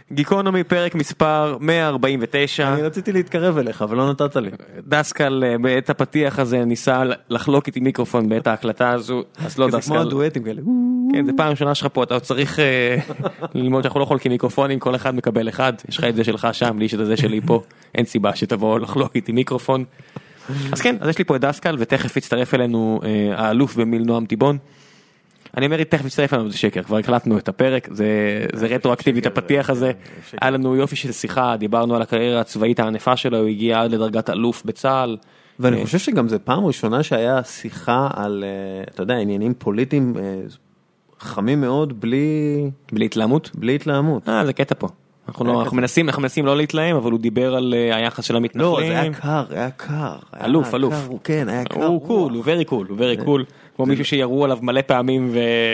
גיקונומי, פרק מספר 149. אני רציתי להתקרב אליך, אבל לא נתת לי. דסקל בעת הפתיח הזה ניסה לחלוק איתי מיקרופון בעת ההקלטה הזו, אז לא דסקל. זה כמו הדואטים כאלה. כן, זה פעם ראשונה שלך פה, אתה צריך ללמוד שאנחנו לא חולקים מיקרופונים, כל אחד מקבל אחד, יש לך את זה שלך שם, לי יש את זה שלי פה, אין סיבה שתבוא לחלוק איתי מיקרופון. אז כן, אז יש לי פה את דסקל, ותכף יצטרף אלינו האלוף במיל נועם טיבון. אני אומר, תכף יצטרף לנו, זה שקר, כבר הקלטנו את הפרק, זה רטרואקטיבית הפתיח הזה, היה לנו יופי של שיחה, דיברנו על הקריירה הצבאית הענפה שלו, הוא הגיע עד לדרגת אלוף בצה"ל. ואני חושב שגם זה פעם ראשונה שהיה שיחה על, אתה יודע, עניינים פוליטיים חמים מאוד, בלי התלהמות? בלי התלהמות. זה קטע פה. אנחנו מנסים לא להתלהם, אבל הוא דיבר על היחס של המתנחלים. לא, זה היה קר. אלוף. כן, היה קר. הוא קול, הוא very cool. כמו מישהו שירו עליו מלא פעמים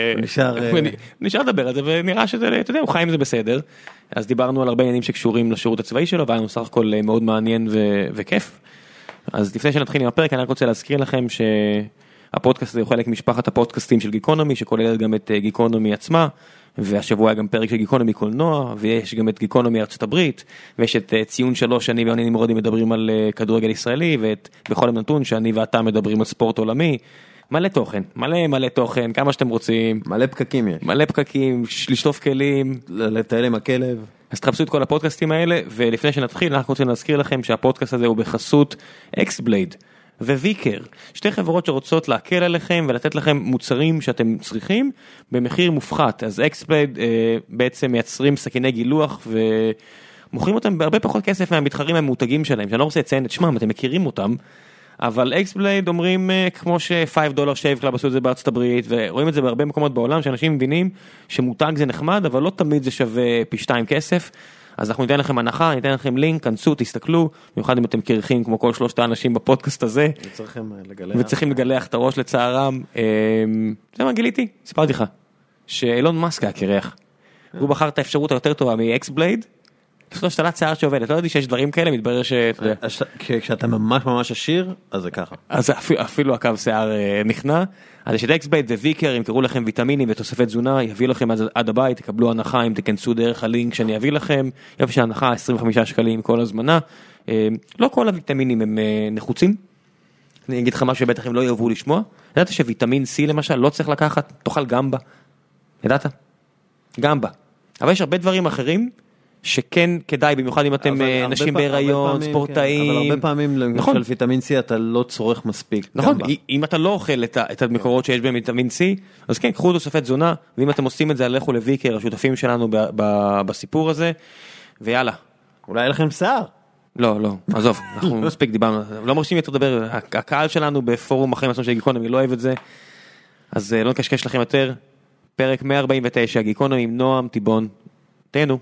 ונשאר לדבר על זה, ונראה שזה, אתה יודע, הוא חי עם זה בסדר. אז דיברנו על הרבה עניינים שקשורים לשירות הצבאי שלו, והיה לנו סך הכל מאוד מעניין וכיף. אז לפני שנתחיל עם הפרק, אני רק רוצה להזכיר לכם שהפודקאסט הזה הוא חלק משפחת הפודקאסטים של גיקונומי, שכוללת גם את גיקונומי עצמה, והשבוע היה גם פרק של גיקונומי קולנוע, ויש גם את גיקונומי ארצות הברית, ויש את ציון 3 שאני ואני נמרודי מדברים על כדורגל ישראלי, ואת בכל הנתון שאני ואתה מדברים על ספורט עולמי. מלא תוכן, מלא תוכן, כמה שאתם רוצים. מלא פקקים יש. מלא פקקים, לשטוף כלים. לטייל עם הכלב. אז תחפשו את כל הפודקאסטים האלה, ולפני שנתחיל, אנחנו רוצים להזכיר לכם שהפודקאסט הזה הוא בחסות אקסבלייד וויקר. שתי חברות שרוצות להקל עליכם ולתת לכם מוצרים שאתם צריכים במחיר מופחת. אז אקסבלייד בעצם מייצרים סכיני גילוח ומוכרים אותם בהרבה פחות כסף מהמתחרים המותגים שלהם, שאני לא רוצה לציין את שמם, אתם מכירים אותם. אבל אקסבלייד אומרים כמו $5 שייב קלאב עשו את זה בארצות הברית, ורואים את זה בהרבה מקומות בעולם שאנשים מבינים שמותג זה נחמד, אבל לא תמיד זה שווה פי 2 כסף. אז אנחנו ניתן לכם הנחה, ניתן לכם לינק, כנסו, תסתכלו, במיוחד אם אתם קרחים כמו כל 3 האנשים בפודקאסט הזה, וצריכים לגלח את הראש לצערם. זה מה גיליתי, סיפרתי לך, שאילון מאסק היה קרח, הוא בחר את האפשרות היותר טובה מאקסבלייד, לעשות השתלת שיער שעובדת, לא יודעתי שיש דברים כאלה, מתברר כשאתה ממש עשיר, אז זה ככה. אז אפילו הקו שיער נכנע, אז יש את אקסבלייד וויקר, ימכרו לכם ויטמינים ותוספי תזונה, יביא לכם עד הבית, תקבלו הנחה אם תכנסו דרך הלינק שאני אביא לכם, יופי של הנחה 25 שקלים כל הזמנה, לא כל הוויטמינים הם נחוצים, אני אגיד לך משהו שבטח הם לא יאהבו לשמוע, ידעת שוויטמין C למשל לא צריך לקחת, תאכל גמבה, ידעת? גמבה, אבל יש הרבה דברים אחרים, שכן כדאי, במיוחד אם אתם נשים בהיריון, ספורטאים. אבל הרבה פעמים, למשל ויטמין C, אתה לא צורך מספיק. נכון, אם אתה לא אוכל את המקורות שיש בהם ויטמין C, אז כן, קחו תוספי תזונה, ואם אתם עושים את זה, לכו לוויקר, השותפים שלנו בסיפור הזה, ויאללה. אולי לכם שיער. לא, עזוב, אנחנו מספיק דיברנו, לא מרשים יותר לדבר, הקהל שלנו בפורום החיים עצמם של גיקונומי לא אוהב את זה, אז לא נקשקש לכם יותר. פרק 149, גיקונומי עם נועם טיבון. תהנו.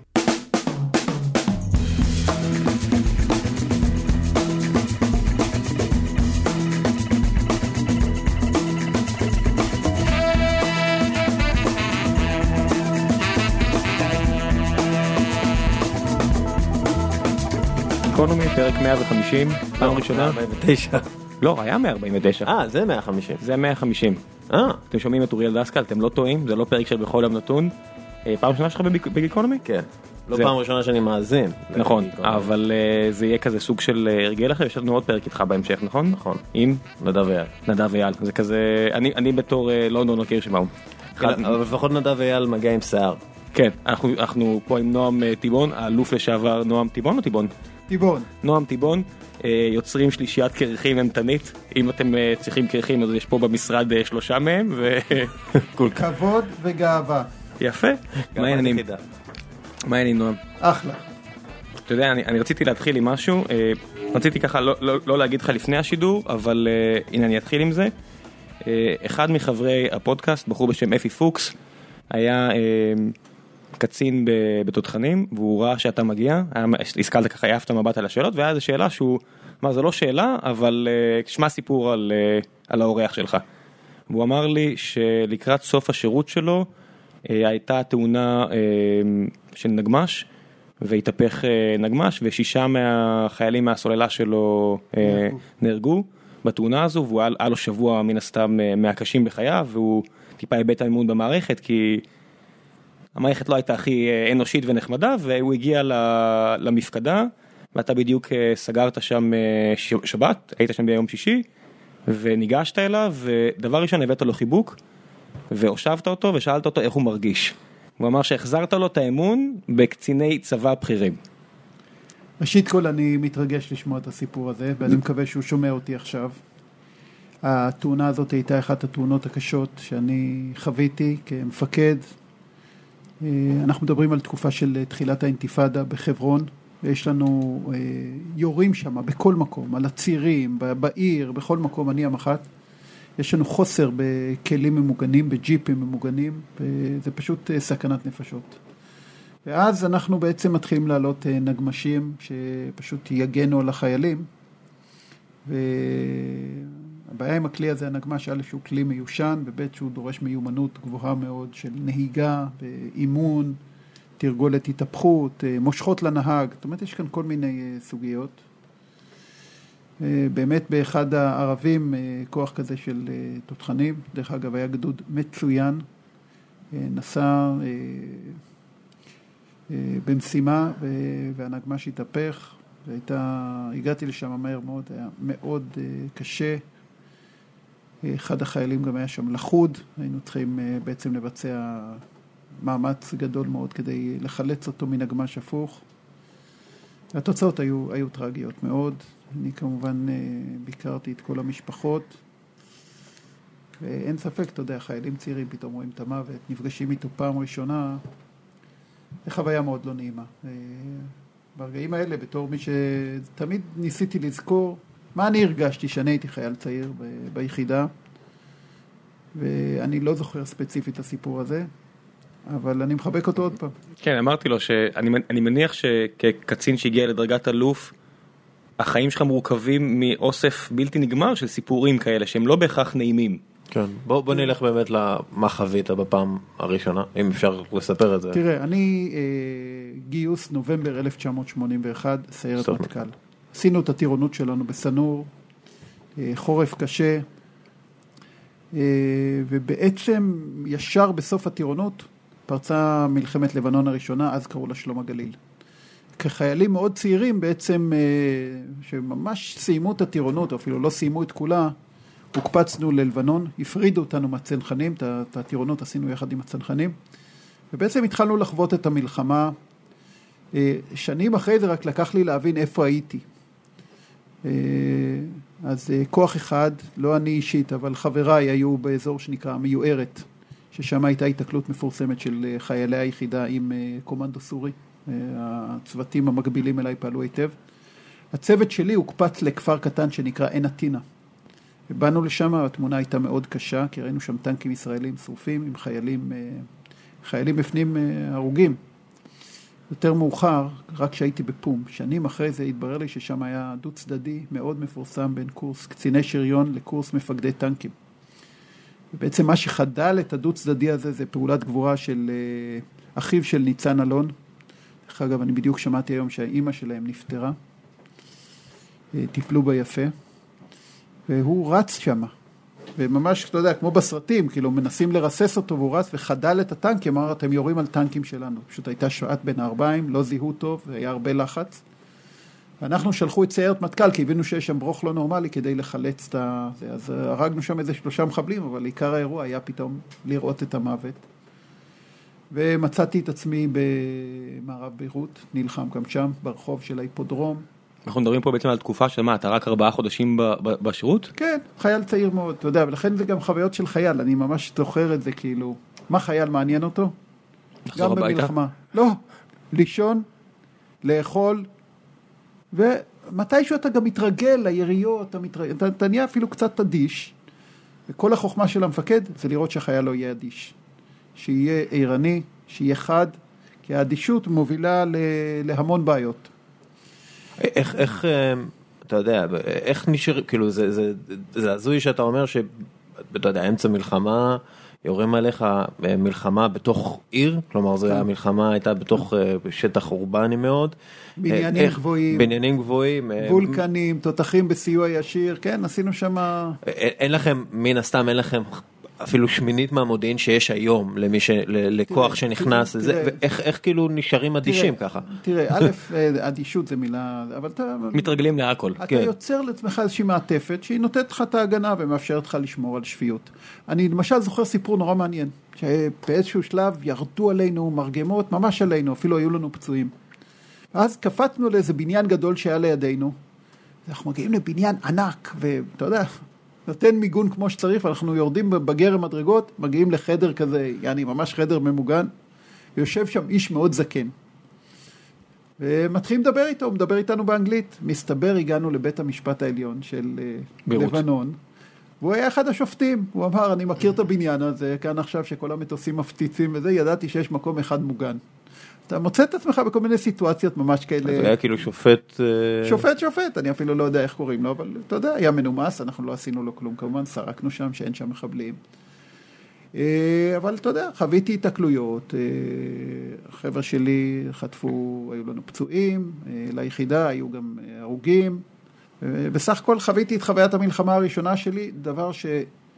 גיקונומי, פרק 150, פעם ראשונה. 149. לא, היה 149. זה 150. זה 150. אתם שומעים את אוריאל דסקל, אתם לא טועים, זה לא פרק של בכל יום נתון. פעם ראשונה שלך בגיקונומי? כן. לא פעם ראשונה שאני מאזין. נכון, אבל זה יהיה כזה סוג של הרגל אחר, יש לנו עוד פרק איתך בהמשך, נכון? נכון. עם? נדב אייל. נדב אייל, זה כזה, אני בתור לונדון לא קירשבאום. אבל לפחות נדב אייל מגיע עם שיער. כן, אנחנו פה עם נועם טיבון, האלוף לשעבר נועם טיבון או טיבון? טיבון. נועם טיבון, יוצרים שלישיית קרחים אמתנית, אם אתם צריכים קרחים אז יש פה במשרד 3 מהם, כבוד וגאווה. יפה. מה העניינים? מה העניינים נועם? אחלה. אתה יודע, אני רציתי להתחיל עם משהו, רציתי ככה לא להגיד לך לפני השידור, אבל הנה אני אתחיל עם זה. אחד מחברי הפודקאסט, בחור בשם אפי פוקס, היה קצין בתותחנים, והוא ראה שאתה מגיע, הסכלת ככה, יפת מבט על השאלות, והיה איזו שאלה שהוא, אמר, זה לא שאלה, אבל שמע סיפור על האורח שלך. והוא אמר לי שלקראת סוף השירות שלו, הייתה תאונה של נגמש, והתהפך נגמש, ו6 מהחיילים מהסוללה שלו נהרגו בתאונה הזו, והוא היה לו שבוע מן הסתם מהקשים בחייו, והוא טיפה איבד את האמון במערכת, כי המערכת לא הייתה הכי אנושית ונחמדה, והוא הגיע למפקדה, ואתה בדיוק סגרת שם שבת, היית שם ביום שישי, וניגשת אליו, ודבר ראשון הבאת לו חיבוק, והושבת אותו ושאלת אותו איך הוא מרגיש. הוא אמר שהחזרת לו את האמון בקציני צבא בכירים. ראשית כל אני מתרגש לשמוע את הסיפור הזה, ואני מקווה שהוא שומע אותי עכשיו. התאונה הזאת הייתה אחת התאונות הקשות שאני חוויתי כמפקד. אנחנו מדברים על תקופה של תחילת האינתיפאדה בחברון, ויש לנו יורים שם בכל מקום, על הצירים, בעיר, בכל מקום, אני המח"ט. יש לנו חוסר בכלים ממוגנים, בג'יפים ממוגנים, וזה פשוט סכנת נפשות. ואז אנחנו בעצם מתחילים לעלות נגמשים שפשוט יגנו על החיילים, והבעיה עם הכלי הזה, הנגמש, א' שהוא כלי מיושן, וב' שהוא דורש מיומנות גבוהה מאוד של נהיגה ואימון, תרגולת התהפכות, מושכות לנהג, זאת אומרת יש כאן כל מיני סוגיות. באמת באחד הערבים כוח כזה של תותחנים, דרך אגב היה גדוד מצוין, נסע במשימה והנגמש התהפך, הגעתי לשם מהר מאוד, היה מאוד קשה, אחד החיילים גם היה שם לחוד, היינו צריכים בעצם לבצע מאמץ גדול מאוד כדי לחלץ אותו מנגמש הפוך. התוצאות היו טרגיות מאוד. אני כמובן ביקרתי את כל המשפחות. ואין ספק, אתה יודע, חיילים צעירים פתאום רואים את המוות, נפגשים איתו פעם ראשונה. זה חוויה מאוד לא נעימה. ברגעים האלה, בתור מי שתמיד ניסיתי לזכור, מה אני הרגשתי שאני הייתי חייל צעיר ביחידה. ואני לא זוכר ספציפית הסיפור הזה. אבל אני מחבק אותו עוד פעם. כן, אמרתי לו שאני מניח שכקצין שהגיע לדרגת אלוף, החיים שלך מורכבים מאוסף בלתי נגמר של סיפורים כאלה, שהם לא בהכרח נעימים. כן, בוא נלך באמת למה חווית בפעם הראשונה, אם אפשר לספר את זה. תראה, אני גיוס נובמבר 1981, סיירת מטכ"ל. עשינו את הטירונות שלנו בסנור, חורף קשה, ובעצם ישר בסוף הטירונות, פרצה מלחמת לבנון הראשונה, אז קראו לה שלום הגליל. כחיילים מאוד צעירים בעצם, שממש סיימו את הטירונות, או אפילו לא סיימו את כולה, הוקפצנו ללבנון, הפרידו אותנו מהצנחנים, את הטירונות עשינו יחד עם הצנחנים, ובעצם התחלנו לחוות את המלחמה. שנים אחרי זה רק לקח לי להבין איפה הייתי. אז כוח אחד, לא אני אישית, אבל חבריי היו באזור שנקרא מיוערת, ששם הייתה התקלות מפורסמת של חיילי היחידה עם קומנדו סורי. הצוותים המקבילים אליי פעלו היטב. הצוות שלי הוקפץ לכפר קטן שנקרא עין עתינה. ובאנו לשם, התמונה הייתה מאוד קשה, כי ראינו שם טנקים ישראלים שרופים עם חיילים בפנים הרוגים. יותר מאוחר, רק כשהייתי בפום, שנים אחרי זה התברר לי ששם היה דו צדדי מאוד מפורסם בין קורס קציני שריון לקורס מפקדי טנקים. ובעצם מה שחדל את הדו צדדי הזה זה פעולת גבורה של אחיו של ניצן אלון. דרך אגב, אני בדיוק שמעתי היום שהאימא שלהם נפטרה. טיפלו בה יפה. והוא רץ שם. וממש, אתה יודע, כמו בסרטים, כאילו מנסים לרסס אותו והוא רץ וחדל את הטנקים, אמר, אתם יורים על טנקים שלנו. פשוט הייתה שעת בין הארבעים, לא זיהו טוב, והיה הרבה לחץ. ואנחנו שלחו את סיירת מטכ"ל, כי הבינו שיש שם ברוך לא נורמלי כדי לחלץ את זה. אז הרגנו שם איזה 3 מחבלים, אבל עיקר האירוע היה פתאום לראות את המוות. ומצאתי את עצמי במערב ביירות, נלחם גם שם, ברחוב של ההיפודרום. אנחנו מדברים פה בעצם על תקופה של מה, אתה רק 4 חודשים בשירות? כן, חייל צעיר מאוד, אתה יודע, ולכן זה גם חוויות של חייל, אני ממש זוכר את זה כאילו, מה חייל מעניין אותו? גם במלחמה. לא, לישון, לאכול, ומתישהו אתה גם מתרגל ליריות, אתה נהיה אפילו קצת אדיש, וכל החוכמה של המפקד זה לראות שהחייל לא יהיה אדיש, שיהיה עירני, שיהיה חד, כי האדישות מובילה להמון בעיות. איך, אתה יודע, איך נשאר, כאילו זה הזוי שאתה אומר שאתה יודע, אמצע מלחמה, יורם עליך מלחמה בתוך עיר, כלומר זו המלחמה הייתה בתוך שטח אורבני מאוד. בניינים גבוהים. בניינים גבוהים. וולקנים, תותחים בסיוע ישיר, כן, עשינו שם. אין לכם, מן הסתם אין לכם אפילו שמינית מהמודיעין שיש היום, לכוח שנכנס, איך כאילו נשארים אדישים ככה? תראה, א', אדישות זה מילה, אבל אתה... מתרגלים להכל. אתה יוצר לעצמך איזושהי מעטפת, שהיא נותנת לך את ההגנה, ומאפשרת לך לשמור על שפיות. אני למשל זוכר סיפור נורא מעניין, שבאיזשהו שלב ירדו עלינו מרגמות, ממש עלינו, אפילו היו לנו פצועים. אז קפצנו לאיזה בניין גדול שהיה לידינו, אנחנו מגיעים לבניין ענק, ואתה יודע... נותן מיגון כמו שצריך, ואנחנו יורדים בגרם מדרגות, מגיעים לחדר כזה, יעני ממש חדר ממוגן, ויושב שם איש מאוד זקן. ומתחילים לדבר איתו, הוא מדבר איתנו באנגלית. מסתבר, הגענו לבית המשפט העליון של לבנון, והוא היה אחד השופטים. הוא אמר, אני מכיר את הבניין הזה, כאן עכשיו שכל המטוסים מפציצים וזה, ידעתי שיש מקום אחד מוגן. אתה מוצא את עצמך בכל מיני סיטואציות ממש כאלה. זה היה כאילו שופט... שופט, אני אפילו לא יודע איך קוראים לו, אבל אתה יודע, היה מנומס, אנחנו לא עשינו לו כלום, כמובן, סרקנו שם שאין שם מחבלים. אבל אתה יודע, חוויתי התקלויות, החבר'ה שלי חטפו, היו לנו פצועים, ליחידה היו גם הרוגים, בסך הכל חוויתי את חוויית המלחמה הראשונה שלי, דבר ש...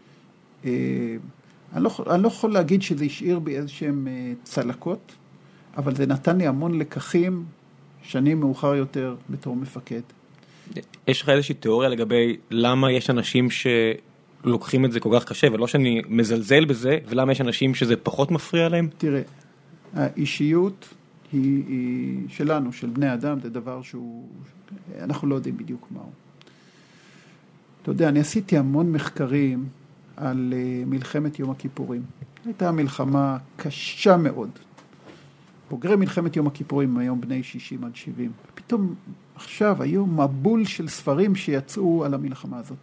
אני לא יכול להגיד שזה השאיר בי איזשהם צלקות, אבל זה נתן לי המון לקחים שנים מאוחר יותר בתור מפקד. יש לך איזושהי תיאוריה לגבי למה יש אנשים שלוקחים את זה כל כך קשה, ולא שאני מזלזל בזה, ולמה יש אנשים שזה פחות מפריע להם? תראה, האישיות היא שלנו, של בני אדם, זה דבר שהוא, אנחנו לא יודעים בדיוק מהו. אתה יודע, אני עשיתי המון מחקרים על מלחמת יום הכיפורים. הייתה מלחמה קשה מאוד. בוגרי מלחמת יום הכיפורים היום בני 60 עד 70. פתאום עכשיו היום מבול של ספרים שיצאו על המלחמה הזאת.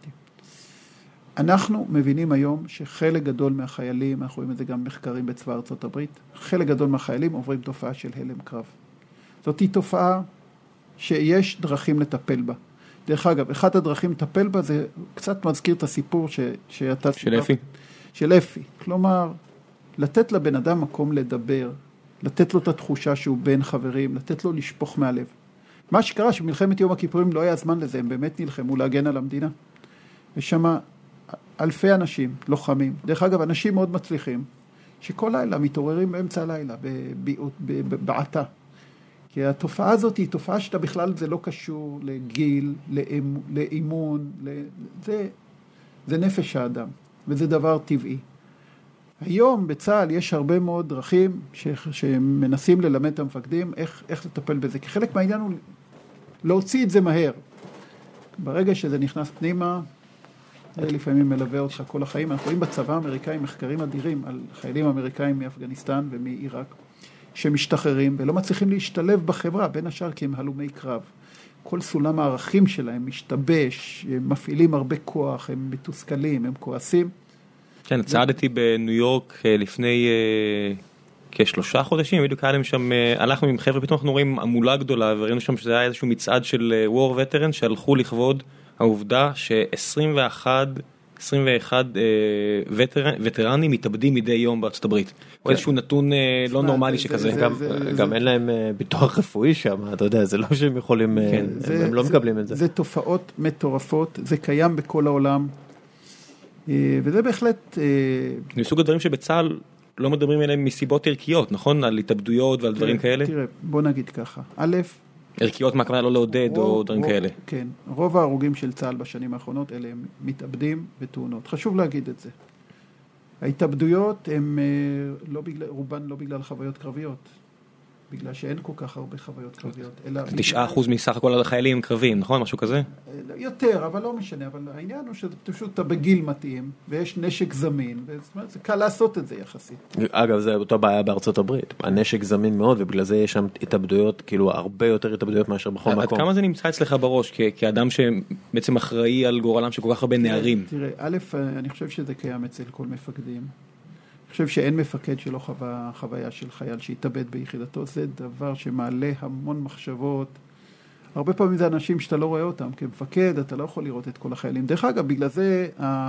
אנחנו מבינים היום שחלק גדול מהחיילים, אנחנו רואים את זה גם מחקרים בצבא ארצות הברית, חלק גדול מהחיילים עוברים תופעה של הלם קרב. זאת היא תופעה שיש דרכים לטפל בה. דרך אגב, אחת הדרכים לטפל בה זה קצת מזכיר את הסיפור שאתה... של אפי. של אפי. כלומר, לתת לבן אדם מקום לדבר, לתת לו את התחושה שהוא בין חברים, לתת לו לשפוך מהלב. מה שקרה שמלחמת יום הכיפורים לא היה זמן לזה, הם באמת נלחמו להגן על המדינה. ושם אלפי אנשים, לוחמים, דרך אגב, אנשים מאוד מצליחים, שכל לילה מתעוררים באמצע הלילה, בעתה. כי התופעה הזאת היא תופעה שאתה בכלל זה לא קשור לגיל, לאימון, זה נפש האדם, וזה דבר טבעי. היום בצה"ל יש הרבה מאוד דרכים שמנסים ללמד את המפקדים איך לטפל בזה, כי חלק מהעניין הוא להוציא את זה מהר. ברגע שזה נכנס פנימה, זה לפעמים מלווה אותך כל החיים. אנחנו רואים בצבא האמריקאי מחקרים אדירים על חיילים אמריקאים מאפגניסטן ומעיראק, שמשתחררים ולא מצליחים להשתלב בחברה, בין השאר כי הם הלומי קרב. כל סולם הערכים שלהם משתבש, הם מפעילים הרבה כוח, הם מתוסכלים, הם כועסים. כן, צעדתי בניו יורק לפני כ3 חודשים, בדיוק היה להם שם, הלכנו עם חבר'ה, פתאום אנחנו רואים עמולה גדולה, וראינו שם שזה היה איזשהו מצעד של War Veterans, שהלכו לכבוד העובדה ש21 וטרנים מתאבדים מדי יום בארצות הברית. או איזשהו נתון לא נורמלי שכזה. גם אין להם ביטוח רפואי שם, אתה יודע, זה לא שהם יכולים, הם לא מקבלים את זה. זה תופעות מטורפות, זה קיים בכל העולם. וזה בהחלט... מסוג הדברים שבצה"ל לא מדברים עליהם מסיבות ערכיות, נכון? על התאבדויות ועל דברים כאלה? תראה, בוא נגיד ככה. א', ערכיות מהכוונה לא לעודד או דברים כאלה. כן, רוב ההרוגים של צה"ל בשנים האחרונות אלה הם מתאבדים בתאונות. חשוב להגיד את זה. ההתאבדויות הם רובן לא בגלל חוויות קרביות. בגלל שאין כל כך הרבה חוויות קרביות. 9% מסך הכל החיילים קרביים, נכון? משהו כזה? יותר, אבל לא משנה. אבל העניין הוא שזה פשוט אתה בגיל מתאים, ויש נשק זמין, וזה קל לעשות את זה יחסית. אגב, זה אותה בעיה בארצות הברית. הנשק זמין מאוד, ובגלל זה יש שם התאבדויות, כאילו הרבה יותר התאבדויות מאשר בכל מקום. עד כמה זה נמצא אצלך בראש, כאדם שבעצם אחראי על גורלם של כל כך הרבה נערים? תראה, א', אני חושב שזה קיים אצל כל מפקדים. אני חושב שאין מפקד שלא חוויה של חייל שהתאבד ביחידתו, זה דבר שמעלה המון מחשבות. הרבה פעמים זה אנשים שאתה לא רואה אותם, כמפקד אתה לא יכול לראות את כל החיילים. דרך אגב, בגלל זה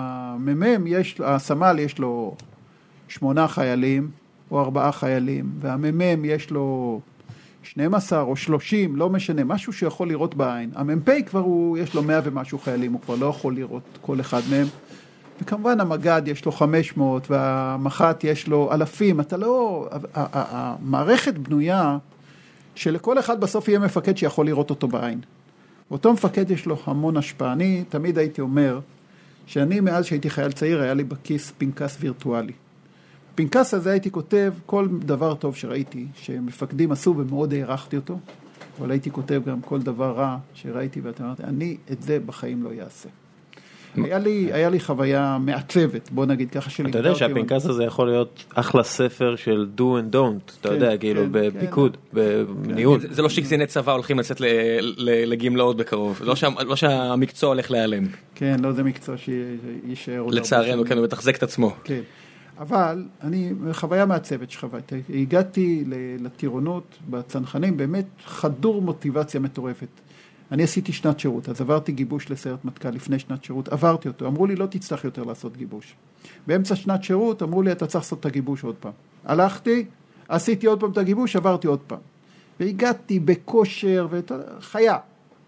הסמל יש לו 8 חיילים או 4 חיילים, והמ"מ יש לו 12 או 30, לא משנה, משהו שיכול לראות בעין. המ"פ כבר יש לו 100 ומשהו חיילים, הוא כבר לא יכול לראות כל אחד מהם. וכמובן המגד יש לו 500 והמח"ט יש לו אלפים, אתה לא, המערכת בנויה שלכל אחד בסוף יהיה מפקד שיכול לראות אותו בעין. אותו מפקד יש לו המון השפעה. אני תמיד הייתי אומר שאני מאז שהייתי חייל צעיר היה לי בכיס פנקס וירטואלי. פנקס הזה הייתי כותב כל דבר טוב שראיתי שמפקדים עשו ומאוד הערכתי אותו, אבל הייתי כותב גם כל דבר רע שראיתי ואתה אמרתי, אני את זה בחיים לא יעשה. היה לי חוויה מעצבת, בוא נגיד ככה שלי. אתה יודע שהפנקס הזה יכול להיות אחלה ספר של do and don't, אתה יודע, כאילו בפיקוד, בניהול. זה לא שקציני צבא הולכים לצאת לגמלאות בקרוב, לא שהמקצוע הולך להיעלם. כן, לא זה מקצוע שישאר. לצערנו, כן, הוא מתחזק את עצמו. כן, אבל אני, חוויה מעצבת שחוויתי, הגעתי לטירונות בצנחנים, באמת חדור מוטיבציה מטורפת. אני עשיתי שנת שירות, אז עברתי גיבוש לסיירת מטכ"ל לפני שנת שירות, עברתי אותו, אמרו לי לא תצטרך יותר לעשות גיבוש. באמצע שנת שירות אמרו לי אתה צריך לעשות את הגיבוש עוד פעם. הלכתי, עשיתי עוד פעם את הגיבוש, עברתי עוד פעם. והגעתי בכושר וחיה.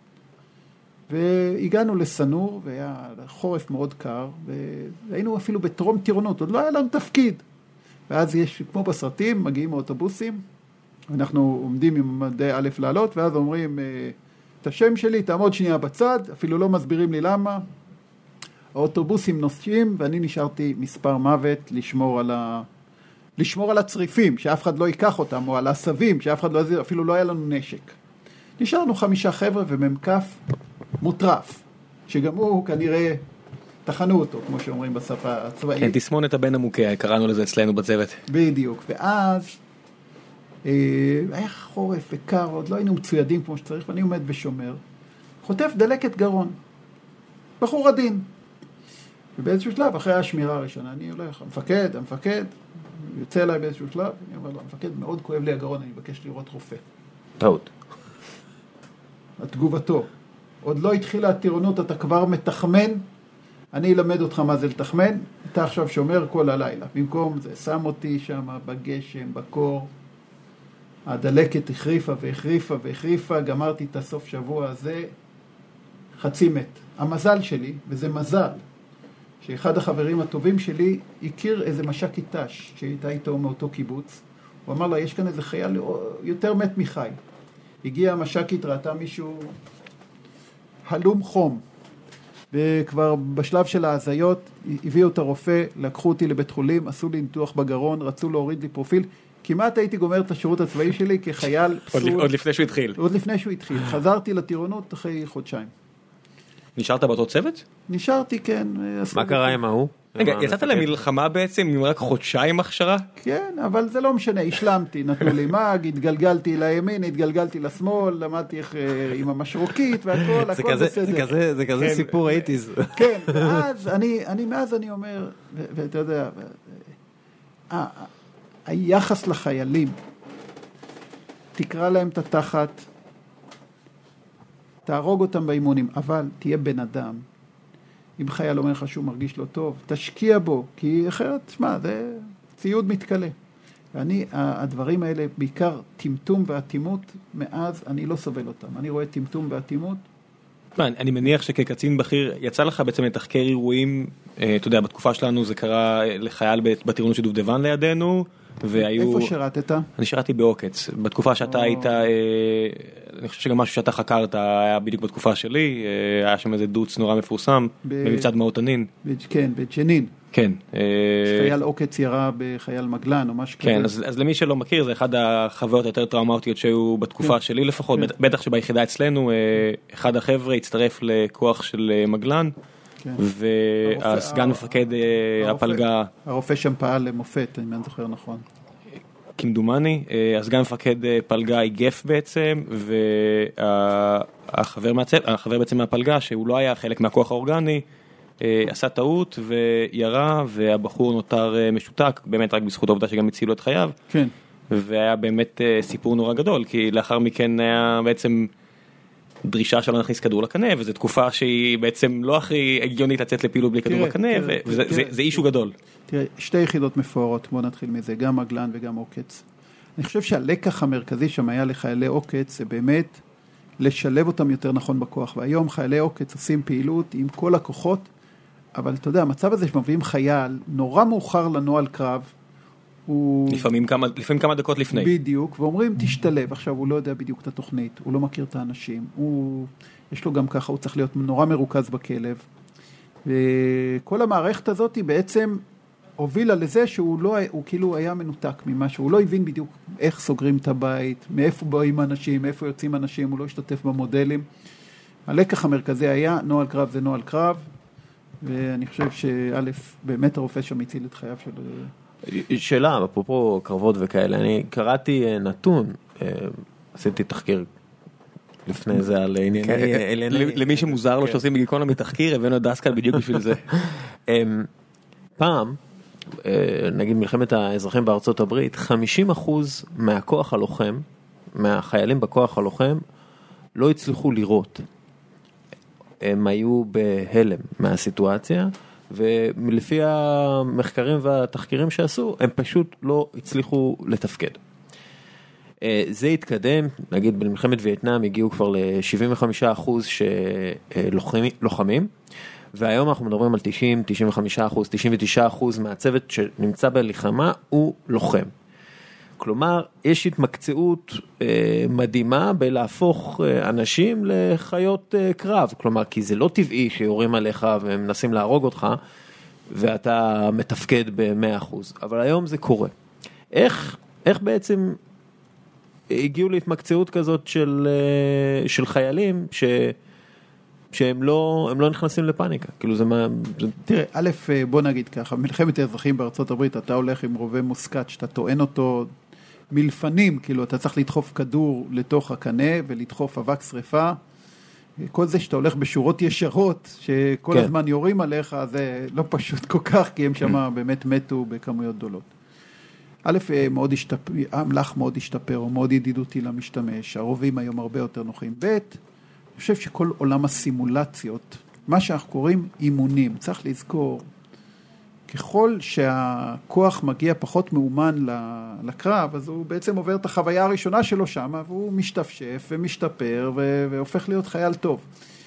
והגענו לסנור, והיה חורף מאוד קר, והיינו אפילו בטרום טירונות, עוד לא היה לנו תפקיד. ואז יש, כמו בסרטים, מגיעים האוטובוסים, אנחנו עומדים עם מדי א' לעלות, ואז אומרים, את השם שלי, תעמוד שנייה בצד, אפילו לא מסבירים לי למה. האוטובוסים נוסעים, ואני נשארתי מספר מוות לשמור על הצריפים, שאף אחד לא ייקח אותם, או על הסבים, שאף אחד לא, אפילו לא היה לנו נשק. נשארנו 5 חבר'ה וממקף מוטרף, שגם הוא כנראה תחנו אותו, כמו שאומרים בשפה הצבאית. כן, תסמונת הבן המוכה, קראנו לזה אצלנו בצוות. בדיוק, ואז היה חורף וקר, עוד לא היינו מצוידים כמו שצריך, ואני עומד ושומר, חוטף דלקת גרון, בחור עדין. ובאיזשהו שלב, אחרי השמירה הראשונה, אני הולך, המפקד, יוצא אליי באיזשהו שלב, אני אומר לו, המפקד מאוד כואב לי הגרון, אני מבקש לראות רופא. טעות. התגובתו, עוד לא התחילה הטירונות, אתה כבר מתחמן, אני אלמד אותך מה זה לתחמן, אתה עכשיו שומר כל הלילה. במקום זה, שם אותי שם בגשם, בקור, הדלקת החריפה והחריפה והחריפה, גמרתי את הסוף שבוע הזה, חצי מת. המזל שלי, וזה מזל, שאחד החברים הטובים שלי הכיר איזה מש"קית ת"ש, שהייתה איתו מאותו קיבוץ, הוא אמר לה, יש כאן איזה חייל יותר מת מחי. הגיעה המש"קית, ראתה מישהו הלום חום, וכבר בשלב של ההזיות, הביאו את הרופא, לקחו אותי לבית חולים, עשו לי ניתוח בגרון, רצו להוריד לי פרופיל, כמעט הייתי גומר את השירות הצבאי שלי כחייל פסול. עוד לפני שהוא התחיל. עוד לפני שהוא התחיל. חזרתי לטירונות אחרי חודשיים. נשארת באותו צוות? נשארתי, כן. מה קרה עם ההוא? רגע, יצאת למלחמה בעצם עם רק חודשיים הכשרה? כן, אבל זה לא משנה, השלמתי, נתנו לי מג, התגלגלתי לימין, התגלגלתי לשמאל, למדתי איך עם המשרוקית והכל, הכל בסדר. זה כזה סיפור הייטיז. כן, מאז אני אומר, ואתה יודע, היחס לחיילים, תקרא להם את התחת, תהרוג אותם באימונים, אבל תהיה בן אדם. אם חייל אומר לך שהוא מרגיש לא טוב, תשקיע בו, כי אחרת, תשמע, זה ציוד מתקלה. ואני, הדברים האלה, בעיקר טמטום ואטימות, מאז אני לא סובל אותם. אני רואה טמטום ואטימות. אני מניח שכקצין בכיר, יצא לך בעצם לתחקר אירועים, אתה יודע, בתקופה שלנו זה קרה לחייל בטירונות של דובדבן לידינו, איפה שירתת? אני שירתי בעוקץ. בתקופה שאתה היית, אני חושב שגם משהו שאתה חקרת היה בדיוק בתקופה שלי, היה שם איזה דוץ נורא מפורסם, במצעד מאות הנין. כן, בג'נין. כן. חייל עוקץ ירה בחייל מגלן או משהו כזה. כן, אז למי שלא מכיר, זה אחד החוויות היותר טראומטיות שהיו בתקופה שלי לפחות, בטח שביחידה אצלנו, אחד החבר'ה הצטרף לכוח של מגלן, והסגן מפקד הפלגה, הרופא שם פעל למופת, אני זוכר נכון, כמדומני, הסגן מפקד פלגה איגף בעצם, והחבר בעצם מהפלגה שהוא לא היה חלק מהכוח האורגני, עשה טעות וירה, והבחור נותר משותק, באמת רק בזכות העובדה שגם הצילו את חייו, כן. והיה באמת סיפור נורא גדול, כי לאחר מכן היה בעצם דרישה שלא נכניס כדור לקנה, וזו תקופה שהיא בעצם לא הכי הגיונית לצאת לפעילות בלי כדור לקנה, וזה אישו גדול. תראה, שתי יחידות מפוארות, בוא נתחיל מזה, גם מגלן וגם עוקץ. אני חושב שהלקח המרכזי שם היה לחיילי עוקץ, זה באמת לשלב אותם יותר נכון בכוח, והיום חיילי עוקץ עושים פעילות עם כל הכוחות, אבל אתה יודע, המצב הזה שמביאים חייל, נורא מאוחר לנוע על קרב, לפעמים כמה דקות לפני. בדיוק, ואומרים תשתלב. עכשיו הוא לא יודע בדיוק את התוכנית, הוא לא מכיר את האנשים, יש לו גם ככה, הוא צריך להיות נורא מרוכז בכלב. וכל המערכת הזאת היא בעצם הובילה לזה שהוא לא, הוא כאילו היה מנותק ממשהו, הוא לא הבין בדיוק איך סוגרים את הבית, מאיפה באים אנשים, מאיפה יוצאים אנשים, הוא לא השתתף במודלים. הלקח המרכזי היה, נוהל קרב זה נוהל קרב, ואני חושב שא', באמת הרופא שם הציל את חייו של... שאלה, אפרופו קרבות וכאלה, אני קראתי נתון, עשיתי תחקיר לפני זה על ענייני... למי שמוזר לו שעושים בגיקונומי תחקיר, הבאנו את דסקל בדיוק בשביל זה. פעם, נגיד מלחמת האזרחים בארצות הברית, 50% מהכוח הלוחם, מהחיילים בכוח הלוחם, לא הצליחו לירות. הם היו בהלם מהסיטואציה, ולפי המחקרים והתחקירים שעשו, הם פשוט לא הצליחו לתפקד. זה התקדם, נגיד במלחמת וייטנאם הגיעו כבר ל-75% לוחמים, והיום אנחנו מדברים על 90, 95%, 99% מהצוות שנמצא בלחימה הוא לוחם. כלומר, יש התמקצעות מדהימה בלהפוך אנשים לחיות קרב. כלומר, כי זה לא טבעי שיורים עליך והם מנסים להרוג אותך, ואתה מתפקד ב-100%. אבל היום זה קורה. איך בעצם הגיעו להתמקצעות כזאת של חיילים שהם לא נכנסים לפאניקה? כאילו זה מה... תראה, א', בוא נגיד ככה, מלחמת האזרחים בארצות הברית, אתה הולך עם רובה מוסקט, שאתה טוען אותו מלפנים, כאילו אתה צריך לדחוף כדור לתוך הקנה ולדחוף אבק שריפה, כל זה שאתה הולך בשורות ישרות, שכל הזמן יורים עליך, זה לא פשוט כל כך, כי הם שם באמת מתו בכמויות גדולות. א', המלח מאוד השתפר, הוא מאוד ידידותי למשתמש, הרובים היום הרבה יותר נוחים. ב', אני חושב שכל עולם הסימולציות, מה שאנחנו קוראים אימונים, צריך לזכור, ככל שהכוח מגיע פחות מאומן לקרב, אז הוא בעצם עובר את החוויה הראשונה שלו שם, והוא משתפשף ומשתפר והופך להיות חייל טוב.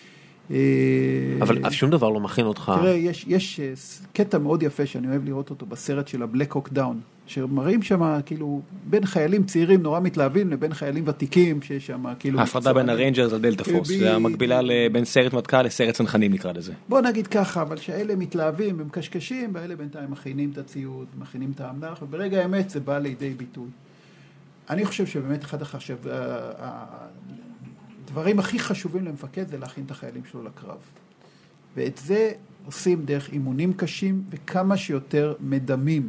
אבל שום דבר לא מכין אותך. תראה, יש קטע מאוד יפה שאני אוהב לראות אותו בסרט של הבלק הוק דאון, שמראים שם כאילו בין חיילים צעירים נורא מתלהבים לבין חיילים ותיקים שיש שם כאילו... ההפרדה בין הריינג'רס לדלטה פורס, זה המקבילה בין סרט מטכ"ל לסרט צנחנים נקרא לזה. בוא נגיד ככה, אבל שהאלה מתלהבים, הם קשקשים, והאלה בינתיים מכינים את הציוד, מכינים את האמל"ח, וברגע האמת זה בא לידי ביטוי. אני חושב שבאמת אחד הדברים הכי חשובים למפקד זה להכין את החיילים שלו לקרב. ואת זה עושים דרך אימונים קשים וכמה שיותר מדמים.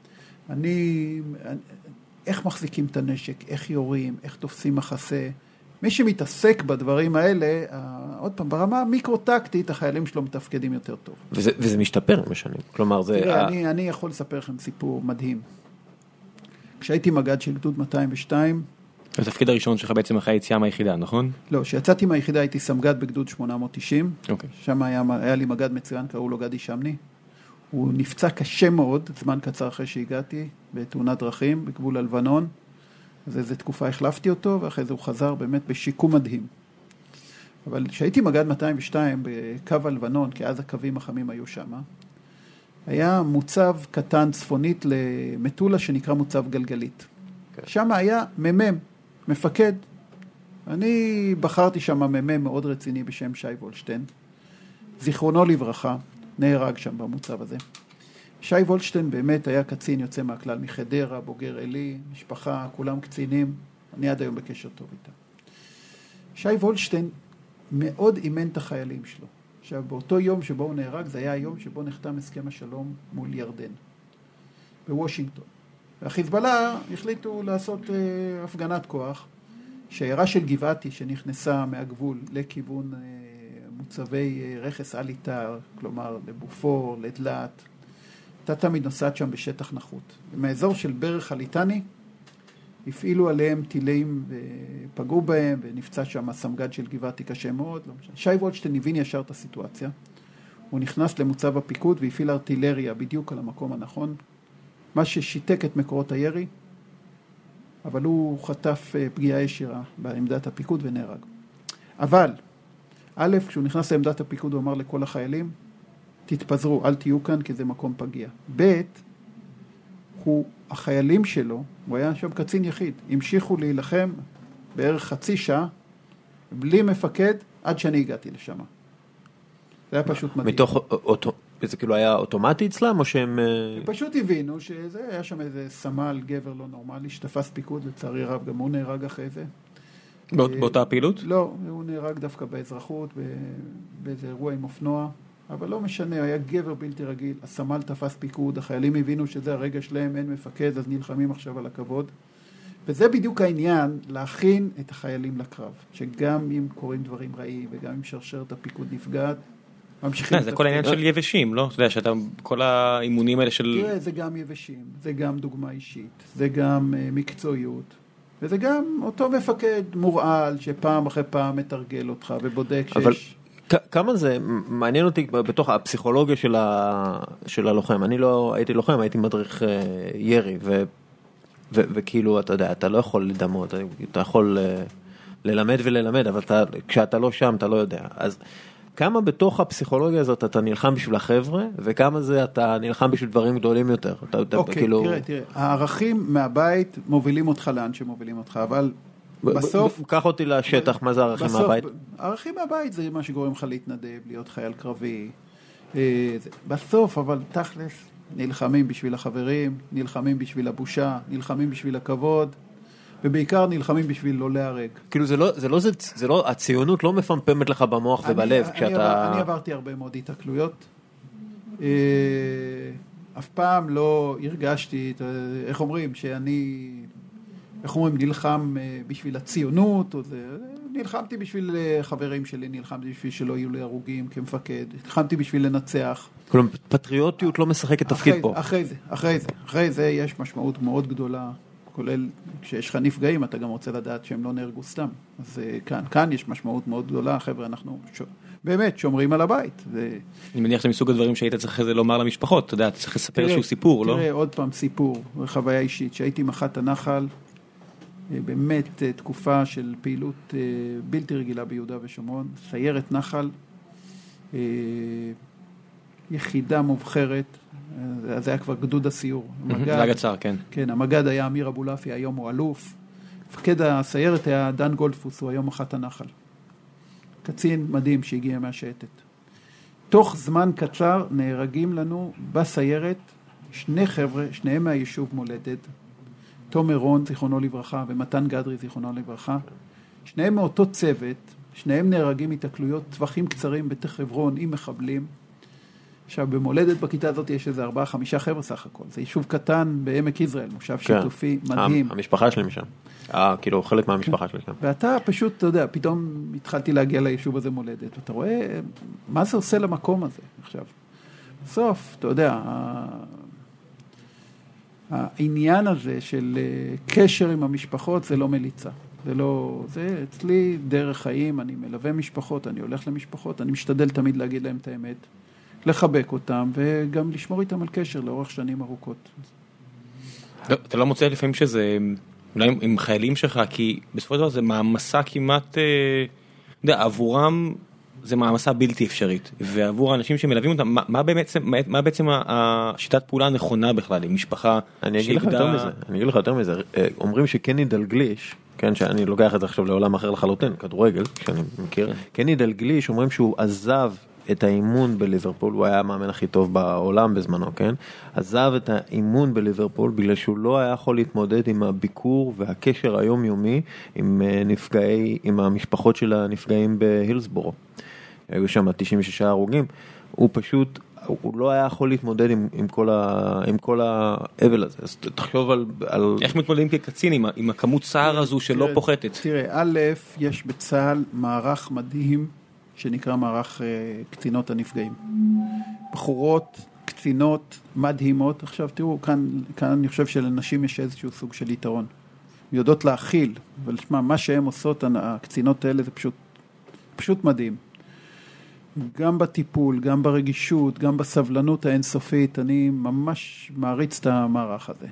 איך מחזיקים את הנשק, איך יורים, איך תופסים מחסה. מי שמתעסק בדברים האלה, עוד פעם, ברמה המיקרו-טקטית, החיילים שלו מתפקדים יותר טוב. וזה משתפר עם השנים. כלומר, זה... תראה, אני יכול לספר לכם סיפור מדהים. כשהייתי מג"ד של גדוד 202... התפקיד הראשון שלך בעצם אחרי היציאה מהיחידה, נכון? לא, כשיצאתי מהיחידה הייתי סמג"ד בגדוד 890. אוקיי. שם היה לי מג"ד מצוין, קראו לו גדי שמני. הוא נפצע קשה מאוד, זמן קצר אחרי שהגעתי, בתאונת דרכים, בגבול הלבנון. אז איזו תקופה החלפתי אותו, ואחרי זה הוא חזר באמת בשיקום מדהים. אבל כשהייתי מג"ד 202 בקו הלבנון, כי אז הקווים החמים היו שם, היה מוצב קטן צפונית למטולה שנקרא מוצב גלגלית. שם היה מפקד. אני בחרתי שם מאוד רציני בשם שי וולשטיין. זיכרונו לברכה, נהרג שם במוצב הזה. שי וולשטיין באמת היה קצין יוצא מהכלל מחדרה, בוגר אלי, משפחה, כולם קצינים. אני עד היום בקשר טוב איתם. שי וולשטיין מאוד אימן את החיילים שלו. עכשיו, באותו יום שבו הוא נהרג, זה היה היום שבו נחתם הסכם השלום מול ירדן, בוושינגטון. והחיזבאללה החליטו לעשות הפגנת כוח, שיירה של גבעתי שנכנסה מהגבול לכיוון מוצבי רכס אליטר, כלומר לבופור, לדלת, הייתה תמיד נוסעת שם בשטח נחות. מהאזור של ברך הליטני הפעילו עליהם טילים ופגעו בהם, ונפצע שם הסמג"ד של גבעתי קשה מאוד. שי וולשטיין הבין ישר את הסיטואציה. הוא נכנס למוצב הפיקוד והפעיל ארטילריה בדיוק על המקום הנכון, מה ששיתק את מקורות הירי, אבל הוא חטף פגיעה ישירה בעמדת הפיקוד ונהרג. אבל, א', כשהוא נכנס לעמדת הפיקוד הוא אמר לכל החיילים, תתפזרו, אל תהיו כאן כי זה מקום פגיע. ב', החיילים שלו, הוא היה שם קצין יחיד, המשיכו להילחם בערך חצי שעה, בלי מפקד, עד שאני הגעתי לשם. זה היה פשוט מדהים. זה כאילו היה אוטומטי אצלם, או שהם... הם פשוט הבינו שזה היה שם איזה סמל גבר לא נורמלי, שתפס פיקוד, לצערי רב, גם הוא נהרג אחרי זה. באותה הפעילות? לא, הוא נהרג דווקא באזרחות, באיזה אירוע עם אופנוע, אבל לא משנה, היה גבר בלתי רגיל, הסמל תפס פיקוד, החיילים הבינו שזה הרגע שלהם, אין מפקד, אז נלחמים עכשיו על הכבוד. וזה בדיוק העניין, להכין את החיילים לקרב, שגם אם קורים דברים רעים, וגם אם שרשרת הפיקוד נפגעת, זה כל העניין של יבשים, לא? אתה יודע שאתה, כל האימונים האלה של... תראה, זה גם יבשים, זה גם דוגמה אישית, זה גם מקצועיות, וזה גם אותו מפקד מורעל שפעם אחרי פעם מתרגל אותך ובודק שיש... אבל כמה זה, מעניין אותי בתוך הפסיכולוגיה של הלוחם. אני לא הייתי לוחם, הייתי מדריך ירי, וכאילו, אתה יודע, אתה לא יכול לדמות, אתה יכול ללמד וללמד, אבל כשאתה לא שם, אתה לא יודע. אז כמה בתוך הפסיכולוגיה הזאת אתה נלחם בשביל החבר'ה, וכמה זה אתה נלחם בשביל דברים גדולים יותר? אוקיי, תראה, הערכים מהבית מובילים אותך לאן שמובילים אותך, אבל בסוף... קח אותי לשטח, מה זה הערכים מהבית? הערכים מהבית זה מה שגורם לך להתנדב, להיות חייל קרבי. בסוף, אבל תכלס, נלחמים בשביל החברים, נלחמים בשביל הבושה, נלחמים בשביל הכבוד, ובעיקר נלחמים בשביל לא להרג. כאילו זה לא, הציונות לא מפמפמת לך במוח ובלב כשאתה... אני עברתי הרבה מאוד התקלויות. אף פעם לא הרגשתי, איך אומרים, נלחם בשביל הציונות, נלחמתי בשביל חברים שלי, נלחמתי בשביל שלא יהיו לי הרוגים כמפקד, נלחמתי בשביל לנצח. כלומר, פטריוטיות לא משחקת תפקיד פה. אחרי זה יש משמעות מאוד גדולה, כולל כשיש לך נפגעים, אתה גם רוצה לדעת שהם לא נהרגו סתם. אז כאן יש משמעות מאוד גדולה, חבר'ה, אנחנו באמת שומרים על הבית. אני מניח שזה מסוג הדברים שהיית צריך לומר למשפחות, אתה יודע, אתה צריך לספר איזשהו סיפור, לא? תראה, עוד פעם סיפור, חוויה אישית, שהייתי מח"ט הנחל, באמת תקופה של פעילות בלתי רגילה ביהודה ושומרון, סיירת נחל, יחידה מובחרת, זה היה כבר גדוד הסיור. זה היה קצר, כן. כן, המגד היה אמיר אבולאפי, היום הוא אלוף. מפקד הסיירת היה דן גולדפוס, הוא היום מח"ט הנחל. קצין מדהים שהגיע מהשייטת. תוך זמן קצר נהרגים לנו בסיירת שני חבר'ה, שניהם מהיישוב מולדת, תומר רון, זיכרונו לברכה, ומתן גדרי, זיכרונו לברכה. שניהם מאותו צוות, שניהם נהרגים התקלויות, טווחים קצרים בתחברון עם מחבלים. עכשיו, במולדת בכיתה הזאת יש איזה 4-5 חבר'ה סך הכל. זה יישוב קטן בעמק יזרעאל, מושב שיתופי מדהים. המשפחה שלי משם. כאילו, חלק מהמשפחה שלי שם. ואתה פשוט, אתה יודע, פתאום התחלתי להגיע ליישוב הזה מולדת, ואתה רואה מה זה עושה למקום הזה עכשיו. בסוף, אתה יודע, העניין הזה של קשר עם המשפחות זה לא מליצה. זה אצלי דרך חיים, אני מלווה משפחות, אני הולך למשפחות, אני משתדל תמיד להגיד להם את האמת. לחבק אותם, וגם לשמור איתם על קשר לאורך שנים ארוכות. אתה לא מוצא לפעמים שזה, אולי עם חיילים שלך, כי בסופו של דבר זה מעמסה כמעט, עבורם זה מעמסה בלתי אפשרית, ועבור האנשים שמלווים אותם, מה בעצם השיטת פעולה הנכונה בכלל, עם משפחה אני אגיד לך יותר מזה, אומרים שקני דלגליש, כן, שאני לוקח את זה עכשיו לעולם אחר לחלוטין, כדורגל, שאני מכיר, קני דלגליש, אומרים שהוא עזב את האימון בליברפול, הוא היה המאמן הכי טוב בעולם בזמנו, כן? עזב את האימון בליברפול בגלל שהוא לא היה יכול להתמודד עם הביקור והקשר היומיומי עם המשפחות של הנפגעים בהילסבורו. היו שם 96 הרוגים. הוא פשוט, הוא לא היה יכול להתמודד עם כל האבל הזה. אז תחשוב על... איך מתמודדים כקצין עם הכמות צער הזו שלא פוחתת? תראה, א', יש בצה"ל מערך מדהים שנקרא מערך קצינות הנפגעים. בחורות, קצינות מדהימות. עכשיו תראו, כאן אני חושב שלנשים יש איזשהו סוג של יתרון. יודעות להכיל, ולשמע, מה שהן עושות, הקצינות האלה, זה פשוט מדהים. גם בטיפול, גם ברגישות, גם בסבלנות האינסופית, אני ממש מעריץ את המערך הזה.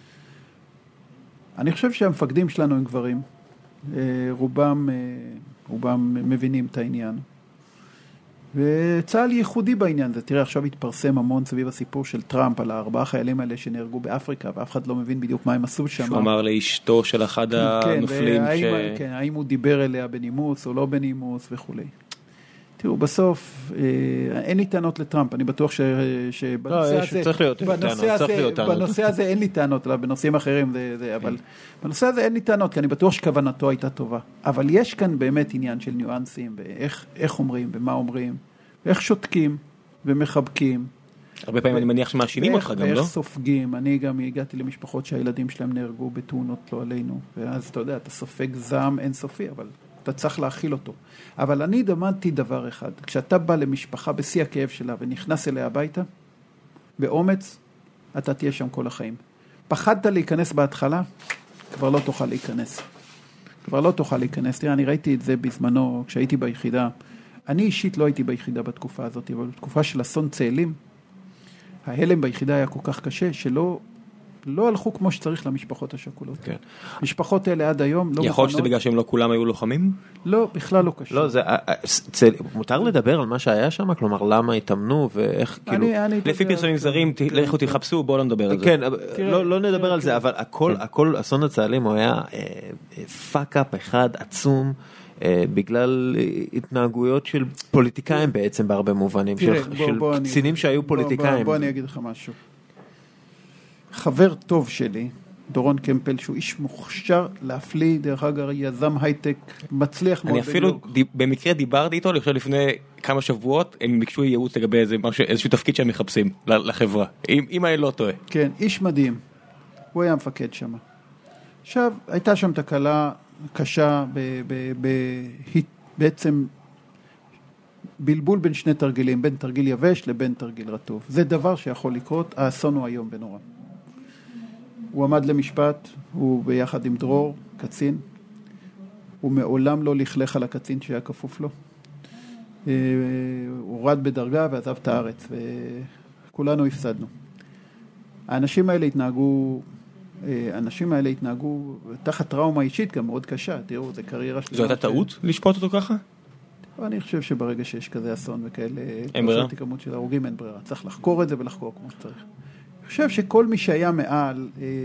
אני חושב שהמפקדים שלנו הם גברים. רובם מבינים את העניין. וצה"ל ייחודי בעניין הזה. תראה, עכשיו התפרסם המון סביב הסיפור של טראמפ על 4 חיילים האלה שנהרגו באפריקה, ואף אחד לא מבין בדיוק מה הם עשו שם. שהוא אמר לאשתו של אחד הנופלים כן, האם הוא דיבר אליה בנימוס או לא בנימוס וכו'. תראו, בסוף אין לי טענות לטראמפ, אני בטוח שבנושא הזה אין לי טענות, בנושאים אחרים אבל בנושא הזה אין לי טענות, כי אני בטוח שכוונתו הייתה טובה. אבל יש כאן באמת עניין של ניואנסים, ואיך אומרים ומה אומרים, ואיך שותקים ומחבקים. הרבה פעמים אני מניח שמאשימים אותך גם, לא? ואיך סופגים. אני גם הגעתי למשפחות שהילדים שלהם נהרגו בתאונות לא עלינו, ואז אתה יודע, אתה סופג זעם אינסופי, אבל אתה צריך להכיל אותו. אבל אני דמנתי דבר אחד, כשאתה בא למשפחה בשיא הכאב שלה ונכנס אליה הביתה, באומץ, אתה תהיה שם כל החיים. פחדת להיכנס בהתחלה, כבר לא תוכל להיכנס. כבר לא תוכל להיכנס. תראה, אני ראיתי את זה בזמנו, כשהייתי ביחידה. אני אישית לא הייתי ביחידה בתקופה הזאת, אבל בתקופה של אסון צאלים, ההלם ביחידה היה כל כך קשה, שלא הלכו כמו שצריך למשפחות השכולות. כן. משפחות האלה עד היום לא מוכנות. יכול שזה בגלל שהם לא כולם היו לוחמים? לא, בכלל לא קשור. לא, מותר לדבר על מה שהיה שם? כלומר, למה התאמנו ואיך, כאילו... לפי פרסומים זרים, לכו תחפשו, בואו לא נדבר על זה. כן, לא נדבר על זה, אבל הכל, אסון הצהלים הוא היה פאק-אפ אחד עצום, בגלל התנהגויות של פוליטיקאים בעצם בהרבה מובנים, של קצינים שהיו פוליטיקאים. בוא אני אגיד לך משהו. חבר טוב שלי, דורון קמפל, שהוא איש מוכשר להפליא, דרך אגב, יזם הייטק, מצליח מאוד. אני אפילו במקרה דיברתי איתו, אני חושב לפני כמה שבועות, הם ביקשו ייעוץ לגבי איזשהו תפקיד שהם מחפשים לחברה, אם אני לא טועה. כן, איש מדהים. הוא היה מפקד שם. עכשיו, הייתה שם תקלה קשה, בעצם בלבול בין שני תרגילים, בין תרגיל יבש לבין תרגיל רטוב. זה דבר שיכול לקרות, האסון הוא היום ונורא. הוא עמד למשפט, הוא ביחד עם דרור, קצין, הוא מעולם לא לכלך על הקצין שהיה כפוף לו. הוא הורד בדרגה ועזב את הארץ, וכולנו הפסדנו. האנשים האלה התנהגו תחת טראומה אישית גם מאוד קשה. תראו, זה קריירה שלמה. זו הייתה טעות לשפוט אותו ככה? אני חושב שברגע שיש כזה אסון וכאלה, אין ברירה. כמות של הרוגים, אין ברירה. צריך לחקור את זה ולחקור כמו שצריך. אני חושב שכל מי שהיה מעל,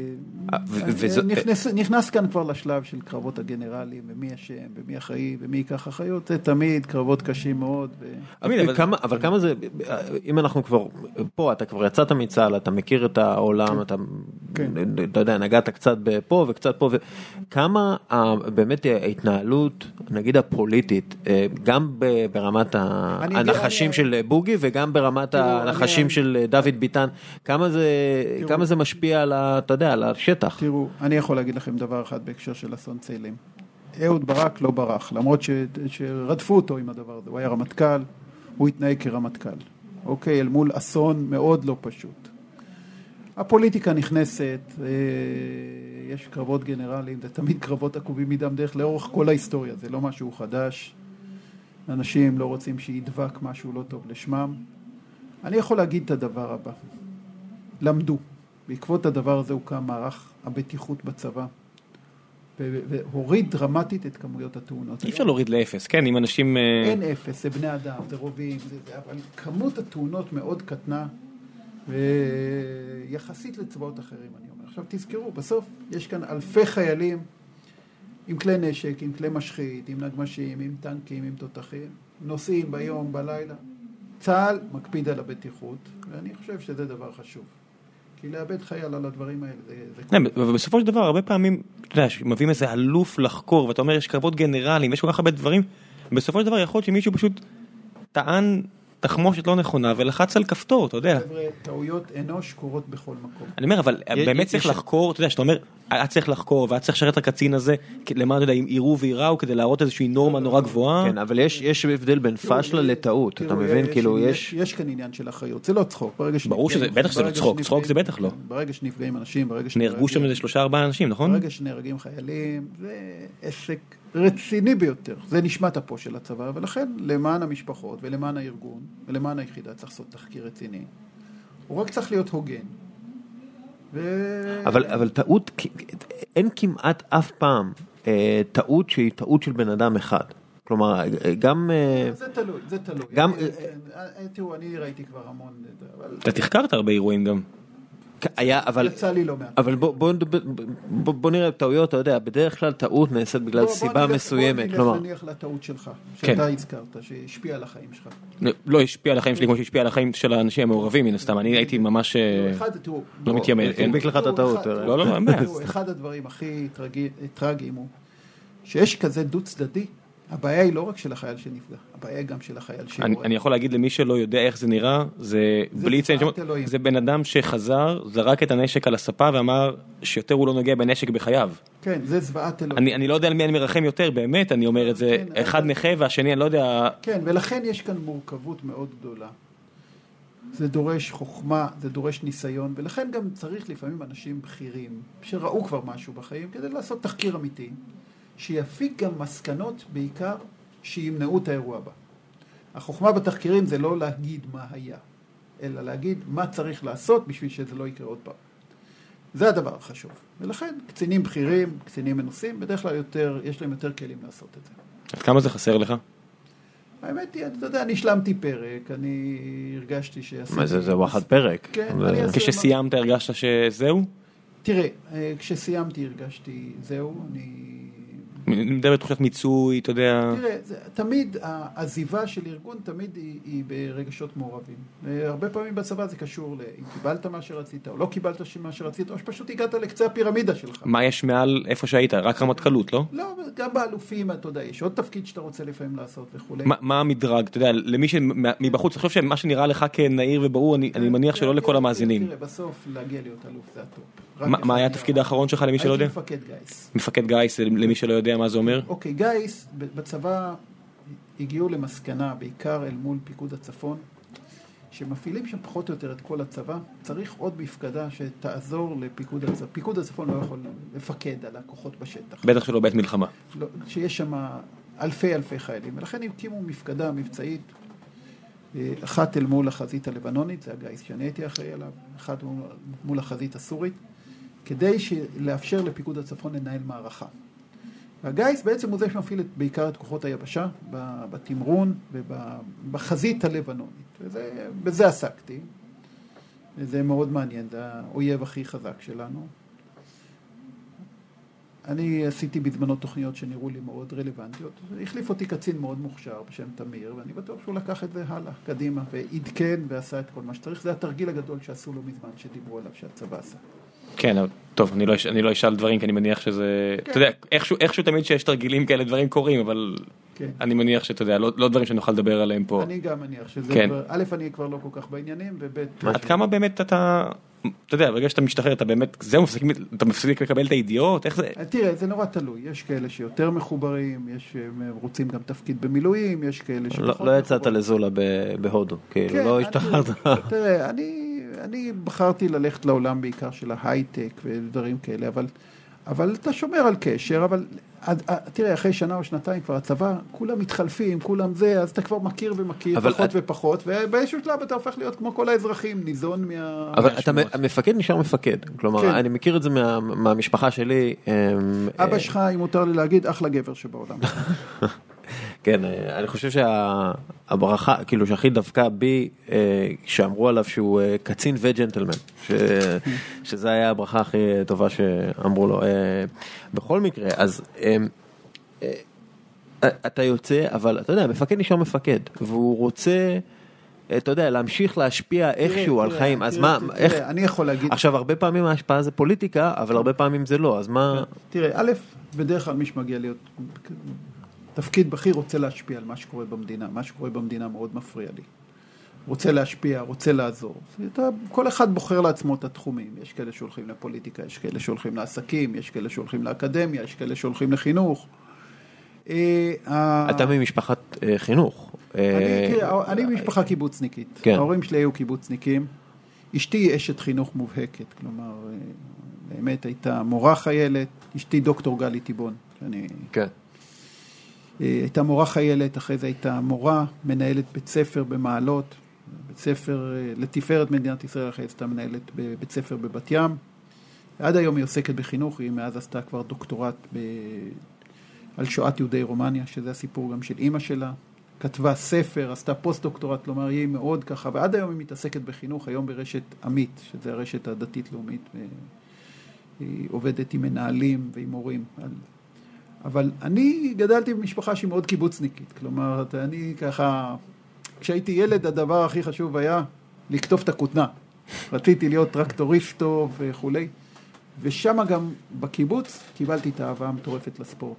נכנס כאן כבר לשלב של קרבות הגנרלים, ומי אשם, ומי אחראי, ומי ייקח אחריות, זה תמיד קרבות קשים מאוד. אבל כמה זה, אם אנחנו כבר, פה אתה כבר יצאת מצה"ל, אתה מכיר את העולם, אתה יודע, נגעת קצת פה וקצת פה, וכמה באמת ההתנהלות, נגיד הפוליטית, גם ברמת הנחשים של בוגי, וגם ברמת הנחשים של דוד ביטן, כמה זה משפיע על, אתה יודע, על השטח? תראו, אני יכול להגיד לכם דבר אחד בהקשר של אסון צאלים. אהוד ברק לא ברח, למרות שרדפו אותו עם הדבר הזה. הוא היה רמטכ"ל, הוא התנהג כרמטכ"ל. אוקיי, אל מול אסון מאוד לא פשוט. הפוליטיקה נכנסת, יש קרבות גנרליים, זה תמיד קרבות עקובים מדם דרך לאורך כל ההיסטוריה, זה לא משהו חדש. אנשים לא רוצים שידבק משהו לא טוב לשמם. אני יכול להגיד את הדבר הבא. למדו. בעקבות הדבר הזה הוקם מערך הבטיחות בצבא, והוריד דרמטית את כמויות התאונות. אי אפשר להוריד לאפס, כן, אם אנשים... אין אפס, זה בני אדם, זה רובים, אבל כמות התאונות מאוד קטנה, ויחסית לצבאות אחרים, אני אומר. עכשיו תזכרו, בסוף יש כאן אלפי חיילים, עם כלי נשק, עם כלי משחית, עם נגמשים, עם טנקים, עם תותחים, נוסעים ביום, בלילה. צה"ל מקפיד על הבטיחות, ואני חושב שזה דבר חשוב. כי לאבד חייל על הדברים האלה, ובסופו של דבר, הרבה פעמים, אתה יודע, מביאים איזה אלוף לחקור, ואתה אומר, יש קרבות גנרלים, יש כל כך הרבה דברים, בסופו של דבר יכול להיות שמישהו פשוט טען תחמושת לא נכונה, ולחץ על כפתור, אתה יודע. טעויות אנוש קורות בכל מקום. אני אומר, אבל באמת צריך לחקור, אתה יודע, שאתה אומר, היה צריך לחקור, והיה צריך לשרת את הקצין הזה, למען, אתה יודע, אם יראו ויראו, כדי להראות איזושהי נורמה נורא גבוהה. כן, אבל יש הבדל בין פשלה לטעות, אתה מבין? כאילו, יש כאן עניין של אחריות, זה לא צחוק. ברור שזה, בטח שזה לא צחוק, צחוק זה בטח לא. ברגע שנפגעים אנשים, נהרגו שם איזה 3-4 אנשים, נכון? ברגע שנהרגים חיילים, זה עסק רציני ביותר. זה נשמת אפו של הצבא, ולכן למען המשפחות ולמען הארגון ולמען היחידה צריך לעשות תחקיר רציני. הוא רק צריך להיות הוגן. אבל טעות, אין כמעט אף פעם טעות שהיא טעות של בן אדם אחד. כלומר, גם... זה תלוי. גם... תראו, אני ראיתי כבר המון... אתה תחקרת הרבה אירועים גם. היה, אבל... יצא לי לא מעט. אבל בוא נראה טעויות, אתה יודע, בדרך כלל טעות נעשית בגלל סיבה מסוימת. בוא נלך לטעות שלך, שאתה הזכרת, שהשפיע על החיים שלך. לא השפיע על החיים שלי כמו שהשפיע על החיים של האנשים המעורבים, מן הסתם. אני הייתי ממש לא מתיימר. תדביק לך את הטעות. לא, אחד הדברים הכי טרגיים הוא שיש כזה דו צדדי, הבעיה היא לא רק של החייל שנפגע, הבעיה היא גם של החייל שיורה. אני יכול להגיד למי שלא יודע איך זה נראה, זה בן אדם שחזר, זרק את הנשק על הספה ואמר שיותר הוא לא נוגע בנשק בחייו. כן, זה זוועת אלוהים. אני לא יודע על מי אני מרחם יותר, באמת, אני אומר את זה, אחד נכה והשני, אני לא יודע... כן, ולכן יש כאן מורכבות מאוד גדולה. זה דורש חוכמה, זה דורש ניסיון, ולכן גם צריך לפעמים אנשים בכירים, שראו כבר משהו בחיים, כדי לעשות תחקיר אמיתי. שיפיק גם מסקנות בעיקר שימנעו את האירוע הבא. החוכמה בתחקירים זה לא להגיד מה היה, אלא להגיד מה צריך לעשות בשביל שזה לא יקרה עוד פעם. זה הדבר החשוב. ולכן קצינים בכירים, קצינים מנוסים, בדרך כלל יש להם יותר כלים לעשות את זה. עד כמה זה חסר לך? האמת היא, אתה יודע, אני השלמתי פרק, אני הרגשתי שעשיתי... מה זה, זה וואחד פרק? כן, כשסיימת הרגשת שזהו? תראה, כשסיימתי הרגשתי זהו, אני מדבר בתחושת מיצוי, אתה יודע... תראה, תמיד העזיבה של ארגון תמיד היא ברגשות מעורבים. הרבה פעמים בצבא זה קשור אם קיבלת מה שרצית או לא קיבלת מה שרצית, או שפשוט הגעת לקצה הפירמידה שלך. מה יש מעל איפה שהיית? רק רמטכ"לות, לא? לא, גם באלופים, אתה יודע, יש עוד תפקיד שאתה רוצה לפעמים לעשות וכו'. מה המדרג? אתה יודע, למי שמבחוץ, אני חושב שמה שנראה לך כנעיר וברור, אני מניח שלא לכל המאזינים. תראה, בסוף להגיע להיות אלוף זה הטופ. מה היה התפקיד האחרון שלך למי שלא יודע? הייתי מפקד גייס. מפקד גייס, למי שלא יודע מה זה אומר? אוקיי, גייס, בצבא הגיעו למסקנה, בעיקר אל מול פיקוד הצפון, שמפעילים שם פחות או יותר את כל הצבא, צריך עוד מפקדה שתעזור לפיקוד הצפון. פיקוד הצפון לא יכול לפקד על הכוחות בשטח. בטח שלא בעת מלחמה. לא, שיש שם אלפי חיילים, ולכן הם הקימו מפקדה מבצעית, אחת אל מול החזית הלבנונית, זה הגייס שאני הייתי אחראי עליו, אחת מול החזית הסורית, כדי לאפשר לפיקוד הצפון לנהל מערכה. והגייס בעצם הוא זה שמפעיל בעיקר את כוחות היבשה, בתמרון ובחזית הלבנונית. בזה עסקתי, וזה מאוד מעניין, זה האויב הכי חזק שלנו. אני עשיתי בזמנו תוכניות שנראו לי מאוד רלוונטיות. החליף אותי קצין מאוד מוכשר בשם תמיר, ואני בטוח שהוא לקח את זה הלאה, קדימה, ועדכן ועשה את כל מה שצריך. זה התרגיל הגדול שעשו לו מזמן, שדיברו עליו שהצבא עשה. כן, טוב, אני לא אשאל דברים, כי אני מניח שזה... אתה יודע, איכשהו תמיד שיש תרגילים כאלה, דברים קורים, אבל אני מניח שאתה יודע, לא דברים שנוכל לדבר עליהם פה. אני גם מניח שזה... א', אני כבר לא כל כך בעניינים, וב'... עד כמה באמת אתה יודע, ברגע שאתה משתחרר, אתה באמת, זהו, אתה מפסיק לקבל את הידיעות, איך זה? תראה, זה נורא תלוי, יש כאלה שיותר מחוברים, יש רוצים גם תפקיד במילואים, יש כאלה לא יצאת לזולה בהודו, כאילו, לא השתחררת. תראה, אני בחרתי ללכת לעולם בעיקר של ההייטק ודברים כאלה, אבל אתה שומר על קשר, אבל תראה, אחרי שנה או שנתיים כבר הצבא, כולם מתחלפים, כולם זה, אז אתה כבר מכיר ומכיר, פחות ופחות, ובאיזשהו שלב אתה הופך להיות כמו כל האזרחים, ניזון אבל המפקד נשאר מפקד, כלומר, אני מכיר את זה מהמשפחה שלי. אבא שלך, אם מותר לי להגיד, אחלה גבר שבעולם. כן, אני חושב שהברכה, כאילו שהכי דווקא בי, שאמרו עליו שהוא קצין וג'נטלמן, שזה היה הברכה הכי טובה שאמרו לו. בכל מקרה, אז אתה יוצא, אבל אתה יודע, מפקד נשאר מפקד, והוא רוצה, אתה יודע, להמשיך להשפיע איכשהו על חיים, אז מה, איך? אני יכול להגיד... עכשיו, הרבה פעמים ההשפעה זה פוליטיקה, אבל הרבה פעמים זה לא, אז מה... תראה, א', בדרך כלל מי שמגיע להיות... תפקיד בכיר רוצה להשפיע על מה שקורה במדינה. מה שקורה במדינה מאוד מפריע לי. רוצה להשפיע, רוצה לעזור. כל אחד בוחר לעצמו את התחומים. יש כאלה שהולכים לפוליטיקה, יש כאלה שהולכים לעסקים, יש כאלה שהולכים לאקדמיה, יש כאלה שהולכים לחינוך. אתה ממשפחת חינוך. אני ממשפחה קיבוצניקית. ההורים שלי היו קיבוצניקים. אשתי היא אשת חינוך מובהקת. כלומר, באמת הייתה מורה חיילת. אשתי דוקטור גלי טיבון. כן. הייתה מורה חיילת, אחרי זה הייתה מורה, מנהלת בית ספר במעלות, בית ספר לתפארת מדינת ישראל, אחרי זה הייתה מנהלת בבית ספר בבת ים. עד היום היא עוסקת בחינוך, היא מאז עשתה כבר דוקטורט על שואת יהודי רומניה, שזה הסיפור גם של אמא שלה. כתבה ספר, עשתה פוסט-דוקטורט, כלומר, היא מאוד ככה, ועד היום היא מתעסקת בחינוך, היום ברשת עמית, שזה הרשת הדתית-לאומית, היא עובדת עם מנהלים ועם מורים. אבל אני גדלתי במשפחה שהיא מאוד קיבוצניקית, כלומר, אני ככה, כשהייתי ילד, הדבר הכי חשוב היה לכתוב את הכותנה. רציתי להיות טרקטוריסט טוב וכולי, ושם גם בקיבוץ קיבלתי את האהבה המטורפת לספורט.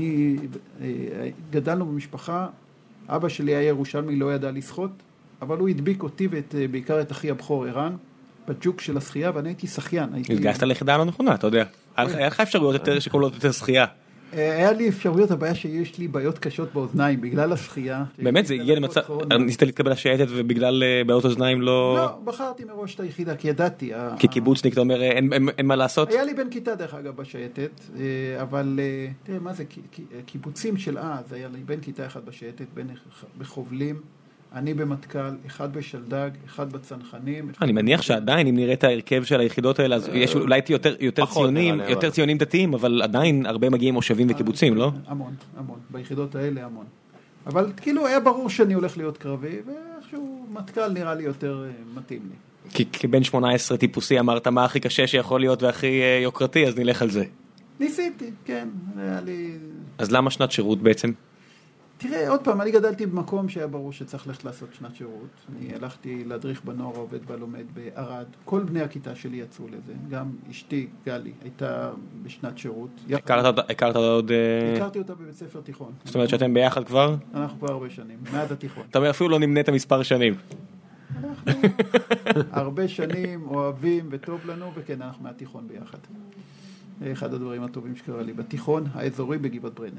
גדלנו במשפחה, אבא שלי היה ירושלמי, לא ידע לשחות, אבל הוא הדביק אותי בעיקר את אחי הבכור ערן, בג'וק של השחייה, ואני הייתי שחיין. התגייסת ליחידה לא נכונה, אתה יודע. היה לך אפשרויות יותר שקולות יותר שחייה. היה לי אפשרויות, הבעיה שיש לי בעיות קשות באוזניים, בגלל השחייה. באמת, זה הגיע למצב, ניסית להתקבל לשייטת ובגלל בעיות אוזניים לא... לא, בחרתי מראש את היחידה, כי ידעתי. כקיבוצניק, אתה אומר, אין מה לעשות? היה לי בן כיתה דרך אגב בשייטת, אבל תראה, מה זה, קיבוצים של אז, היה לי בן כיתה אחד בשייטת, בן בחובלים, אני במטכ"ל, אחד בשלדג, אחד בצנחנים. אני מניח שעדיין, אם נראה את ההרכב של היחידות האלה, אז יש אולי יותר ציונים דתיים, אבל עדיין הרבה מגיעים מושבים וקיבוצים, לא? המון, המון. ביחידות האלה המון. אבל כאילו היה ברור שאני הולך להיות קרבי, ואיכשהו מטכ"ל נראה לי יותר מתאים לי. כי כבן 18 טיפוסי אמרת מה הכי קשה שיכול להיות והכי יוקרתי, אז נלך על זה. ניסיתי, כן. היה לי... אז למה שנת שירות בעצם? תראה, עוד פעם, אני גדלתי במקום שהיה ברור שצריך ללכת לעשות שנת שירות. אני הלכתי להדריך בנוער העובד והלומד בערד. כל בני הכיתה שלי יצאו לזה. גם אשתי, גלי, הייתה בשנת שירות. הכרת עוד... הכרתי אותה בבית ספר תיכון. זאת אומרת שאתם ביחד כבר? אנחנו כבר הרבה שנים, מאז התיכון. אתה אומר, אפילו לא נמנה את המספר שנים. אנחנו הרבה שנים אוהבים וטוב לנו, וכן, אנחנו מהתיכון ביחד. אחד הדברים הטובים שקרה לי בתיכון האזורי בגבעת ברנר.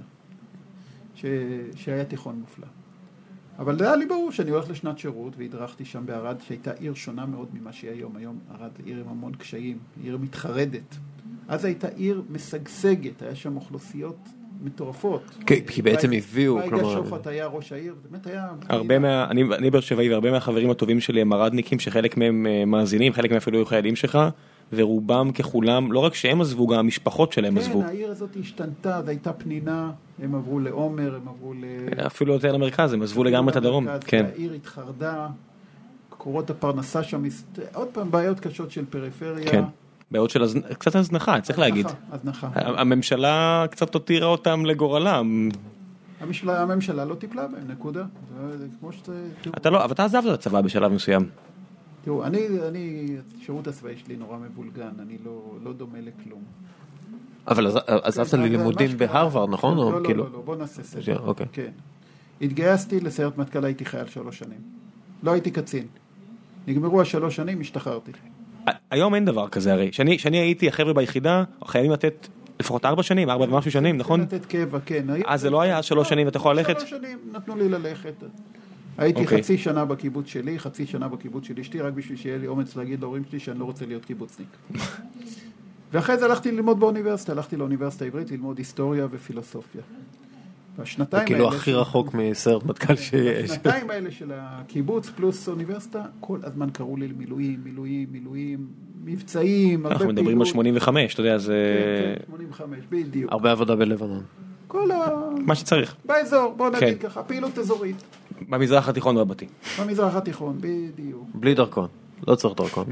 שהיה תיכון מופלא. אבל זה היה לי ברור שאני הולך לשנת שירות, והדרכתי שם בערד, שהייתה עיר שונה מאוד ממה שהיא היום. היום ערד עיר עם המון קשיים, עיר מתחרדת. אז הייתה עיר משגשגת, היה שם אוכלוסיות מטורפות. כי בעצם הביאו, כלומר... בייגה שוחט היה ראש העיר, באמת היה... אני באר שבעי, והרבה מהחברים הטובים שלי הם ערדניקים, שחלק מהם מאזינים, חלק מהם אפילו היו חיילים שלך, ורובם ככולם, לא רק שהם עזבו, גם המשפחות שלהם עזבו. כן, העיר הזאת השתנתה, זו הייתה פנינה, הם עברו לעומר, הם עברו אפילו יותר למרכז, הם עזבו לגמרי את הדרום. כן. העיר התחרדה, קורות הפרנסה שם, עוד פעם בעיות קשות של פריפריה. כן, בעיות של קצת הזנחה, צריך להגיד. הזנחה. הממשלה קצת הותירה אותם לגורלם. הממשלה לא טיפלה בהם, נקודה. זה כמו שזה... אבל אתה עזבת את הצבא בשלב מסוים. תראו, שירות הצבאי שלי נורא מבולגן, אני לא דומה לכלום. אבל עזבת לי לימודים בהרווארד, נכון? לא, בוא נעשה סדר. כן. התגייסתי לסיירת מטכ"ל, הייתי חייל 3 שנים. לא הייתי קצין. נגמרו 3 שנים, השתחררתי. היום אין דבר כזה הרי. שאני הייתי החבר'ה ביחידה, חייבים לתת לפחות 4 שנים, 4 ומשהו שנים, נכון? לתת קבע, כן. אז זה לא היה 3 שנים, אתה יכול ללכת? 3 שנים נתנו לי ללכת. הייתי חצי שנה בקיבוץ שלי, חצי שנה בקיבוץ של אשתי, רק בשביל שיהיה לי אומץ להגיד להורים שלי שאני לא רוצה להיות קיבוצניק. ואחרי זה הלכתי ללמוד באוניברסיטה, הלכתי לאוניברסיטה העברית ללמוד היסטוריה ופילוסופיה. והשנתיים כאילו הכי רחוק מסיירת מטכ"ל שיש. השנתיים האלה של הקיבוץ פלוס אוניברסיטה, כל הזמן קראו לי מילואים, מבצעים, הרבה פעילות. אנחנו מדברים על 85, אתה יודע, זה... כן, 85, בדיוק. הרבה עבודה בלבנון. מה שצריך. באזור, בוא נגיד ככה, פעילות אזורית. במזרח התיכון רבתי. במזרח התיכון, בדיוק. בלי דרכון, לא צריך דרכון.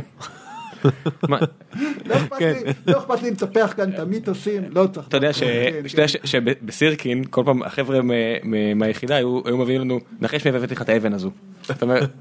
לא אכפת לי לצפח כאן את המיתוסים, לא צריך. אתה יודע שבסירקין, כל פעם החבר'ה מהיחידה היו מביאים לנו, נחש מהבאתי לך את האבן הזו. זאת אומרת,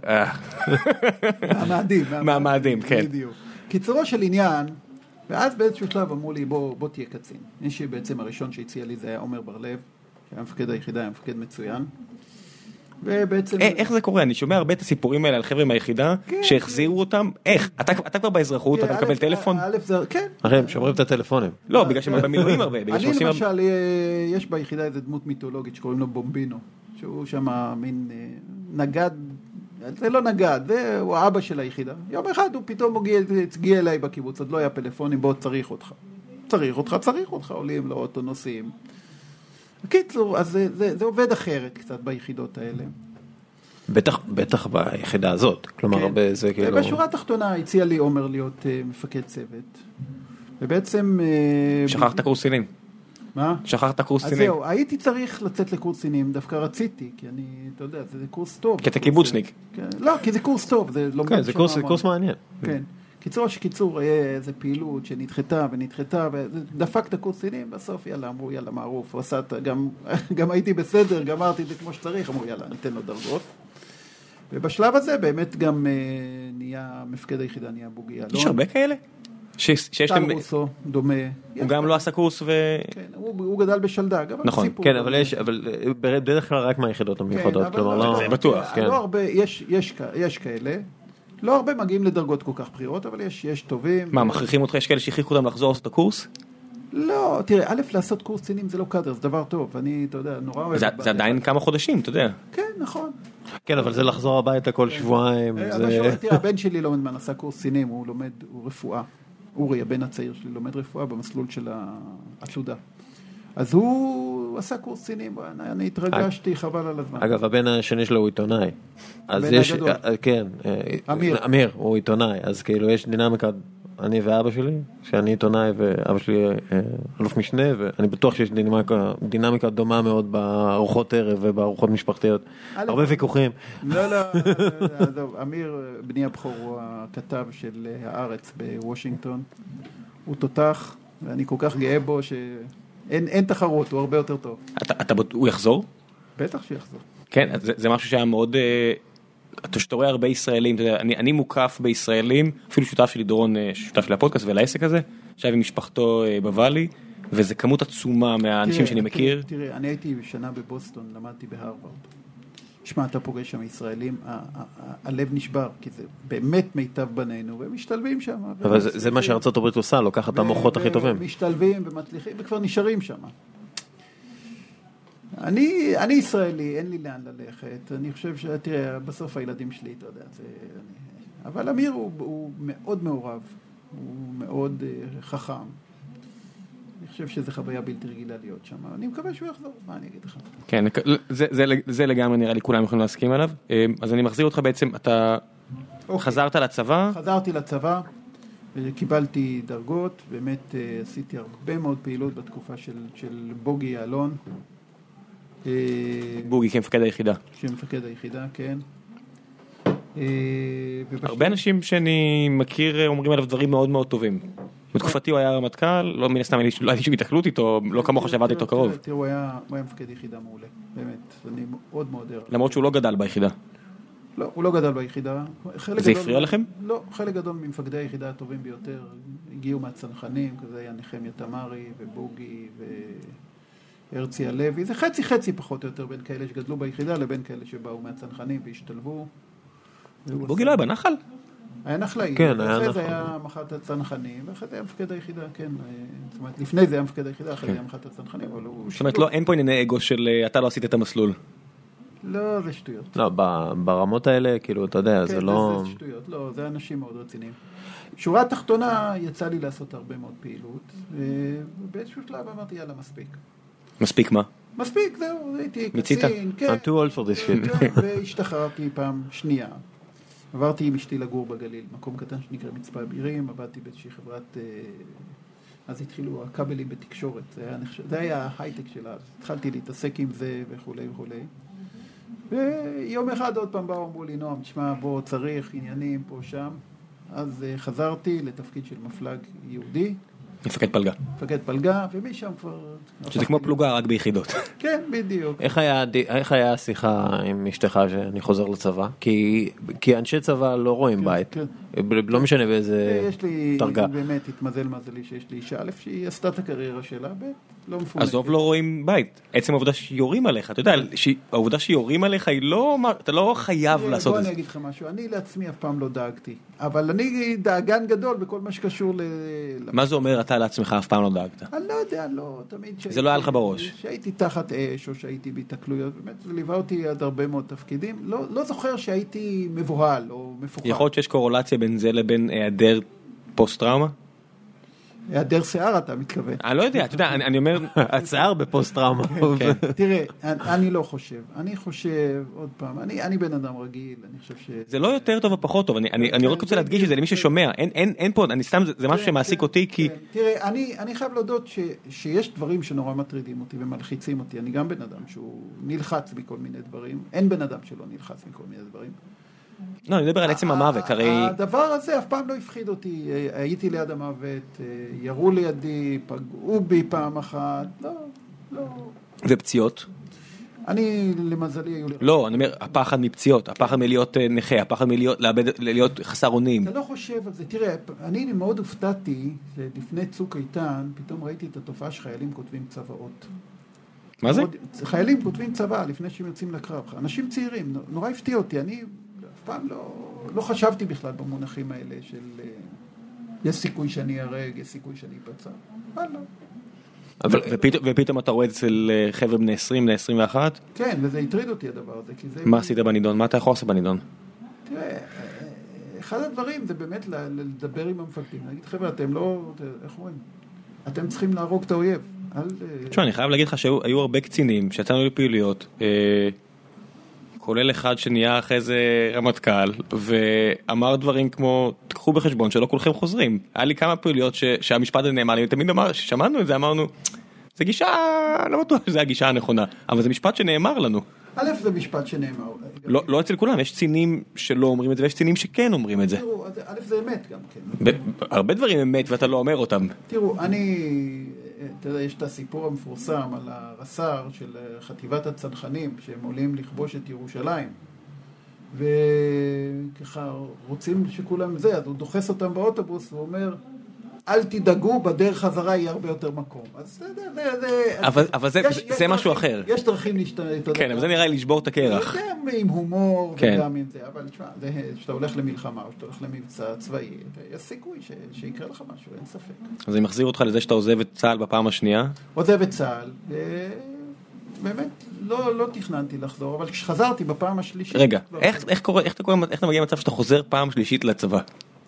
מהמאדים, כן. קיצורו של עניין, ואז באיזשהו שלב אמרו לי, בוא תהיה קצין. מי שבעצם הראשון שהציע לי זה היה עומר בר-לב, שהיה מפקד היחידה, היה מפקד מצוין. ובעצם... איך זה קורה? אני שומע הרבה את הסיפורים האלה על חבר'ה מהיחידה, שהחזירו אותם. איך? אתה כבר באזרחות, אתה מקבל טלפון? כן. אחרי, הם שומרים את הטלפונים. לא, בגלל שהם במילואים הרבה. אני למשל, יש ביחידה איזו דמות מיתולוגית שקוראים לו בומבינו, שהוא שם מין נגד, זה לא נגד, הוא האבא של היחידה. יום אחד הוא פתאום הגיע אליי בקיבוץ, עוד לא היה פלאפונים, בוא צריך אותך, עולים לאוטו, נוסעים. בקיצור, אז זה עובד אחרת קצת ביחידות האלה. בטח ביחידה הזאת, כלומר, זה כאילו... בשורה התחתונה הציע לי עומר להיות מפקד צוות, ובעצם... שכחת קורסילים. מה? שכחת קורס אז קצינים. זהו, הייתי צריך לצאת לקורס קצינים, דווקא רציתי, כי אני, אתה יודע, זה קורס טוב. כי אתה קיבוצניק. לא, כי זה קורס טוב, זה לומד כן, זה קורס מעניין. כן. קיצור, איזה פעילות שנדחתה ונדחתה, ודפק את הקורס קצינים, בסוף יאללה, אמרו יאללה, מערוף, גם הייתי בסדר, גמרתי את זה כמו שצריך, אמרו יאללה, ניתן לו דרגות. ובשלב הזה באמת גם נהיה, מפקד היחידה נהיה בוגי יעלון. יש הרבה כאלה? טל רוסו, דומה. הוא גם לא עשה קורס כן, הוא גדל בשלדג, אבל נכון. סיפור. כן, אבל בדרך כלל רק מהיחידות המיוחדות, כלומר לא... זה בטוח. לא הרבה, יש כאלה. לא הרבה מגיעים לדרגות כל כך בחירות, אבל יש טובים. מה, מכריחים אותך? יש כאלה שהכריחו אותם לחזור לעשות את הקורס? לא, תראה, א', לעשות קורס קצינים זה לא קאדר, זה דבר טוב. אני, אתה יודע, נורא אוהב... זה עדיין כמה חודשים, אתה יודע. כן, נכון. כן, אבל זה לחזור הביתה כל שבועיים. תראה, הבן שלי לא מזמן עשה קורס קצינים, הוא רפואה. אורי, הבן הצעיר שלי, לומד רפואה במסלול של העתודה. אז הוא עשה קורס קצינים, אני התרגשתי, חבל על הזמן. אגב, הבן השני שלו הוא עיתונאי. הבן הגדול. כן, אמיר, הוא עיתונאי, אז כאילו יש דינמיקה, אני ואבא שלי, שאני עיתונאי ואבא שלי אלוף משנה, ואני בטוח שיש דינמיקה דומה מאוד בארוחות ערב ובארוחות משפחתיות. הרבה ויכוחים. לא, אמיר, בני הבכור, הוא הכתב של הארץ בוושינגטון. הוא תותח, ואני כל כך גאה בו שאין תחרות, הוא הרבה יותר טוב. הוא יחזור? בטח שיחזור. כן, זה משהו שהיה מאוד... אתה רואה הרבה ישראלים, אני מוקף בישראלים, אפילו שותף שלי דורון, שותף שלי הפודקאסט ולעסק הזה, שהיה עם משפחתו בוואלי, וזה כמות עצומה מהאנשים שאני מכיר. תראה, אני הייתי שנה בבוסטון, למדתי בהרווארד. שמע, אתה פוגש שם ישראלים, הלב נשבר, כי זה באמת מיטב בנינו, והם משתלבים שם. אבל זה מה שארצות הברית עושה, לוקחת את המוחות הכי טובים. משתלבים ומצליחים, וכבר נשארים שם. אני ישראלי, אין לי לאן ללכת. אני חושב תראה, בסוף הילדים שלי, אתה יודע, אבל אמיר הוא מאוד מעורב, הוא מאוד חכם. אני חושב שזו חוויה בלתי רגילה להיות שם. אני מקווה שהוא יחזור, מה אני אגיד לך? כן, זה לגמרי נראה לי, כולם יכולים להסכים עליו. אז אני מחזיר אותך בעצם, אתה חזרת לצבא? חזרתי לצבא, קיבלתי דרגות, באמת עשיתי הרבה מאוד פעילות בתקופה של בוגי יעלון. בוגי כמפקד היחידה. כמפקד היחידה, כן. הרבה אנשים שאני מכיר אומרים עליו דברים מאוד מאוד טובים. בתקופתי הוא היה רמטכ"ל, לא מן הסתם לא הייתי שבהתקלות איתו, לא כמוך שעבדתי איתו קרוב. תראו, הוא היה מפקד יחידה מעולה, באמת, אני מאוד מאוד ער. למרות שהוא לא גדל ביחידה. לא, הוא לא גדל ביחידה. זה הפריע לכם? לא, חלק גדול ממפקדי היחידה הטובים ביותר הגיעו מהצנחנים, כזה היה נחמיה תמרי ובוגי והרצי הלוי, זה חצי פחות או יותר בין כאלה שגדלו ביחידה לבין כאלה שבאו מהצנחנים והשתלבו. בוגי לא היה בנחל? היה נחלאי, כן, אחרי זה היה מח"ט הצנחנים, ואחרי זה היה מפקד היחידה, כן, זאת אומרת, לפני זה היה מפקד היחידה, אחרי זה היה מח"ט הצנחנים, אבל הוא... זאת אומרת, אין פה ענייני אגו של אתה לא עשית את המסלול. לא, זה שטויות. לא, ברמות האלה, כאילו, אתה יודע, זה לא... זה שטויות, לא, זה אנשים מאוד רציניים. שורה התחתונה, יצא לי לעשות הרבה מאוד פעילות, ובאיזשהו שלב אמרתי, יאללה, מספיק. מספיק מה? מספיק, זהו, הייתי מיצית? קצין, כן. I'm too old for this shit. והשתחררתי פעם שנייה. עברתי עם אשתי לגור בגליל, מקום קטן שנקרא מצפה אבירים, עבדתי באיזושהי חברת, אז התחילו הכבלים בתקשורת, זה היה ההייטק שלה, אז התחלתי להתעסק עם זה וכולי וכולי. ויום אחד עוד פעם באו, אמרו לי, נועם, תשמע, בוא צריך עניינים פה שם, אז חזרתי לתפקיד של מפלג יהודי. מפקד פלגה. מפקד פלגה, ומשם כבר... שזה כמו פלוגה רק ביחידות. כן, בדיוק. איך היה השיחה עם אשתך שאני חוזר לצבא? כי אנשי צבא לא רואים בית. לא משנה באיזה דרגה. יש לי, באמת, התמזל מזלי שיש לי אישה, א' שהיא עשתה את הקריירה שלה, לא מפונקת. עזוב, לא רואים בית. עצם העובדה שיורים עליך, אתה יודע, העובדה שיורים עליך היא לא, אתה לא חייב לעשות את זה. בוא אני אגיד לך משהו, אני לעצמי אף פעם לא דאגתי, אבל אני דאגן גדול בכל מה שקשור מה זה אומר אתה לעצמך אף פעם לא דאגת? אני לא יודע, לא, תמיד זה לא היה לך בראש. שהייתי תחת אש או שהייתי בהתקלויות, באמת זה ליווה אותי עד הרבה מאוד תפקידים, לא זוכר שהייתי מבוהל או מפוחד. יכול להיות שיש קורולציה בין זה לבין היעדר פוסט-טראומה? היעדר שיער אתה מתכוון. אני לא יודע, אתה יודע, אני אומר... השיער בפוסט טראומה. תראה, אני לא חושב. אני חושב, עוד פעם, אני בן אדם רגיל, אני חושב ש... זה לא יותר טוב או פחות טוב, אני רק רוצה להדגיש את זה למי ששומע, אין פה, אני סתם, זה משהו שמעסיק אותי כי... תראה, אני חייב להודות שיש דברים שנורא מטרידים אותי ומלחיצים אותי. אני גם בן אדם שהוא נלחץ מכל מיני דברים. אין בן אדם שלא נלחץ מכל מיני דברים. לא, אני מדבר על עצם המוות, הרי... הדבר הזה אף פעם לא הפחיד אותי. הייתי ליד המוות, ירו לידי, פגעו בי פעם אחת. לא. ופציעות? אני, למזלי, היו לי... לא, אני אומר, הפחד מפציעות, הפחד מלהיות נכה, הפחד להיות חסר אונים. אתה לא חושב על זה. תראה, אני מאוד הופתעתי שלפני צוק איתן, פתאום ראיתי את התופעה שחיילים כותבים צוואות. מה זה? חיילים כותבים צבא לפני שהם יוצאים לקרב. אנשים צעירים, נורא הפתיע אותי. אני אף פעם לא חשבתי בכלל במונחים האלה של יש סיכוי שאני ארג, יש סיכוי שאני אפצע. לא. ופתאום אתה רואה אצל חבר'ה בני 20, בני 21? כן, וזה הטריד אותי הדבר הזה. מה עשית בנידון? מה אתה יכול לעשות בנידון? תראה, אחד הדברים זה באמת לדבר עם המפקדים. להגיד, חבר'ה, אתם לא, איך אומרים? אתם צריכים להרוג את האויב. תשמע, אני חייב להגיד לך שהיו הרבה קצינים שיצאנו לפעילויות, כולל אחד שנהיה אחרי זה רמטכ"ל, ואמר דברים כמו, תקחו בחשבון שלא כולכם חוזרים. היה לי כמה פעילויות שהמשפט הזה נאמר לי, תמיד אמר, ששמענו את זה, אמרנו, זה גישה, לא בטוח שזה הגישה הנכונה, אבל זה משפט שנאמר לנו. א', זה משפט שנאמר. לא אצל כולם, יש קצינים שלא אומרים את זה, ויש קצינים שכן אומרים את זה. תראו, א', זה אמת גם כן. הרבה דברים אמת ואתה לא אומר אותם. תראו, אתה יודע, יש את הסיפור המפורסם על הרס"ר של חטיבת הצנחנים, שהם עולים לכבוש את ירושלים. וככה רוצים שכולם זה, אז הוא דוחס אותם באוטובוס ואומר, אל תדאגו, בדרך חזרה יהיה הרבה יותר מקום. אז אבל זה משהו אחר. יש דרכים להשתתף. כן, אבל זה נראה לי לשבור את הקרח. גם עם הומור וגם עם זה. אבל תשמע, כשאתה הולך למלחמה או שאתה הולך למבצע צבאי, יש סיכוי שיקרה לך משהו, אין ספק. אז אני מחזיר אותך לזה שאתה עוזב את צה"ל בפעם השנייה. עוזב את צה"ל, באמת לא תכננתי לחזור, אבל כשחזרתי בפעם השלישית... רגע, איך אתה מגיע למצב שאתה חוזר פעם שלישית לצבא?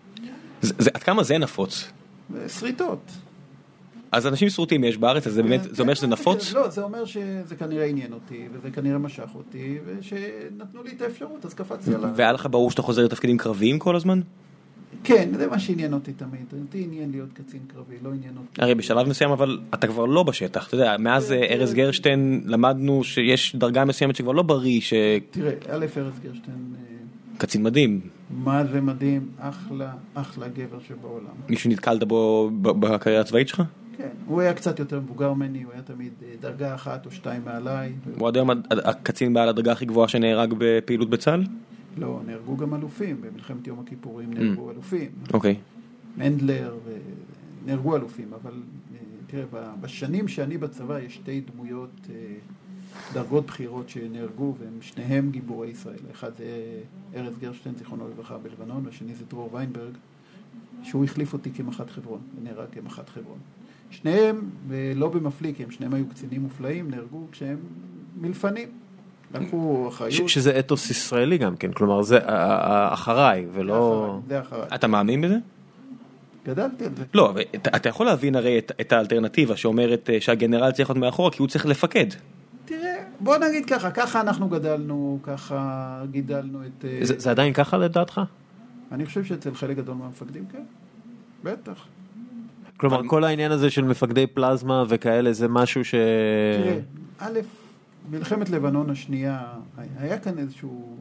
עד כמה זה נפוץ? שריטות. אז אנשים שרוטים יש בארץ, אז זה באמת, זה אומר שזה נפוץ? לא, זה אומר שזה כנראה עניין אותי, וזה כנראה משך אותי, ושנתנו לי את האפשרות, אז קפצתי עליו. והיה לך ברור שאתה חוזר לתפקידים קרביים כל הזמן? כן, זה מה שעניין אותי תמיד. אותי עניין להיות קצין קרבי, לא עניין אותי. הרי בשלב מסוים, אבל אתה כבר לא בשטח. אתה יודע, מאז ארז גרשטיין למדנו שיש דרגה מסוימת שכבר לא בריא, תראה, א' ארז גרשטיין... קצין מדהים. מה זה מדהים, אחלה גבר שבעולם. מישהו נתקלת בו בקריירה הצבאית שלך? כן, הוא היה קצת יותר מבוגר ממני, הוא היה תמיד דרגה 1 או 2 מעליי. הוא עד היום הקצין בעל הדרגה הכי גבוהה שנהרג בפעילות בצה"ל? לא, נהרגו גם אלופים, במלחמת יום הכיפורים נהרגו אלופים. אוקיי. מנדלר, נהרגו אלופים, אבל תראה, בשנים שאני בצבא יש 2 דמויות, דרגות בחירות שנהרגו, והם שניהם גיבורי ישראל. אחד זה ארז גרשטיין, זיכרונו לברכה, בלבנון, והשני זה דרור ויינברג, שהוא החליף אותי כמח"ט חברון, ונהרג כמח"ט חברון. שניהם, לא במפליא, כי הם שניהם היו קצינים מופלאים, נהרגו כשהם מלפנים. לקחו אחריות. שזה אתוס ישראלי גם כן, כלומר זה אחריי ולא... זה אחריי. אתה מאמין בזה? גדלתי על זה. לא, אתה יכול להבין הרי את האלטרנטיבה שאומרת שהגנרל צריך להיות מאחורה, כי הוא צריך לפקד. תראה, בוא נגיד ככה אנחנו גדלנו, ככה גידלנו את... זה עדיין ככה לדעתך? אני חושב שאצל חלק גדול מהמפקדים, כן. בטח. כלומר, כל העניין הזה של מפקדי פלזמה וכאלה, זה משהו ש... תראה, א', מלחמת לבנון השנייה, היה כאן איזשהו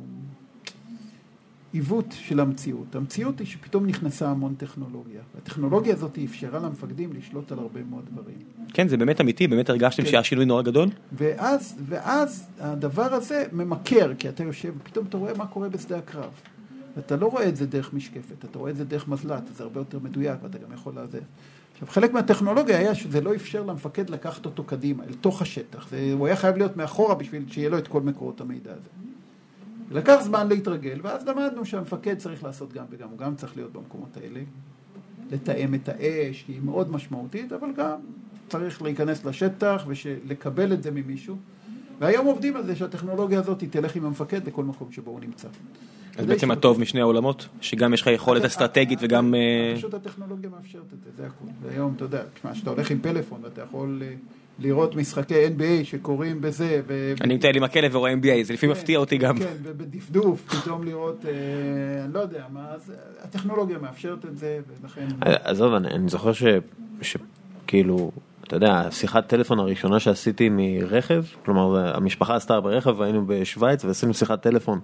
עיוות של המציאות. המציאות היא שפתאום נכנסה המון טכנולוגיה. הטכנולוגיה הזאת אפשרה למפקדים לשלוט על הרבה מאוד דברים. כן, זה באמת אמיתי, באמת הרגשתם שהיה שינוי נורא גדול? ואז הדבר הזה ממכר, כי אתה יושב, פתאום אתה רואה מה קורה בשדה הקרב. אתה לא רואה את זה דרך משקפת, אתה רואה את זה דרך מזל"ט, זה הרבה יותר מדויק, ואתה גם יכול לעזב. עכשיו, חלק מהטכנולוגיה היה שזה לא אפשר למפקד לקחת אותו קדימה, אל תוך השטח. הוא היה חייב להיות מאחורה בשביל שיהיה לו את כל מקורות המידע הזה. לקח זמן להתרגל, ואז למדנו שהמפקד צריך לעשות גם וגם, הוא גם צריך להיות במקומות האלה, לתאם את האש, היא מאוד משמעותית, אבל גם צריך להיכנס לשטח ולקבל את זה ממישהו. והיום עובדים על זה שהטכנולוגיה הזאת תלך עם המפקד לכל מקום שבו הוא נמצא. אז בעצם הטוב משני העולמות, שגם יש לך יכולת אסטרטגית וגם... פשוט הטכנולוגיה מאפשרת את זה, זה הכול. והיום, אתה יודע, כשאתה הולך עם פלאפון ואתה יכול לראות משחקי NBA שקוראים בזה. אני מטייל עם הכלב ורואה NBA, זה לפעמים מפתיע אותי גם. כן, ובדפדוף, פתאום לראות, אני לא יודע מה, אז הטכנולוגיה מאפשרת את זה, ולכן... עזוב, אני זוכר שכאילו, אתה יודע, שיחת טלפון הראשונה שעשיתי מרכב, כלומר, המשפחה עשתה ברכב, והיינו בשוויץ, ועשינו שיחת טלפון.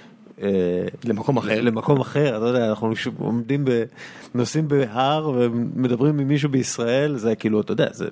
למקום אחר, אתה יודע, אנחנו נוסעים בהר ומדברים עם מישהו בישראל, זה כאילו, אתה יודע, זה...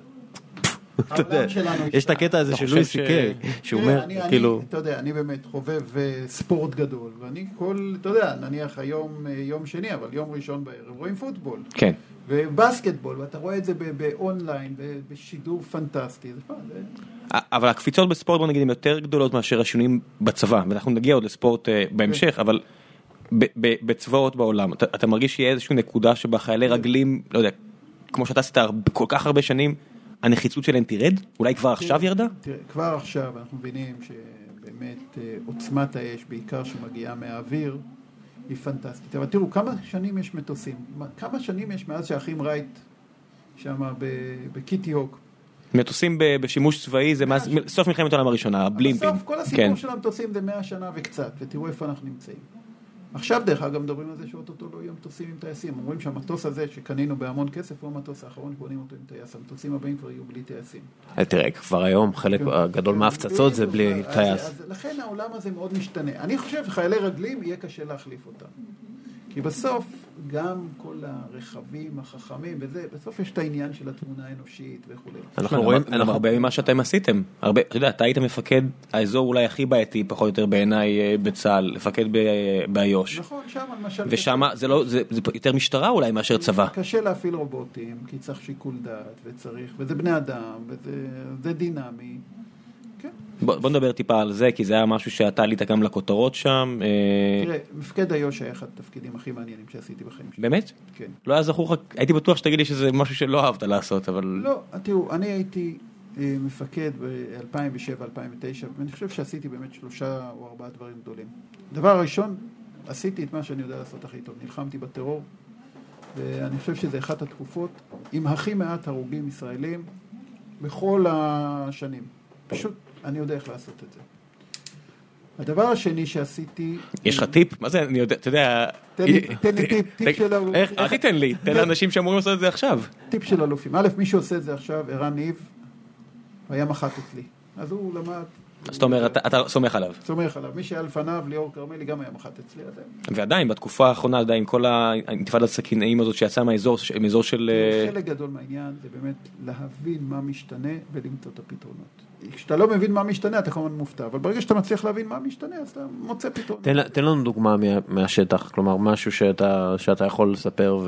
יש את הקטע הזה של לואי סי-קיי, שהוא אומר, כאילו... אתה יודע, אני באמת חובב ספורט גדול, ואני כל, אתה יודע, נניח היום יום שני, אבל יום ראשון בערב, רואים פוטבול. כן. ובסקטבול, ואתה רואה את זה באונליין, בשידור פנטסטי. אבל הקפיצות בספורט, בוא נגיד, הן יותר גדולות מאשר השינויים בצבא, ואנחנו נגיע עוד לספורט בהמשך, אבל בצבאות בעולם, אתה מרגיש שיהיה איזושהי נקודה שבה חיילי רגלים, לא יודע, כמו שאתה עשית כל כך הרבה שנים, הנחיצות שלהם תירד? אולי כבר עכשיו ירדה? תראה, כבר עכשיו אנחנו מבינים שבאמת עוצמת האש, בעיקר שמגיעה מהאוויר, היא פנטסטית. אבל תראו, כמה שנים יש מטוסים? כמה שנים יש מאז שהאחים רייט שם בקיטי הוק? מטוסים בשימוש צבאי, זה סוף מלחמת העולם הראשונה, הבלימפים. בסוף כל הסיפור של המטוסים זה 100 שנה וקצת, ותראו איפה אנחנו נמצאים. עכשיו דרך אגב מדברים על זה שאוטוטו לא יהיו מטוסים עם טייסים. אומרים שהמטוס הזה שקנינו בהמון כסף הוא המטוס האחרון, קונים אותו עם טייס. המטוסים הבאים כבר יהיו בלי טייסים. תראה, כבר היום חלק גדול מההפצצות זה בלי טייס. אז לכן העולם הזה מאוד משתנה. אני חושב שחיילי רגלים יהיה קשה להחליף אותם. כי בסוף גם כל הרכבים החכמים וזה, בסוף יש את העניין של התמונה האנושית וכו'. אנחנו רואים הרבה ממה שאתם עשיתם. הרבה, אתה יודע, אתה היית מפקד האזור אולי הכי בעייתי, פחות או יותר בעיניי בצה"ל, לפקד באיו"ש. נכון, שם למשל... ושם זה יותר משטרה אולי מאשר צבא. קשה להפעיל רובוטים, כי צריך שיקול דעת וצריך, וזה בני אדם, וזה דינמי. בוא נדבר טיפה על זה, כי זה היה משהו שאתה עלית גם לכותרות שם. תראה, מפקד איו"ש היה אחד התפקידים הכי מעניינים שעשיתי בחיים שלי. באמת? כן. לא היה זכור לך, הייתי בטוח שתגיד לי שזה משהו שלא אהבת לעשות, אבל... לא, תראו, אני הייתי מפקד ב-2007-2009, ואני חושב שעשיתי באמת 3 או 4 דברים גדולים. דבר הראשון, עשיתי את מה שאני יודע לעשות הכי טוב, נלחמתי בטרור, ואני חושב שזה אחת התקופות עם הכי מעט הרוגים ישראלים בכל השנים. פשוט אני יודע איך לעשות את זה. הדבר השני שעשיתי... יש לך טיפ? מה זה? אני יודע, אתה יודע... תן לי טיפ של אלופים. איך תיתן לי? תן לאנשים שאמורים לעשות את זה עכשיו. טיפ של אלופים. א', מי שעושה את זה עכשיו, ערן ניב, היה מח"ט אצלי. אז הוא למד... אז אתה אומר, אתה סומך עליו. סומך עליו. מי שהיה לפניו, ליאור כרמלי, גם היה מח"ט אצלי. ועדיין, בתקופה האחרונה, עדיין, כל האינתיפאדת הסכינאים הזאת שיצאה מהאזור של... חלק גדול מהעניין זה באמת להבין מה משתנה ולמצוא את הפתרונות. כשאתה לא מבין מה משתנה, אתה כמובן מופתע, אבל ברגע שאתה מצליח להבין מה משתנה, אז אתה מוצא פתרון. תן לנו דוגמה מהשטח, כלומר, משהו שאתה יכול לספר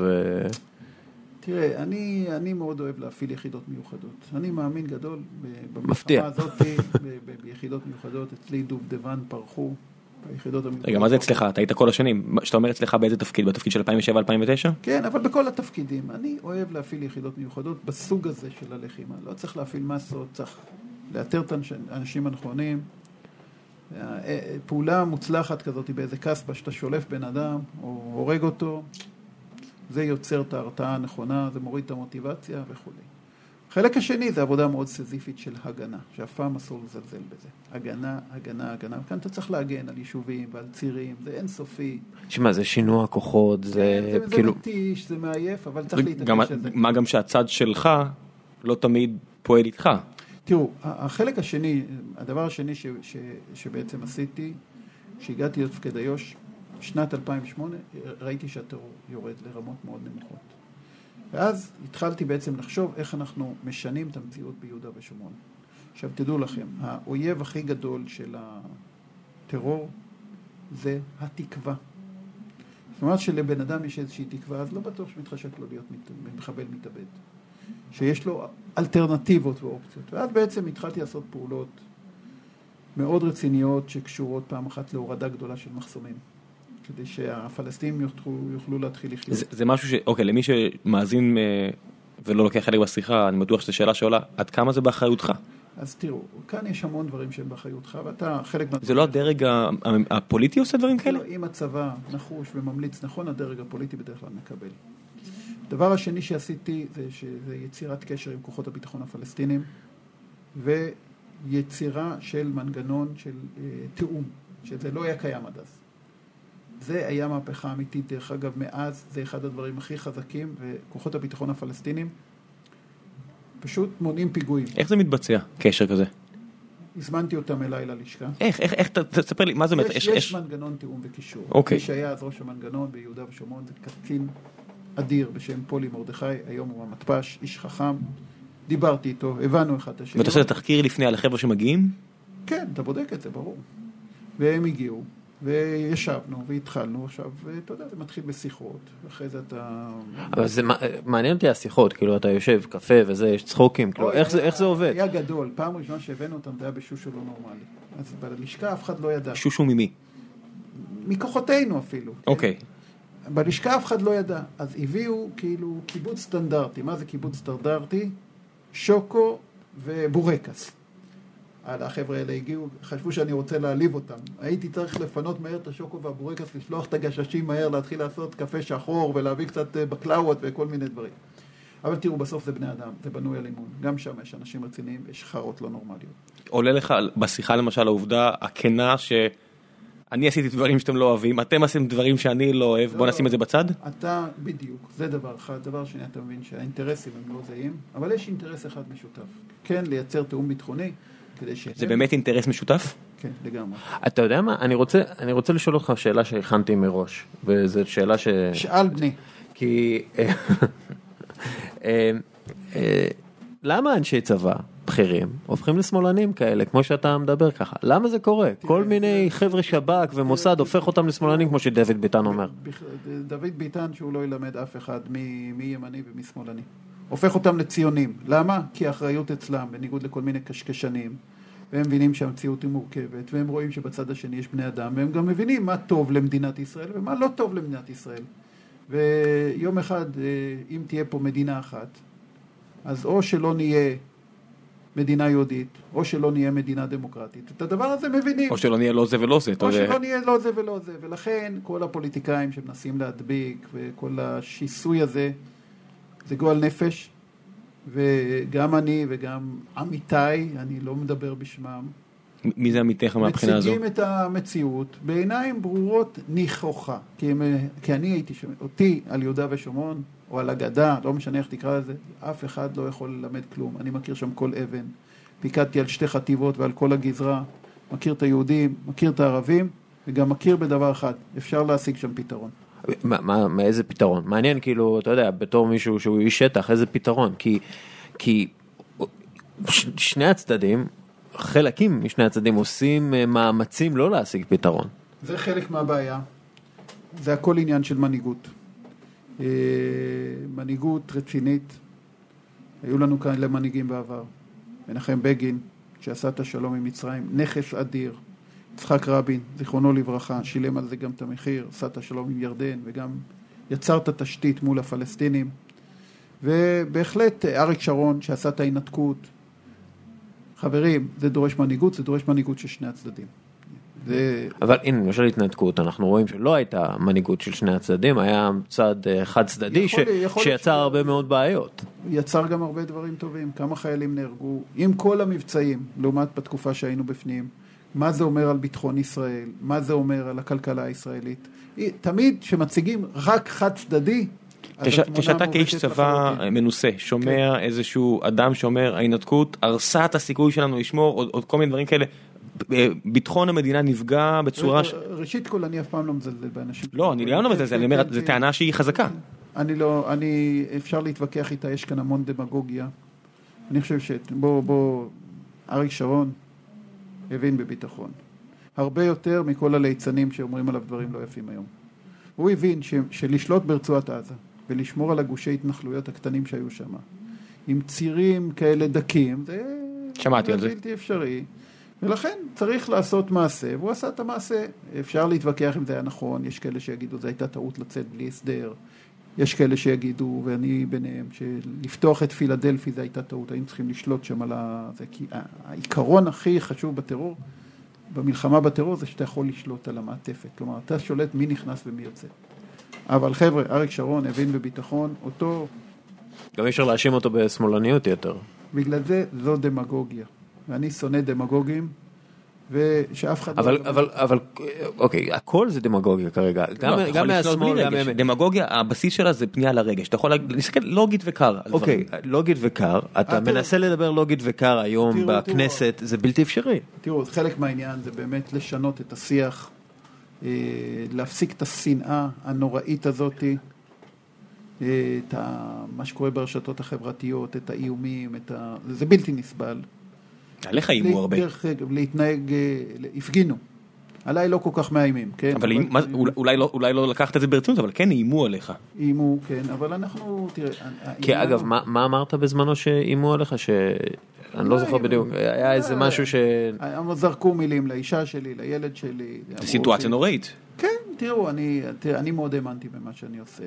תראה, אני מאוד אוהב להפעיל יחידות מיוחדות. אני מאמין גדול במלחמה הזאת, ביחידות מיוחדות, אצלי דובדבן פרחו, ביחידות המיוחדות. רגע, מה זה אצלך? אתה היית כל השנים. שאתה אומר אצלך באיזה תפקיד? בתפקיד של 2007-2009? כן, אבל בכל התפקידים. אני אוהב להפעיל יחידות מיוחדות בסוג הזה של הלחימה. לא צריך להפעיל מסות, צריך לאתר את האנשים הנכונים. פעולה מוצלחת כזאת היא באיזה קסבה שאתה שולף בן אדם או הורג אותו. זה יוצר את ההרתעה הנכונה, זה מוריד את המוטיבציה וכו'. חלק השני זה עבודה מאוד סזיפית של הגנה, שאף פעם אסור לזלזל בזה. הגנה, הגנה, הגנה. כאן אתה צריך להגן על יישובים ועל צירים, זה אינסופי. שמה, זה שינוע כוחות, זה כאילו... זה מתיש, זה מעייף, אבל צריך להתעקש על זה. מה גם שהצד שלך לא תמיד פועל איתך. תראו, החלק השני, הדבר השני שבעצם עשיתי, שהגעתי לתפקיד איו"ש, שנת 2008 ראיתי שהטרור יורד לרמות מאוד נמוכות. ואז התחלתי בעצם לחשוב איך אנחנו משנים את המציאות ביהודה ושומרון. עכשיו תדעו לכם, האויב הכי גדול של הטרור זה התקווה. זאת אומרת שלבן אדם יש איזושהי תקווה, אז לא בטוח שמתחשק לו להיות מחבל מתאבד. שיש לו אלטרנטיבות ואופציות. ואז בעצם התחלתי לעשות פעולות מאוד רציניות שקשורות פעם אחת להורדה גדולה של מחסומים. כדי שהפלסטינים יוכלו להתחיל לחיות. זה משהו אוקיי, למי שמאזין ולא לוקח חלק בשיחה, אני בטוח שזו שאלה שעולה, עד כמה זה באחריותך? אז תראו, כאן יש המון דברים שהם באחריותך, ואתה חלק... זה לא הדרג הפוליטי עושה דברים כאלה? אם הצבא נחוש וממליץ נכון, הדרג הפוליטי בדרך כלל מקבל. הדבר השני שעשיתי זה יצירת קשר עם כוחות הביטחון הפלסטינים, ויצירה של מנגנון של תיאום, שזה לא היה קיים עד אז. זה היה מהפכה אמיתית, דרך אגב, מאז זה אחד הדברים הכי חזקים, וכוחות הביטחון הפלסטינים פשוט מונעים פיגועים. איך זה מתבצע, קשר כזה? הזמנתי אותם אליי ללשכה. איך, תספר לי, מה זה... יש מנגנון תיאום וקישור. אוקיי. מי שהיה אז ראש המנגנון ביהודה ושומרון, זה קצין אדיר בשם פולי מרדכי, היום הוא המתפ"ש, איש חכם. דיברתי איתו, הבנו אחד את השני. ואתה עושה את התחקיר לפני על החבר'ה שמגיעים? כן, אתה בודק את זה, ברור. והם הגיעו, וישבנו, והתחלנו עכשיו, ואתה יודע, זה מתחיל בשיחות, ואחרי זה אתה... אבל זה מעניין אותי השיחות, כאילו אתה יושב, קפה וזה, יש צחוקים, כאילו איך זה עובד? היה גדול, פעם ראשונה שהבאנו אותם, זה היה בשושו לא נורמלי. אז בלשכה אף אחד לא ידע. שושו ממי? מכוחותינו אפילו. אוקיי. בלשכה אף אחד לא ידע. אז הביאו כאילו קיבוץ סטנדרטי. מה זה קיבוץ סטנדרטי? שוקו ובורקס. החבר'ה האלה הגיעו, חשבו שאני רוצה להעליב אותם. הייתי צריך לפנות מהר את השוקו והבורקס, לשלוח את הגששים מהר, להתחיל לעשות קפה שחור ולהביא קצת בקלאוות וכל מיני דברים. אבל תראו, בסוף זה בני אדם, זה בנוי על אימון. גם שם יש אנשים רציניים, יש חרות לא נורמליות. עולה לך בשיחה למשל העובדה הכנה שאני עשיתי דברים שאתם לא אוהבים, אתם עשיתם דברים שאני לא אוהב, בוא נשים את זה בצד? אתה, בדיוק, זה דבר אחד. דבר שני, אתה מבין שהאינטרסים הם לא זהים, אבל יש אינטרס אחד משותף. כן, לייצר תיאום ביטחוני, כדי ש... זה באמת אינטרס משותף? כן, לגמרי. אתה יודע מה? אני רוצה לשאול אותך שאלה שהכנתי מראש, וזו שאלה שאל בני. כי... למה אנשי צבא בכירים הופכים לשמאלנים כאלה, כמו שאתה מדבר ככה? למה זה קורה? כל מיני חבר'ה שב"כ ומוסד הופך אותם לשמאלנים, כמו שדוד ביטן אומר. דוד ביטן שהוא לא ילמד אף אחד מי ימני ומי שמאלני. הופך אותם לציונים. למה? כי האחריות אצלם, בניגוד לכל מיני קשקשנים, והם מבינים שהמציאות היא מורכבת, והם רואים שבצד השני יש בני אדם, והם גם מבינים מה טוב למדינת ישראל ומה לא טוב למדינת ישראל. ויום אחד, אם תהיה פה מדינה אחת, אז או שלא נהיה מדינה יהודית, או שלא נהיה מדינה דמוקרטית. את הדבר הזה מבינים. או שלא נהיה לא זה ולא זה. או שלא נהיה לא זה ולא זה. ולכן כל הפוליטיקאים שמנסים להדביק, וכל השיסוי הזה, זה גועל נפש. וגם אני וגם עמיתי, אני לא מדבר בשמם. מי זה עמיתך מהבחינה הזו? מציגים את המציאות בעיניים ברורות נכוחה. כי אני הייתי שם, אותי על יהודה ושומרון, או על הגדה, לא משנה איך תקרא לזה, אף אחד לא יכול ללמד כלום. אני מכיר שם כל אבן. פיקדתי על 2 חטיבות ועל כל הגזרה. מכיר את היהודים, מכיר את הערבים, וגם מכיר בדבר אחד. אפשר להשיג שם פתרון. מאיזה פתרון? מעניין, כאילו, אתה יודע, בתור מישהו שהוא איש שטח, איזה פתרון? כי שני הצדדים, חלקים משני הצדדים עושים מאמצים לא להשיג פתרון. זה חלק מהבעיה. זה הכל עניין של מנהיגות. מנהיגות רצינית. היו לנו כאן למנהיגים בעבר. מנחם בגין, שעשה את השלום עם מצרים, נכס אדיר. יצחק רבין, זיכרונו לברכה, שילם על זה גם את המחיר, עשה את השלום עם ירדן, וגם יצר את התשתית מול הפלסטינים. ובהחלט אריק שרון, שעשה את ההינתקות. חברים, זה דורש מנהיגות, זה דורש מנהיגות של שני הצדדים. אבל הנה, למשל התנתקות, אנחנו רואים שלא הייתה מנהיגות של שני הצדדים, היה צד חד צדדי שיצר הרבה מאוד בעיות. יצר גם הרבה דברים טובים, כמה חיילים נהרגו, עם כל המבצעים, לעומת בתקופה שהיינו בפנים, מה זה אומר על ביטחון ישראל, מה זה אומר על הכלכלה הישראלית. תמיד שמציגים רק חד צדדי, כשאתה כאיש צבא מנוסה, שומע איזשהו אדם שאומר, ההינתקות הרסה את הסיכוי שלנו לשמור, עוד כל מיני דברים כאלה, ביטחון המדינה נפגע בצורה... ראשית כל, אני אף פעם לא מזלזל באנשים. לא, אני לא מזלזל, אני אומר, זו טענה שהיא חזקה. אפשר להתווכח איתה, יש כאן המון דמגוגיה. אני חושב אריק שרון הבין בביטחון. הרבה יותר מכל הליצנים שאומרים עליו דברים לא יפים היום. הוא הבין שלשלוט ברצועת עזה, ולשמור על הגושי התנחלויות הקטנים שהיו שם, עם צירים כאלה דקים, זה בלתי אפשרי. ולכן צריך לעשות מעשה, והוא עשה את המעשה. אפשר להתווכח אם זה היה נכון, יש כאלה שיגידו, זה הייתה טעות לצאת בלי הסדר. יש כאלה שיגידו, ואני ביניהם, שלפתוח את פילדלפי זה הייתה טעות, היינו צריכים לשלוט שם על זה, כי העיקרון הכי חשוב בטרור, במלחמה בטרור, זה שאתה יכול לשלוט על המעטפת, כלומר, אתה שולט מי נכנס ומי יוצא. אבל חבר'ה, אריק שרון הבין בביטחון, אותו... גם אפשר להאשים אותו בשמאלניות יותר. בגלל זה, זו דמגוגיה. ואני שונא דמגוגים, ושאף אחד אבל, אוקיי, הכל זה דמגוגיה כרגע. גם מהשמאל, גם דמגוגיה, הבסיס שלה זה פנייה לרגש. אתה יכול להסתכל לוגית וקר. אוקיי, לוגית וקר. אתה מנסה לדבר לוגית וקר היום בכנסת, זה בלתי אפשרי. תראו, חלק מהעניין זה באמת לשנות את השיח, להפסיק את השנאה הנוראית הזאת, את מה שקורה ברשתות החברתיות, את האיומים, זה בלתי נסבל. עליך אימו הרבה. להתנהג, הפגינו. עליי לא כל כך מאיימים, כן? אבל אולי לא לקחת את זה ברצינות, אבל כן אימו עליך. אימו, כן, אבל אנחנו, תראה... כי אגב, מה אמרת בזמנו שאימו עליך? אני לא זוכר בדיוק, היה איזה משהו ש... זרקו מילים לאישה שלי, לילד שלי. זו סיטואציה נוראית. כן, תראו, אני מאוד האמנתי במה שאני עושה.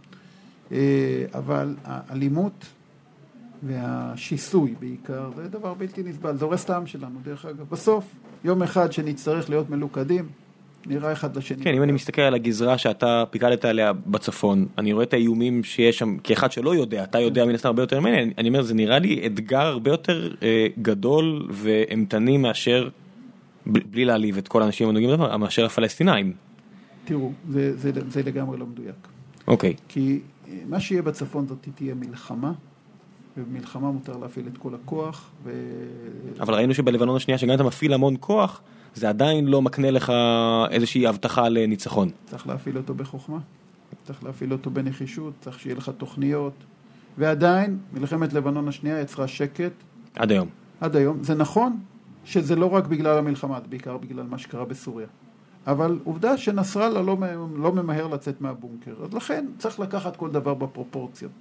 אבל האלימות והשיסוי בעיקר, זה דבר בלתי נסבל, זה הורס את העם שלנו, דרך אגב. בסוף, יום אחד שנצטרך להיות מלוכדים, נראה אחד לשני. כן, אם אני מסתכל על הגזרה שאתה פיקדת עליה בצפון, אני רואה את האיומים שיש שם, כאחד שלא יודע, אתה יודע מן הסתם הרבה יותר ממני, אני אומר, זה נראה לי אתגר הרבה יותר גדול ואמתני מאשר, בלי להעליב את כל האנשים הנוגעים לדבר, מאשר הפלסטינאים. תראו, זה לגמרי לא מדויק. אוקיי. כי מה שיהיה בצפון זאת תהיה מלחמה, ובמלחמה מותר להפעיל את כל הכוח. אבל ראינו שבלבנון השנייה שגם אתה מפעיל המון כוח, זה עדיין לא מקנה לך איזושהי הבטחה לניצחון. צריך להפעיל אותו בחוכמה, צריך להפעיל אותו בנחישות, צריך שיהיה לך תוכניות, ועדיין מלחמת לבנון השנייה יצרה שקט. עד היום. עד היום. זה נכון שזה לא רק בגלל המלחמה, זה בעיקר בגלל מה שקרה בסוריה. אבל עובדה שנסראללה לא ממהר לצאת מהבונקר, אז לכן צריך לקחת כל דבר בפרופורציות.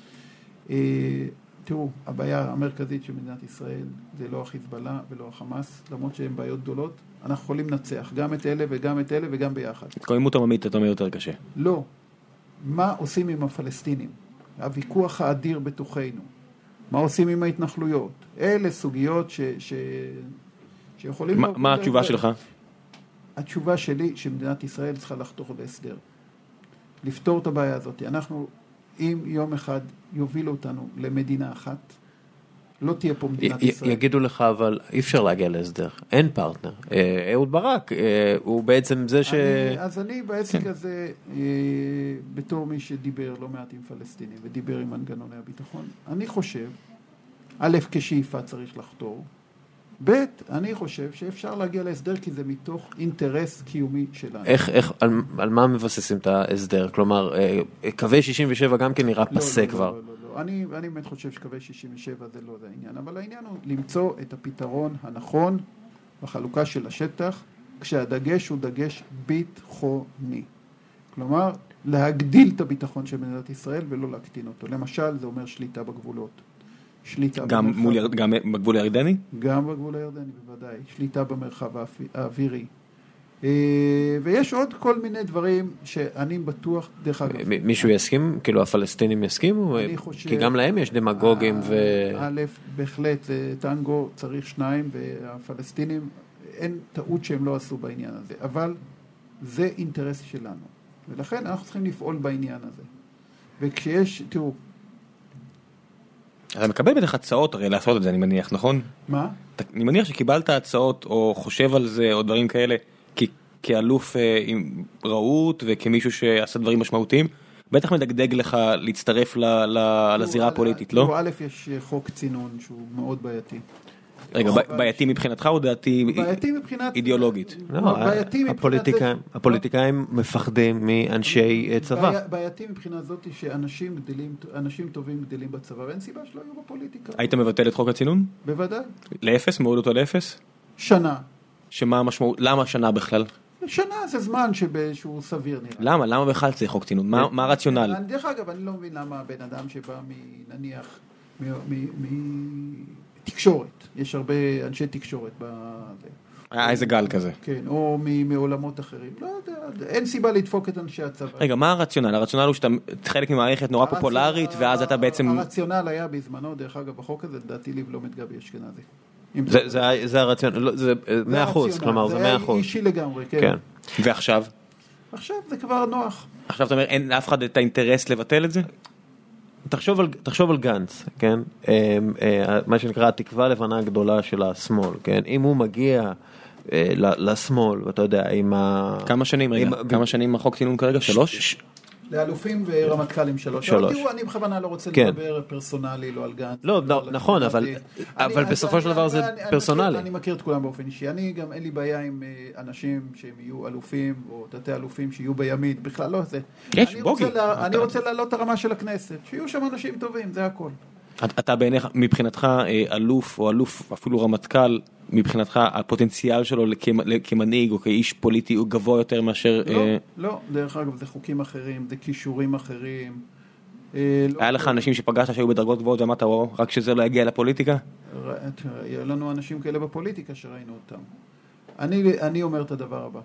תראו, הבעיה המרכזית של מדינת ישראל זה לא החיזבאללה ולא החמאס, למרות שהן בעיות גדולות, אנחנו יכולים לנצח גם את אלה וגם את אלה וגם ביחד. את כל עימות עממית אתה אומר יותר קשה. לא. מה עושים עם הפלסטינים? הוויכוח האדיר בתוכנו. מה עושים עם ההתנחלויות? אלה סוגיות שיכולים... מה התשובה שלך? התשובה שלי שמדינת ישראל צריכה לחתור להסדר. לפתור את הבעיה הזאת. אנחנו... אם יום אחד יובילו אותנו למדינה אחת, לא תהיה פה מדינת ישראל. יגידו לך, אבל אי אפשר להגיע להסדר. אין פרטנר. אהוד ברק, הוא בעצם זה ש... אז אני בעסק הזה, בתור מי שדיבר לא מעט עם פלסטינים, ודיבר עם מנגנוני הביטחון, אני חושב, א', כשאיפה צריך לחתור, ב', אני חושב שאפשר להגיע להסדר, כי זה מתוך אינטרס קיומי שלנו. על מה מבססים את ההסדר? כלומר, קווי 67 גם כן נראה פסה כבר. לא. אני באמת חושב שקווי 67 זה לא זה העניין, אבל העניין הוא למצוא את הפתרון הנכון בחלוקה של השטח, כשהדגש הוא דגש ביטחוני. כלומר, להגדיל את הביטחון של מדינת ישראל ולא להקטין אותו. למשל, זה אומר שליטה בגבולות. גם בגבול הירדני? גם בגבול הירדני, בוודאי. שליטה במרחב האווירי. ויש עוד כל מיני דברים שאני בטוח, דרך אגב. מישהו יסכים? כאילו הפלסטינים יסכימו? כי גם להם יש דמגוגים ו... א', בהחלט, טנגו צריך שניים, והפלסטינים, אין טעות שהם לא עשו בעניין הזה. אבל זה אינטרס שלנו. ולכן אנחנו צריכים לפעול בעניין הזה. וכשיש, תראו, אתה מקבל בטח הצעות הרי לעשות את זה, אני מניח, נכון? מה? אני מניח שקיבלת הצעות או חושב על זה או דברים כאלה כאלוף עם ראות וכמישהו שעשה דברים משמעותיים, בטח מדגדג לך להצטרף לזירה הפוליטית, לא? א', יש חוק צינון שהוא מאוד בעייתי. רגע, בעייתי מבחינתך או דעתי אידיאולוגית? הפוליטיקאים מפחדים מאנשי צבא. בעייתי מבחינה זאת שאנשים טובים גדלים בצבא, ואין סיבה שלא יהיו בפוליטיקה. היית מבטל את חוק הצינון? בוודאי. לאפס? מוריד אותו לאפס? שנה. שמה המשמעות? למה שנה בכלל? שנה זה זמן שהוא סביר נראה. למה? למה בכלל זה חוק צינון? מה הרציונל? דרך אגב, אני לא מבין למה בן אדם שבא נניח תקשורת, יש הרבה אנשי תקשורת בזה. איזה גל כזה. כן, או מעולמות אחרים. לא יודע, אין סיבה לדפוק את אנשי הצבא. רגע, מה הרציונל? הרציונל הוא שאתה חלק ממערכת נורא פופולרית, ואז אתה בעצם... הרציונל היה בזמנו, דרך אגב, בחוק הזה, לדעתי לבלום את גבי אשכנזי. זה הרציונל, זה 100%, כלומר זה 100%. זה היה אישי לגמרי, כן. כן. ועכשיו? עכשיו זה כבר נוח. עכשיו אתה אומר, אין לאף אחד את האינטרס לבטל את זה? תחשוב על גנץ, כן? מה שנקרא התקווה הלבנה הגדולה של השמאל, כן? אם הוא מגיע לשמאל, ואתה יודע, עם ה... כמה שנים, רגע? כמה שנים החוק צינון כרגע? 3? לאלופים ורמטכ"לים 3. אבל תראו, אני בכוונה לא רוצה לדבר פרסונלי, לא על גנץ. לא, נכון, אבל בסופו של דבר זה פרסונלי. אני מכיר את כולם באופן אישי. אני גם אין לי בעיה עם אנשים שהם יהיו אלופים, או תתי אלופים שיהיו בימית, בכלל לא זה. יש, בוגי. אני רוצה להעלות את הרמה של הכנסת, שיהיו שם אנשים טובים, זה הכל. אתה בעיניך, מבחינתך אלוף או אלוף, אפילו רמטכ"ל, מבחינתך הפוטנציאל שלו כמנהיג או כאיש פוליטי הוא גבוה יותר מאשר... לא, דרך אגב זה חוקים אחרים, זה כישורים אחרים. היה לך אנשים שפגשת שהיו בדרגות גבוהות ואמרת, רק שזה לא יגיע לפוליטיקה? היה לנו אנשים כאלה בפוליטיקה שראינו אותם. אני אומר את הדבר הבא.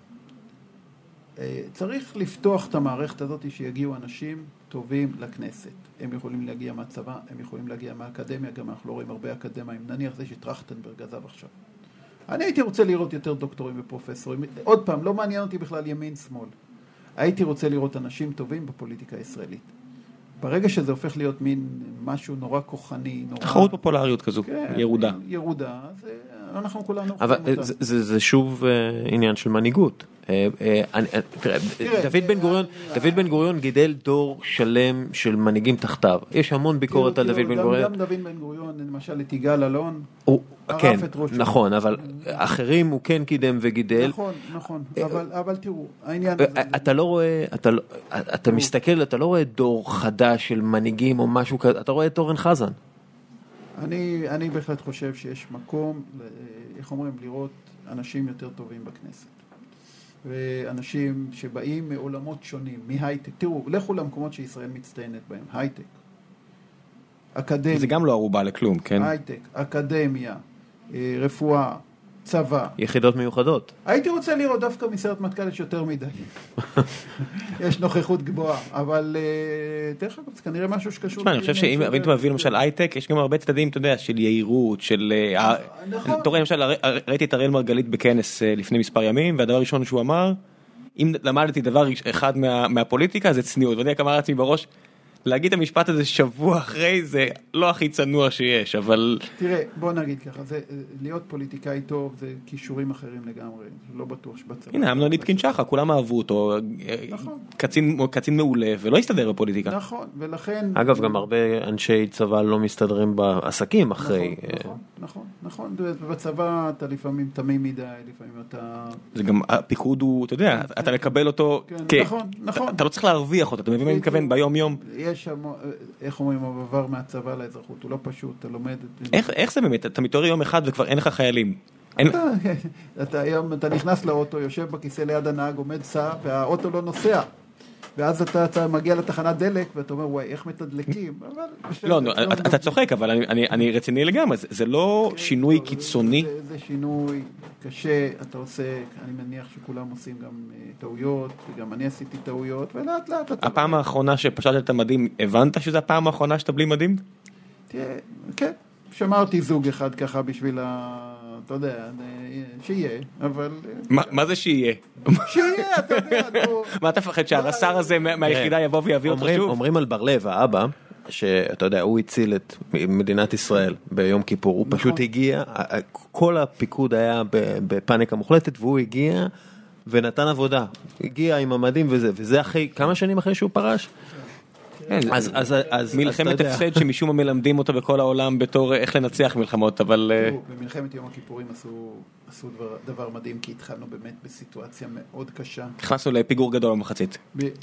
צריך לפתוח את המערכת הזאת שיגיעו אנשים טובים לכנסת. הם יכולים להגיע מהצבא, הם יכולים להגיע מהאקדמיה, גם אנחנו לא רואים הרבה אקדמיים. נניח זה שטרכטנברג עזב עכשיו. אני הייתי רוצה לראות יותר דוקטורים ופרופסורים. עוד פעם, לא מעניין אותי בכלל ימין שמאל. הייתי רוצה לראות אנשים טובים בפוליטיקה הישראלית. ברגע שזה הופך להיות מין משהו נורא כוחני, נורא... תחרות פופולריות כזו, כן, ירודה. ירודה, אנחנו כולנו... אבל זה שוב עניין של מנהיגות. דוד בן גוריון גידל דור שלם של מנהיגים תחתיו. יש המון ביקורת על דוד בן גוריון. גם דוד בן גוריון, למשל את יגאל אלון, כן, נכון, אבל אחרים הוא כן קידם וגידל. נכון, אבל תראו, העניין הזה... אתה לא רואה, אתה מסתכל, אתה לא רואה דור חדש של מנהיגים או משהו כזה, אתה רואה את אורן חזן. אני בהחלט חושב שיש מקום, איך אומרים, לראות אנשים יותר טובים בכנסת. ואנשים שבאים מעולמות שונים, מהייטק. תראו, לכו למקומות שישראל מצטיינת בהם. הייטק, אקדמיה. זה גם לא ערובה לכלום, כן? הייטק, אקדמיה, רפואה, צבא. יחידות מיוחדות. הייתי רוצה לראות דווקא מסיירת מטכ"ל יש יותר מדי. יש נוכחות גבוהה, אבל דרך אגב, זה כנראה משהו שקשור... אני חושב שאם אתה מביא למשל הייטק, יש גם הרבה צדדים, אתה יודע, של יהירות, של... אתה רואה, למשל, ראיתי את אריאל מרגלית בכנס לפני מספר ימים, והדבר הראשון שהוא אמר, אם למדתי דבר אחד מהפוליטיקה, זה צניעות. ואני כמה רצתי בראש, להגיד את המשפט הזה שבוע אחרי זה לא הכי צנוע שיש, אבל... תראה, בוא נגיד ככה, להיות פוליטיקאי טוב זה כישורים אחרים לגמרי, לא בטוח שבצבא. הנה, אמנון ליפקין שחר, כולם אהבו אותו, קצין מעולה, ולא הסתדר בפוליטיקה. נכון, ולכן... אגב, גם הרבה אנשי צבא לא מסתדרים בעסקים אחרי... נכון, בצבא אתה לפעמים תמים מדי, לפעמים אתה... זה גם, הפיקוד הוא, אתה יודע, אתה מקבל אותו... נכון. אתה לא צריך להרוויח אותו, אתה מבין מה אני מתכוון ביום יום. יש, איך אומרים, המעבר מהצבא לאזרחות, הוא לא פשוט, אתה לומד... איך זה באמת? אתה מתעורר יום אחד וכבר אין לך חיילים. אתה נכנס לאוטו, יושב בכיסא ליד הנהג, עומד סע, והאוטו לא נוסע. ואז אתה מגיע לתחנת דלק, ואתה אומר, וואי, איך מתדלקים? לא, אתה צוחק, אבל אני רציני לגמרי, זה לא שינוי קיצוני. זה שינוי קשה, אתה עושה, אני מניח שכולם עושים גם טעויות, וגם אני עשיתי טעויות, ולאט לאט אתה... הפעם האחרונה שפשטת את המדים, הבנת שזה הפעם האחרונה שאתה בלי מדים? תראה, כן, שמרתי זוג אחד ככה בשביל אתה יודע, שיהיה, אבל... מה זה שיהיה? שיהיה, אתה יודע, מה אתה פחד שהרס"ר הזה מהיחידה יבוא ויביא אותך שוב? אומרים על בר לב, האבא, שאתה יודע, הוא הציל את מדינת ישראל ביום כיפור, הוא פשוט הגיע, כל הפיקוד היה בפאניקה מוחלטת, והוא הגיע ונתן עבודה, הגיע עם המדים וזה אחרי, כמה שנים אחרי שהוא פרש? אז מלחמת הפסד שמשום מה מלמדים אותה בכל העולם בתור איך לנצח מלחמות, אבל... במלחמת יום הכיפורים עשו דבר מדהים, כי התחלנו באמת בסיטואציה מאוד קשה. נכנסנו לפיגור גדול במחצית.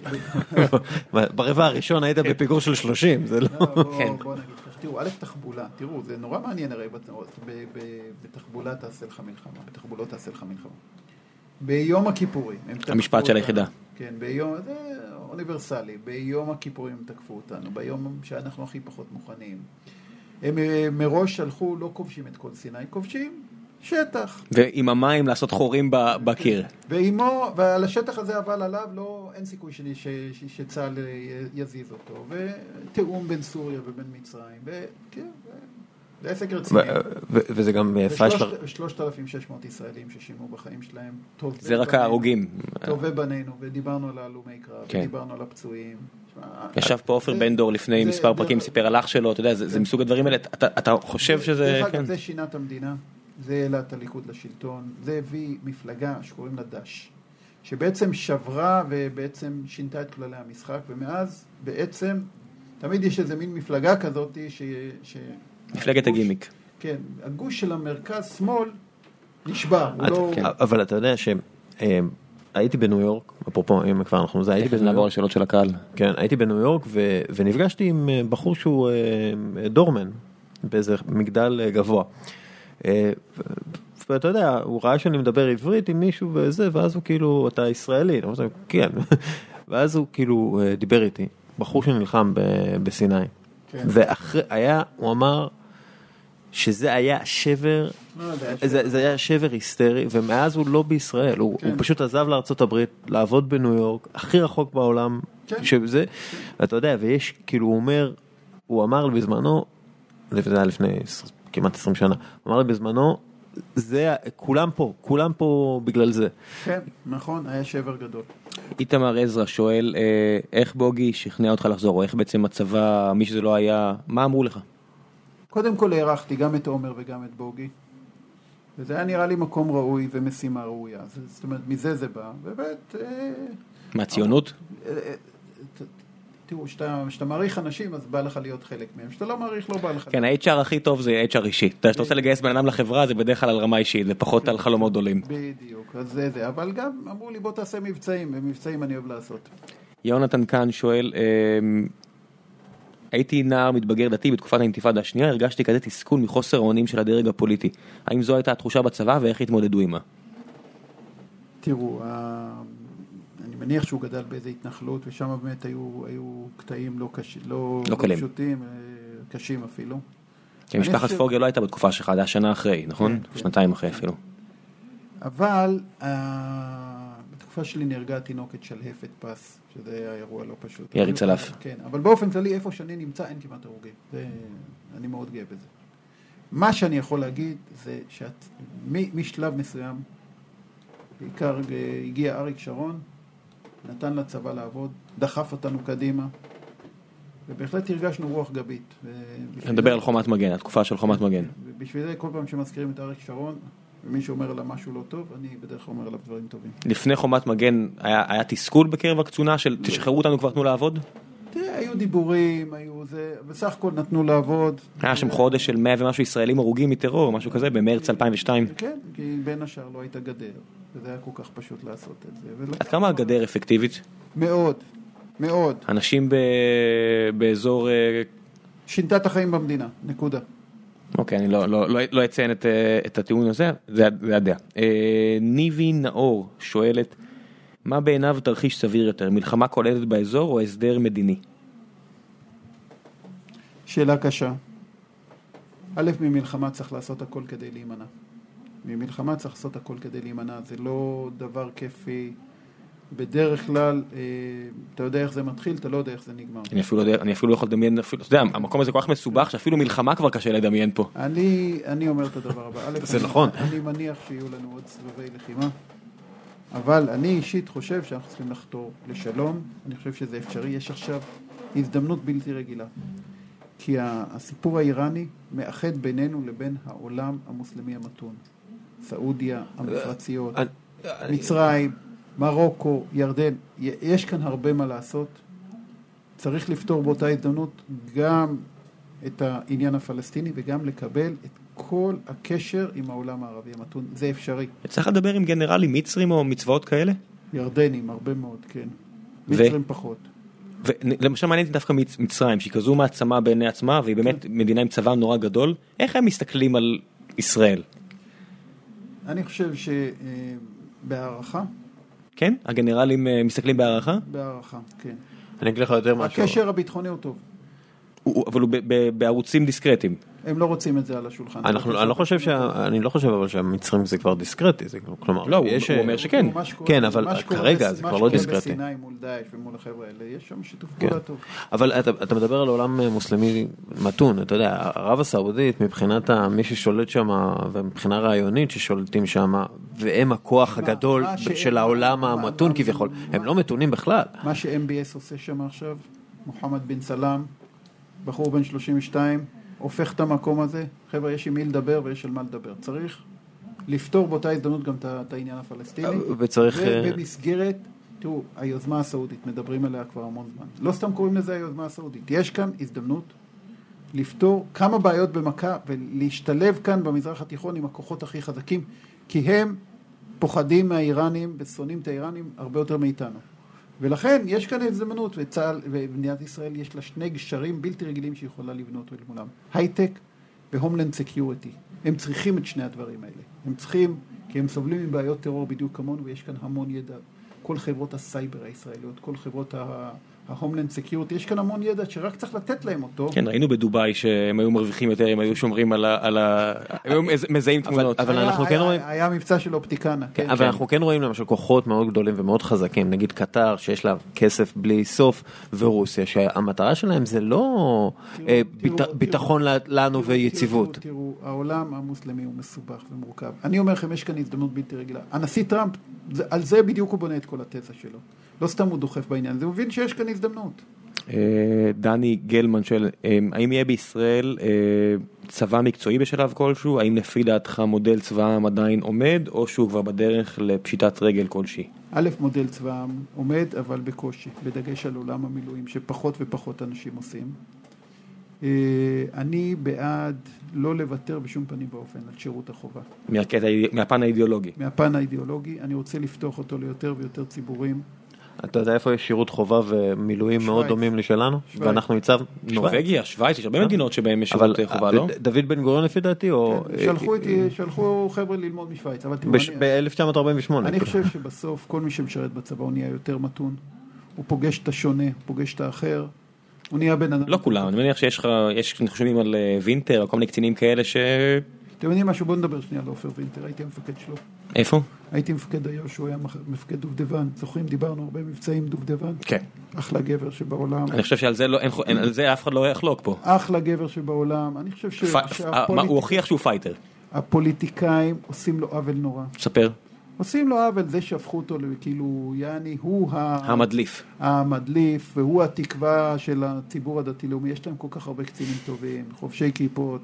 ברבע הראשון היית בפיגור של 30, זה לא... בוא נגיד כך, תראו, א' תחבולה, תראו, זה נורא מעניין הרי, בתחבולה תעשה לך מלחמה, בתחבולות תעשה לך מלחמה. ביום הכיפורים. המשפט של היחידה. כן, ביום, זה אוניברסלי, ביום הכיפורים הם תקפו אותנו, ביום שאנחנו הכי פחות מוכנים. הם מראש שלחו, לא כובשים את כל סיני, כובשים שטח. ועם המים לעשות חורים בקיר. ועל השטח הזה אבל עליו אין סיכוי שצה"ל יזיז אותו. ותאום בין סוריה ובין מצרים. זה עסק רציני. וזה גם... 3,600 ישראלים ששימו בחיים שלהם. זה רק ההרוגים. טובי בנינו, ודיברנו על הלומי קרב, ודיברנו על הפצועים. ישב פה עופר בן דור לפני מספר פרקים, סיפר על אח שלו, אתה יודע, זה מסוג הדברים האלה, אתה חושב שזה... זה שינת המדינה, זה העלה את הליכוד לשלטון, זה הביא מפלגה שקוראים לה דש, שבעצם שברה ובעצם שינתה את כללי המשחק, ומאז בעצם תמיד יש איזה מין מפלגה כזאת מפלגת הגימיק. כן, הגוש של המרכז שמאל נשבר. אבל אתה יודע שהייתי בניו יורק, אפרופו, אם כבר אנחנו זה, הייתי נעבור לשאלות של הקהל. כן, הייתי בניו יורק ונפגשתי עם בחור שהוא דורמן, באיזה מגדל גבוה. ואתה יודע, הוא ראה שאני מדבר עברית עם מישהו וזה, ואז הוא כאילו, אתה ישראלי, כן. ואז הוא כאילו דיבר איתי, בחור שנלחם בסיני. ואחרי, הוא אמר שזה היה שבר, זה היה שבר היסטרי, ומאז הוא לא בישראל, הוא פשוט עזב לארצות הברית, לעבוד בניו יורק, הכי רחוק בעולם, שזה, ואתה יודע, ויש, כאילו הוא אמר לי בזמנו, זה היה לפני כמעט 20 שנה, הוא אמר לי בזמנו, כולם פה בגלל זה. כן, נכון, היה שבר גדול. איתמר עזרא שואל, איך בוגי שכנע אותך לחזור, או איך בעצם הצבא, מי שזה לא היה, מה אמרו לך? קודם כל הערכתי גם את עומר וגם את בוגי, וזה היה נראה לי מקום ראוי ומשימה ראויה, זאת אומרת, מזה זה בא, ובאמת... מהציונות? תראו, כשאתה מעריך אנשים, אז בא לך להיות חלק מהם. כשאתה לא מעריך, לא בא לך. כן, ה-HR הכי טוב זה HR אישי. כשאתה רוצה לגייס בן אדם לחברה, זה בדרך כלל על רמה אישית, ופחות על חלומות גדולים. בדיוק, אז זה. אבל גם אמרו לי, בוא תעשה מבצעים, ומבצעים אני אוהב לעשות. יונתן כאן שואל, הייתי נער מתבגר דתי בתקופת האינתיפאדה השנייה, הרגשתי כזה תסכול מחוסר האונים של הדרג הפוליטי. האם זו הייתה התחושה בצבא, ואיך התמודדו עימה? תראו, אני מניח שהוא גדל באיזו התנחלות, ושם באמת היו קטעים לא פשוטים, קשים אפילו. כי משפחת פוגל לא הייתה בתקופה שלך, זה היה שנה אחרי, נכון? שנתיים אחרי אפילו. אבל בתקופה שלי נהרגה תינוקת שלהפת פס, שזה היה אירוע לא פשוט. ירי צלף. כן, אבל באופן כללי, איפה שאני נמצא, אין כמעט הרוגים. אני מאוד גאה בזה. מה שאני יכול להגיד, זה משלב מסוים, בעיקר הגיע אריק שרון, נתן לצבא לעבוד, דחף אותנו קדימה, ובהחלט הרגשנו רוח גבית. נדבר על חומת מגן, התקופה של חומת מגן. בשביל זה כל פעם שמזכירים את אריק שרון, ומישהו אומר לה משהו לא טוב, אני בדרך כלל אומר עליו דברים טובים. לפני חומת מגן היה תסכול בקרב הקצונה של תשחררו אותנו כבר תנו לעבוד? תראה, היו דיבורים, בסך הכל נתנו לעבוד. היה שם חודש של 100 ומשהו ישראלים הרוגים מטרור, משהו כזה, במרץ 2002. כן, כי בין השאר לא הייתה גדר, וזה היה כל כך פשוט לעשות את זה. עד כמה הגדר אפקטיבית? מאוד, מאוד. אנשים באזור... שינתה את החיים במדינה, נקודה. אוקיי, אני לא אציין את הטיעון הזה, זה הדעה. ניבי נאור שואלת, מה בעיניו תרחיש סביר יותר, מלחמה כוללת באזור או הסדר מדיני? שאלה קשה. א', ממלחמה צריך לעשות הכל כדי להימנע. ממלחמה צריך לעשות הכל כדי להימנע. זה לא דבר כיפי. בדרך כלל, אתה יודע איך זה מתחיל, אתה לא יודע איך זה נגמר. אני אפילו לא יכול לדמיין, אתה יודע, המקום הזה כל כך מסובך, שאפילו מלחמה כבר קשה לדמיין פה. אני אומר את הדבר הבא. זה נכון. אני מניח שיהיו לנו עוד סבבי לחימה. אבל אני אישית חושב שאנחנו צריכים לחתור לשלום, אני חושב שזה אפשרי, יש עכשיו הזדמנות בלתי רגילה. כי הסיפור האיראני מאחד בינינו לבין העולם המוסלמי המתון. סעודיה, המפרציות, מצרים, מרוקו, ירדן, יש כאן הרבה מה לעשות. צריך לפתור באותה הזדמנות גם את העניין הפלסטיני וגם לקבל את כל הקשר עם העולם הערבי המתון. זה אפשרי. צריך לדבר עם גנרלים מצרים או מצוות כאלה? ירדנים, הרבה מאוד, כן. מצרים פחות. ולמשל מעניין דווקא מצרים, שהיא כזו מעצמה בעיני עצמה, והיא באמת מדינה עם צבא נורא גדול. איך הם מסתכלים על ישראל? אני חושב שבהערכה. כן? הגנרלים מסתכלים בהערכה? בהערכה, כן. אני אגיד לך יותר משהו. הקשר הביטחוני הוא טוב. אבל הוא בערוצים דיסקרטיים. הם לא רוצים את זה על השולחן. אני לא חושב אבל שהמצרים זה כבר דיסקרטי, כלומר, לא, הוא אומר שכן. כן, אבל כרגע זה כבר לא דיסקרטי. מה שקורה בסיני מול דאעש ומול החבר'ה האלה, יש שם שיתוף פעולה טוב. אבל אתה מדבר על עולם מוסלמי מתון, אתה יודע, ערב הסעודית מבחינת מי ששולט שם, ומבחינה רעיונית ששולטים שם, והם הכוח הגדול של העולם המתון כביכול, הם לא מתונים בכלל. מה ש-MBS עושה שם עכשיו, מוחמד בן סלאם, בחור בן 32, הופך את המקום הזה, חבר'ה, יש עם מי לדבר ויש על מה לדבר. צריך לפתור באותה הזדמנות גם את העניין הפלסטיני. וצריך... ובמסגרת, תראו, היוזמה הסעודית, מדברים עליה כבר המון זמן. לא סתם קוראים לזה היוזמה הסעודית. יש כאן הזדמנות לפתור כמה בעיות במכה ולהשתלב כאן במזרח התיכון עם הכוחות הכי חזקים, כי הם פוחדים מהאיראנים ושונאים את האיראנים הרבה יותר מאיתנו. ולכן יש כאן הזדמנות, וצה"ל ובמדינת ישראל יש לה שני גשרים בלתי רגילים שיכולה לבנות מולם. הייטק והומלנד סקיוריטי. הם צריכים את שני הדברים האלה. הם צריכים, כי הם סובלים מבעיות טרור בדיוק כמונו, ויש כאן המון ידע. כל חברות הסייבר הישראליות, כל חברות ההומלנד סקיוריטי, יש כאן המון ידע שרק צריך לתת להם אותו. כן, ראינו בדוביי שהם היו מרוויחים יותר, הם היו שומרים על היו מזהים תמונות. אבל אנחנו כן רואים... היה מבצע של אופטיקנה. אבל אנחנו כן רואים למשל כוחות מאוד גדולים ומאוד חזקים, נגיד קטר, שיש לה כסף בלי סוף, ורוסיה, שהמטרה שלהם זה לא ביטחון לנו ויציבות. תראו, העולם המוסלמי הוא מסובך ומורכב. אני אומר לכם, יש כאן הזדמנות בלתי רגילה. הנשיא טראמפ, על זה בדיוק הוא בונה את כל התזה שלו. לא סתם הוא דוחף בעניין, זה מבין שיש כאן הזדמנות. דני גלמן שואל, האם יהיה בישראל צבא מקצועי בשלב כלשהו? האם לפי דעתך מודל צבא העם עדיין עומד, או שהוא כבר בדרך לפשיטת רגל כלשהי? א', מודל צבא העם עומד, אבל בקושי, בדגש על עולם המילואים, שפחות ופחות אנשים עושים. אני בעד לא לוותר בשום פנים באופן על שירות החובה. מהפן האידיאולוגי. מהפן האידיאולוגי, אני רוצה לפתוח אותו ליותר ויותר ציבורים. אתה יודע איפה יש שירות חובה ומילואים מאוד דומים לשלנו? ואנחנו ניצב... נורווגיה, שווייץ, יש הרבה מדינות שבהם יש שירות חובה, לא? דוד בן גוריון לפי דעתי, או... שלחו חבר'ה ללמוד משווייץ, אבל תראו... ב-1948. אני חושב שבסוף כל מי שמשרת בצבא הוא נהיה יותר מתון, הוא פוגש את השונה, פוגש את האחר, הוא נהיה בן אדם... לא כולם, אני מניח שיש חושבים על וינטר, או כל מיני קצינים כאלה ש... אתם יודעים משהו, בואו נדבר שנייה על עופר וינטר, הייתי המפקד שלו. איפה? הייתי מפקד איו"ש, שהוא היה מפקד דובדבן, זוכרים, דיברנו הרבה מבצעים דובדבן. כן. אחלה גבר שבעולם. אני חושב שעל זה אף אחד לא יחלוק פה. אחלה גבר שבעולם, אני חושב הוא הוכיח שהוא פייטר. הפוליטיקאים עושים לו עוול נורא. ספר. עושים לו עוול, זה שהפכו אותו כאילו, יעני, הוא המדליף. המדליף, והוא התקווה של הציבור הדתי-לאומי. יש להם כל כך הרבה קצינים טובים, חובשי כיפות.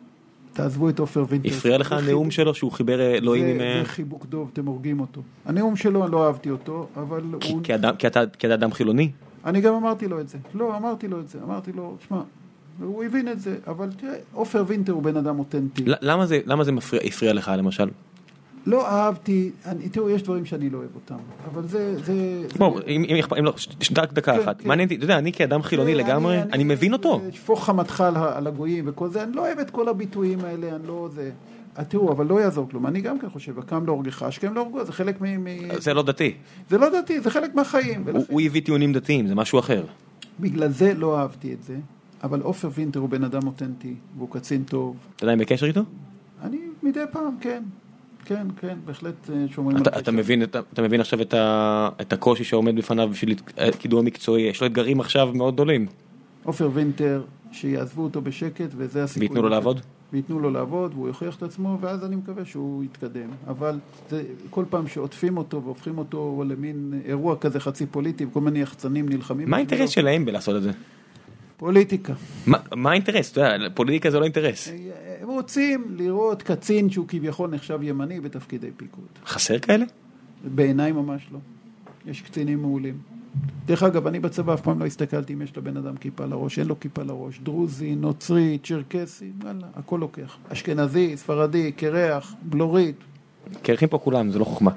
תעזבו את עופר וינטר. הפריע לך הנאום שלו שהוא חיבר אלוהים עם... זה חיבוק דוב, אתם הורגים אותו. הנאום שלו, אני לא אהבתי אותו, אבל הוא... כי אתה אדם חילוני? אני גם אמרתי לו את זה. לא, אמרתי לו את זה. אמרתי לו, שמע, הוא הבין את זה, אבל תראה, עופר וינטר הוא בן אדם אותנטי. למה זה הפריע לך, למשל? לא אהבתי, תראו, יש דברים שאני לא אוהב אותם, אבל זה... בוא, אם לא, דקה אחת. מעניין, אתה יודע, אני כאדם חילוני לגמרי, אני מבין אותו. שפוך חמתך על הגויים וכל זה, אני לא אוהב את כל הביטויים האלה, אני לא זה... תראו, אבל לא יעזור כלום, אני גם כן חושב, הקם להורגך, השכם להורגו, זה חלק זה לא דתי. זה לא דתי, זה חלק מהחיים. הוא הביא טיעונים דתיים, זה משהו אחר. בגלל זה לא אהבתי את זה, אבל עופר וינטר הוא בן אדם אותנטי, והוא קצין טוב. אתה יודע, בקשר איתו? אני מדי פעם, כן. כן, כן, בהחלט שומרים על הקשר. אתה מבין עכשיו את הקושי שעומד בפניו בשביל קידום המקצועי, יש לו אתגרים עכשיו מאוד גדולים. עופר וינטר, שיעזבו אותו בשקט, וזה הסיכוי. ויתנו לו לעבוד? ויתנו לו לעבוד, והוא יוכיח את עצמו, ואז אני מקווה שהוא יתקדם. אבל זה, כל פעם שעוטפים אותו והופכים אותו למין אירוע כזה חצי פוליטי, וכל מיני יחצנים נלחמים. מה האינטרס שלהם בלעשות את זה? פוליטיקה. מה האינטרס? אתה יודע, פוליטיקה זה לא אינטרס. הם רוצים לראות קצין שהוא כביכול נחשב ימני בתפקידי פיקוד. חסר כאלה? בעיניי ממש לא. יש קצינים מעולים. דרך אגב, אני בצבא אף פעם לא הסתכלתי אם יש לבן אדם כיפה לראש, אין לו כיפה לראש, דרוזי, נוצרי, צ'רקסי, הכל לוקח. אשכנזי, ספרדי, קרח, בלורית. קרחים פה כולם, זה לא חוכמה.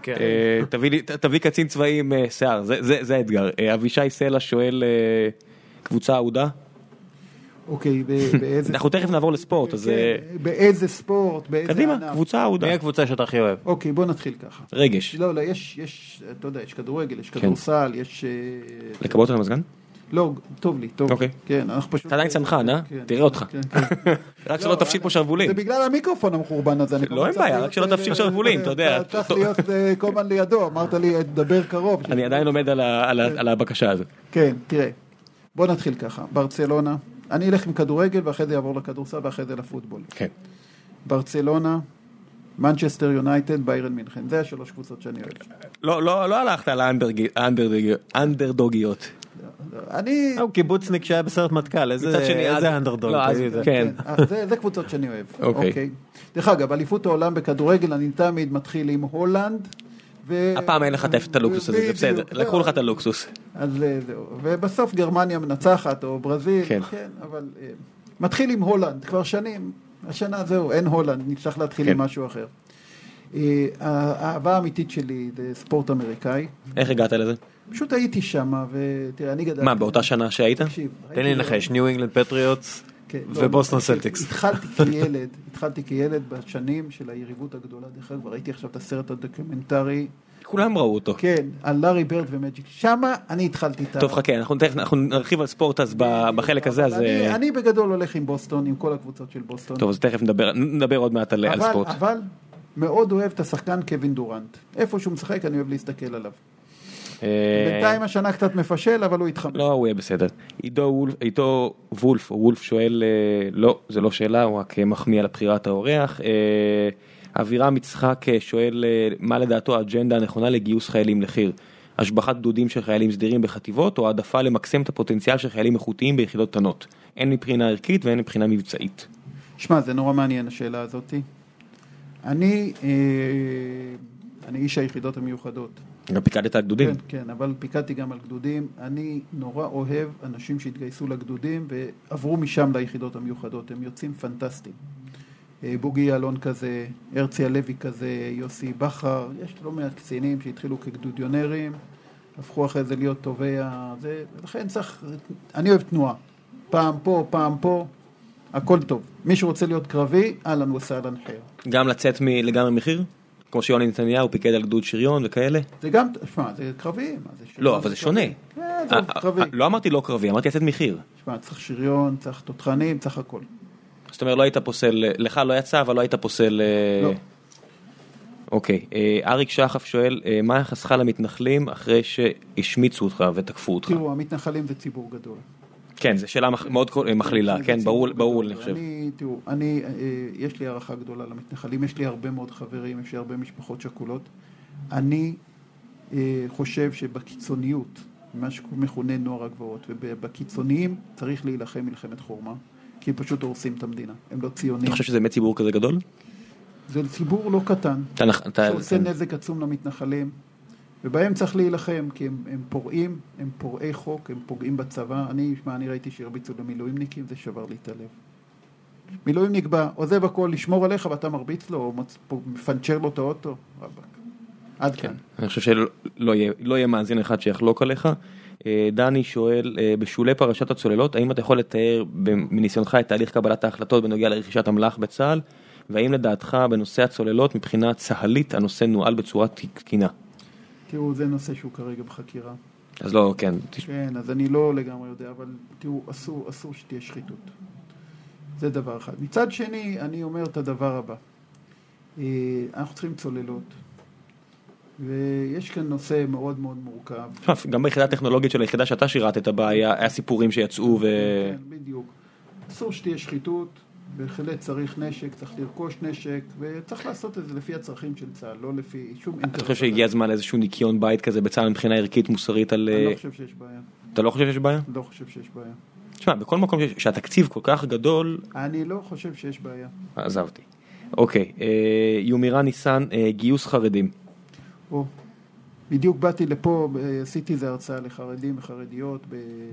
תביא קצין צבאי עם שיער, זה האתגר. אבישי סלע שואל קבוצה אהודה? אוקיי, באיזה... אנחנו תכף נעבור לספורט, אז... באיזה ספורט, באיזה ענף. קדימה, קבוצה אהודה. מי הקבוצה שאתה הכי אוהב? אוקיי, בוא נתחיל ככה. רגש. לא, יש, אתה יודע, יש כדורגל, יש כדורסל, יש... לקבות על המזגן? לא, טוב לי, טוב. אוקיי. כן, אנחנו פשוט... אתה עדיין צנחן, אה? כן, תראה אותך. כן, כן. רק שלא תפשיל פה שרוולים. זה בגלל המיקרופון המחורבן הזה. לא, אין בעיה, רק שלא תפשיל שרוולים, אתה יודע. אתה צריך להיות כל הזמן לידו, אמרת לי, דבר קרוב. אני עדיין לומד על הבקשה הזו. כן, תראה, בוא נתחיל ככה. ברצלונה, אני אלך עם כדורגל ואחרי זה יעבור לכדורסל ואחרי זה לפוטבול. כן. ברצלונה, מנצ'סטר יונייטד, ביירן מינכן. זה השלוש קבוצות שאני אוהב. לא הלכת על האנדרדוגיות. אני... הוא קיבוצניק שהיה בסרט מטכ"ל, איזה אנדרדוג. כן. זה קבוצות שאני אוהב. אוקיי. דרך אגב, אליפות העולם בכדורגל, אני תמיד מתחיל עם הולנד. הפעם אין לך את הלוקסוס הזה, זה בסדר. לקחו לך את הלוקסוס. אז זהו. ובסוף גרמניה מנצחת, או ברזיל. כן, אבל מתחיל עם הולנד, כבר שנים. השנה זהו, אין הולנד, נצטרך להתחיל עם משהו אחר. האהבה האמיתית שלי זה ספורט אמריקאי. איך הגעת לזה? פשוט הייתי שם, ותראה, אני גדלתי... מה, באותה שנה שהיית? תן לי לנחש, ניו אינגלנד פטריוטס ובוסטון סלטיקס. התחלתי כילד בשנים של היריבות הגדולה, דרך אגב, ראיתי עכשיו את הסרט הדוקומנטרי. כולם ראו אותו. כן, על לארי ברד ומג'יק. שמה אני התחלתי את ה... טוב, חכה, אנחנו נרחיב על ספורט אז בחלק הזה, אז... אני בגדול הולך עם בוסטון, עם כל הקבוצות של בוסטון. טוב, אז תכף נדבר עוד מעט על ספורט. אבל מאוד אוהב את השחקן קווין דורנט. איפה שהוא משחק, אני אוהב להסתכל עליו. בינתיים השנה קצת מפשל, אבל הוא יתחמש. לא, הוא יהיה בסדר. עידו וולף שואל, לא, זה לא שאלה, הוא רק מחמיא על בחירת האורח. אבירם יצחק שואל, מה לדעתו האג'נדה הנכונה לגיוס חיילים לחי"ר? השבחת גדודים של חיילים סדירים בחטיבות, או העדפה למקסם את הפוטנציאל של חיילים איכותיים ביחידות קטנות? הן מבחינה ערכית והן מבחינה מבצעית. שמע, זה נורא מעניין השאלה הזאת. אני איש היחידות המיוחדות. גם פיקדת על גדודים. כן, כן, אבל פיקדתי גם על גדודים. אני נורא אוהב אנשים שהתגייסו לגדודים ועברו משם ליחידות המיוחדות. הם יוצאים פנטסטיים. בוגי יעלון כזה, הרצי הלוי כזה, יוסי בחר, יש לא מעט קצינים שהתחילו כגדודיונרים, הפכו אחרי זה להיות טובי זה, ולכן צריך, אני אוהב תנועה. פעם פה, הכל טוב. מי שרוצה להיות קרבי, אהלן וסהלן חיר. גם לצאת לגמרי מחיר? כמו שיוני נתניהו פיקד על גדוד שריון וכאלה? זה גם, שמע, זה קרבי. לא, אבל זה שונה. זה קרבי. לא אמרתי לא קרבי, אמרתי לצאת מחיר. שמע, צריך שריון, צריך תותחנים, צריך הכל. זאת אומרת, לא היית פוסל, לך לא יצא, אבל לא היית פוסל... לא. אוקיי, אריק שחף שואל, מה יחסך למתנחלים אחרי שהשמיצו אותך ותקפו אותך? תראו, המתנחלים זה ציבור גדול. כן, זו שאלה מאוד מכלילה, כן, ברור, אני חושב. תראו, יש לי הערכה גדולה למתנחלים, יש לי הרבה מאוד חברים, יש לי הרבה משפחות שכולות. אני חושב שבקיצוניות, מה שמכונה נוער הגבעות, ובקיצוניים צריך להילחם מלחמת חורמה, כי הם פשוט הורסים את המדינה, הם לא ציונים. אתה חושב שזה באמת ציבור כזה גדול? זה ציבור לא קטן, שעושה נזק עצום למתנחלים, ובהם צריך להילחם, כי הם פורעים, הם פורעי חוק, הם פוגעים בצבא. אני ראיתי שהרביצו למילואימניקים, זה שבר לי את הלב. מילואימניק בא, עוזב הכל, לשמור עליך, ואתה מרביץ לו, או מפנצ'ר לו את האוטו. עד כאן. אני חושב שלא יהיה מאזין אחד שיחלוק עליך. דני שואל, בשולי פרשת הצוללות, האם אתה יכול לתאר מניסיונך את תהליך קבלת ההחלטות בנוגע לרכישת אמל"ח בצה"ל, והאם לדעתך בנושא הצוללות, מבחינה צהלית, הנושא נועל בצורה תקינה? תראו, זה נושא שהוא כרגע בחקירה. אז לא, כן. כן, אז אני לא לגמרי יודע, אבל תראו, אסור שתהיה שחיתות. זה דבר אחד. מצד שני, אני אומר את הדבר הבא. אנחנו צריכים צוללות, ויש כאן נושא מאוד מאוד מורכב. גם ביחידה הטכנולוגית של היחידה שאתה שירתת בה, היה סיפורים שיצאו ו... כן, בדיוק. אסור שתהיה שחיתות, בהחלט צריך נשק, צריך לרכוש נשק, וצריך לעשות את זה לפי הצרכים של צה"ל, לא לפי שום אינטרס. אתה חושב שהגיע הזמן לאיזשהו ניקיון בית כזה בצה"ל מבחינה ערכית מוסרית על... אני לא חושב שיש בעיה. אתה לא חושב שיש בעיה? לא חושב שיש בעיה. תשמע, בכל מקום שהתקציב כל כך גדול... אני לא חושב שיש בעיה. עזבתי. אוקיי, יומירה ניסן, גיוס חרדים. בדיוק באתי לפה, עשיתי איזו הרצאה לחרדים וחרדיות,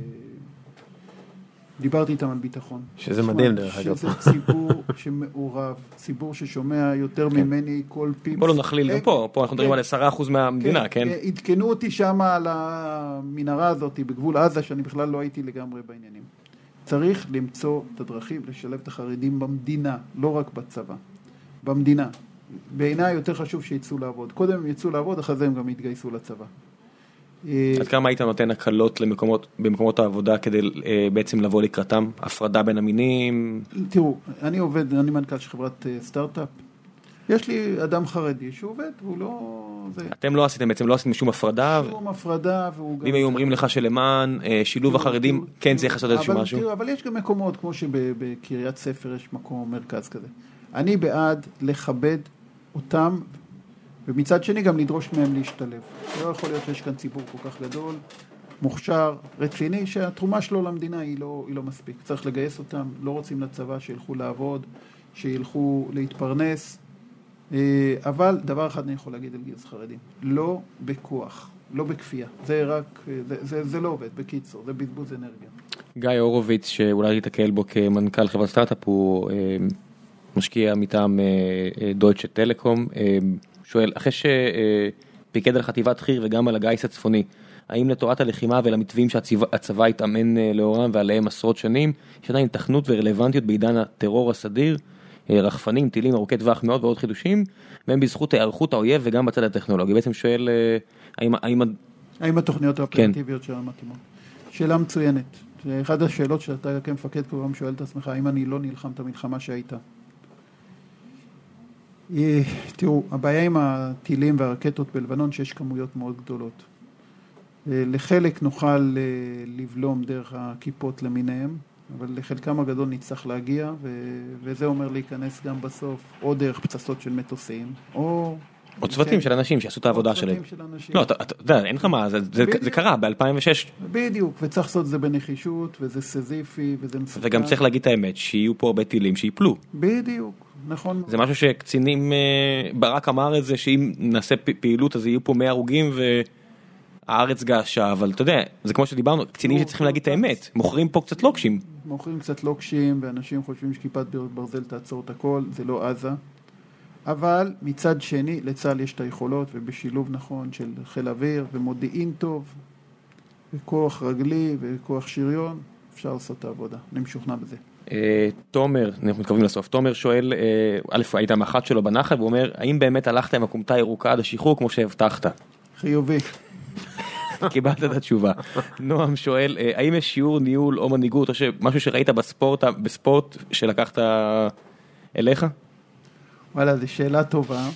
דיברתי איתם על ביטחון. שזה מדהים דרך אגב. שזה ציבור שמעורב, ציבור ששומע יותר ממני כל פיפס. בוא לא נכליל גם פה אנחנו מדברים על 10% מהמדינה, כן? עדכנו אותי שם על המנהרה הזאת בגבול עזה, שאני בכלל לא הייתי לגמרי בעניינים. צריך למצוא את הדרכים לשלב את החרדים במדינה, לא רק בצבא, במדינה. בעיניי יותר חשוב שיצאו לעבוד. קודם הם יצאו לעבוד, אחרי זה הם גם יתגייסו לצבא. עד כמה היית נותן הקלות במקומות העבודה כדי בעצם לבוא לקראתם? הפרדה בין המינים? תראו, אני מנכ"ל של חברת סטארט-אפ. יש לי אדם חרדי שעובד, הוא לא... אתם לא עשיתם, בעצם לא עשיתם שום הפרדה? שום הפרדה, והוא גם... אם היו אומרים לך שלמען שילוב החרדים, כן צריך לעשות איזשהו משהו? אבל יש גם מקומות, כמו שבקריית ספר יש מקום מרכז כזה. אני בעד לכבד אותם, ומצד שני גם לדרוש מהם להשתלב. לא יכול להיות שיש כאן ציבור כל כך גדול, מוכשר, רציני, שהתרומה שלו למדינה היא לא מספיק. צריך לגייס אותם, לא רוצים לצבא שילכו לעבוד, שילכו להתפרנס, אבל דבר אחד אני יכול להגיד על גיוס חרדים, לא בכוח, לא בכפייה, זה לא עובד, בקיצור, זה בזבוז אנרגיה. גיא הורוביץ, שאולי יתקל בו כמנכ"ל חברת סטארט-אפ, הוא משקיע מטעם דויטשה טלקום, שואל, אחרי שפיקד על חטיבת חי"ר וגם על הגיס הצפוני, האם לתורת הלחימה ולמתווים שהצבא התאמן לאורם ועליהם עשרות שנים, יש עדיין תכנות ורלוונטיות בעידן הטרור הסדיר, רחפנים, טילים, ארוכי טווח מאוד ועוד חידושים, והם בזכות הערכות האויב וגם בצד הטכנולוגי. בעצם שואל, האם התוכניות האופרטיביות שלנו מתאימות? שאלה מצוינת. זה אחד השאלות שאתה כמפקד כבר שואל את עצמך, האם אני לא נלחם את המלחמה שהייתה? תראו, הבעיה עם הטילים והרקטות בלבנון שיש כמויות מאוד גדולות. לחלק נוכל לבלום דרך הכיפות למיניהם, אבל לחלקם הגדול נצטרך להגיע, וזה אומר להיכנס גם בסוף, או דרך פצצות של מטוסים, או צוותים של אנשים שעשו את העבודה שלהם. לא, אתה יודע, אין לך מה, זה קרה ב-2006. בדיוק, וצריך לעשות את זה בנחישות, וזה סזיפי, וזה מסוכן. וגם צריך להגיד את האמת, שיהיו פה הרבה טילים שיפלו. בדיוק, נכון. זה משהו שקצינים, ברק אמר את זה, שאם נעשה פעילות, אז יהיו פה 100 הרוגים הארץ געשה, אבל אתה יודע, זה כמו שדיברנו, קצינים שצריכים להגיד את האמת, מוכרים פה קצת לוקשים. מוכרים קצת לוקשים, ואנשים חושבים שכיפת ברזל תעצור את הכל, זה לא עזה. אבל מצד שני, לצה"ל יש את היכולות, ובשילוב נכון של חיל אוויר, ומודיעין טוב, וכוח רגלי, וכוח שריון, אפשר לעשות את העבודה. אני משוכנע בזה. תומר, אנחנו מתקרבים לסוף, תומר שואל, א', היית המח"ט שלו בנחל, והוא אומר, האם באמת הלכת עם הכומתה הירוקה עד השחרור כמו שהבטחת? חיובי. קיבלת את התשובה. נועם שואל, האם יש שיעור ניהול או מנהיגות, או משהו שראית בספורט שלקחת אליך? וואלה, זו שאלה טובה.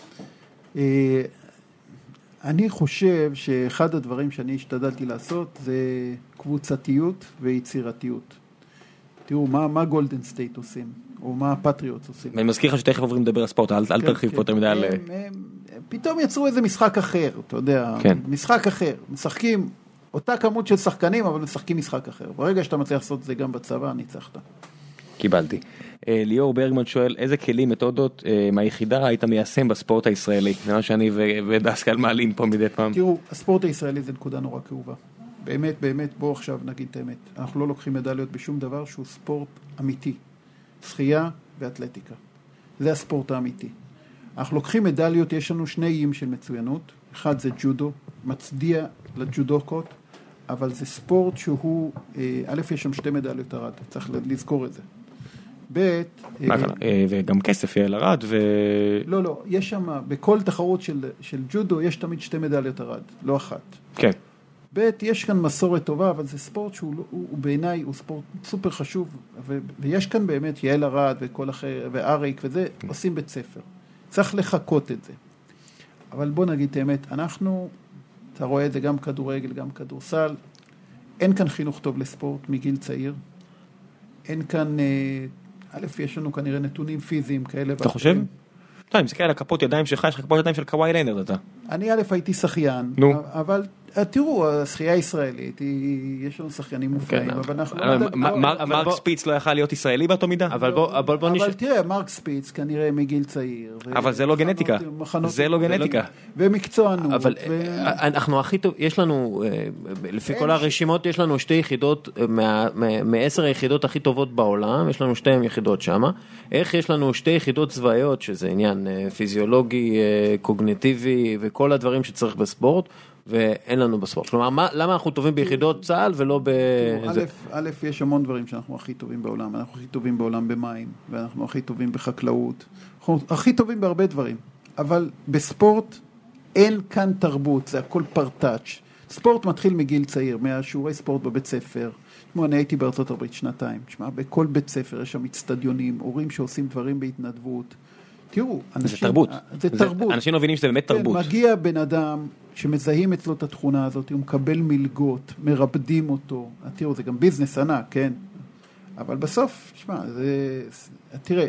אני חושב שאחד הדברים שאני השתדלתי לעשות זה קבוצתיות ויצירתיות. תראו, מה גולדן סטייט עושים, או מה הפטריוטס עושים. ואני מזכיר לך שתכף עוברים לדבר על ספורט, אל תרחיב פה יותר מדי על... פתאום יצרו איזה משחק אחר, אתה יודע, משחק אחר. משחקים אותה כמות של שחקנים, אבל משחקים משחק אחר. ברגע שאתה מצליח לעשות את זה גם בצבא, ניצחת. קיבלתי. ליאור ברגמן שואל, איזה כלים, מתודות מהיחידה היית מיישם בספורט הישראלי? זה מה שאני ודסקל מעלים פה מדי פעם. תראו, הספורט הישראלי זה נקודה נורא כאובה. באמת, באמת, בואו עכשיו נגיד את האמת. אנחנו לא לוקחים מדליות בשום דבר שהוא ספורט אמיתי. שחייה ואתלטיקה. זה הספורט האמיתי. אנחנו לוקחים מדליות, יש לנו שני איים של מצוינות. אחד זה ג'ודו, מצדיע לג'ודוקות, אבל זה ספורט שהוא, א', יש שם 2 מדליות ארד, צריך לזכור את זה. ב', וגם כסף יהיה לרד לא, יש שם, בכל תחרות של ג'ודו יש תמיד 2 מדליות ארד, לא אחת. כן. ב', יש כאן מסורת טובה, אבל זה ספורט שהוא בעיניי הוא ספורט סופר חשוב, ויש כאן באמת יעל ארד וכל אחר, ואריק וזה, עושים בית ספר. צריך לחכות את זה. אבל בוא נגיד את האמת, אתה רואה את זה גם כדורגל, גם כדורסל, אין כאן חינוך טוב לספורט מגיל צעיר, אין כאן, א', יש לנו כנראה נתונים פיזיים כאלה. אתה חושב? אתה מסתכל על הכפות ידיים שלך, יש לך כפות ידיים של קוואי לנרד אתה. אני א', הייתי שחיין, אבל תראו, השחייה הישראלית, יש לנו שחיינים מופלאים, אבל אנחנו... מרק ספיץ לא יכל להיות ישראלי באותו מידה? אבל תראה, מרק ספיץ כנראה מגיל צעיר. אבל זה לא גנטיקה. זה לא גנטיקה. ומקצוענות. אבל אנחנו הכי טוב, יש לנו, לפי כל הרשימות, יש לנו 2 יחידות, מ10 היחידות הכי טובות בעולם, יש לנו 2 יחידות שם. איך יש לנו 2 יחידות צבאיות, שזה עניין פיזיולוגי, קוגניטיבי, וכל הדברים שצריך בספורט, ואין לנו בספורט. כלומר, למה אנחנו טובים ביחידות צה"ל ולא ב... א', יש המון דברים שאנחנו הכי טובים בעולם. אנחנו הכי טובים בעולם במים, ואנחנו הכי טובים בחקלאות. אנחנו הכי טובים בהרבה דברים. אבל בספורט אין כאן תרבות, זה הכל פרטאץ'. ספורט מתחיל מגיל צעיר, מהשיעורי ספורט בבית ספר. כמו אני הייתי בארצות הברית 2 שנים. בכל בית ספר יש שם אצטדיונים, הורים שעושים דברים בהתנדבות. תראו, זה תרבות. זה תרבות. אנשים לא מבינים שזה באמת תרבות. מגיע בן אדם שמזהים אצלו את התכונה הזאת, הוא מקבל מלגות, מרבדים אותו. תראו, זה גם ביזנס ענק, כן? אבל בסוף, תראה,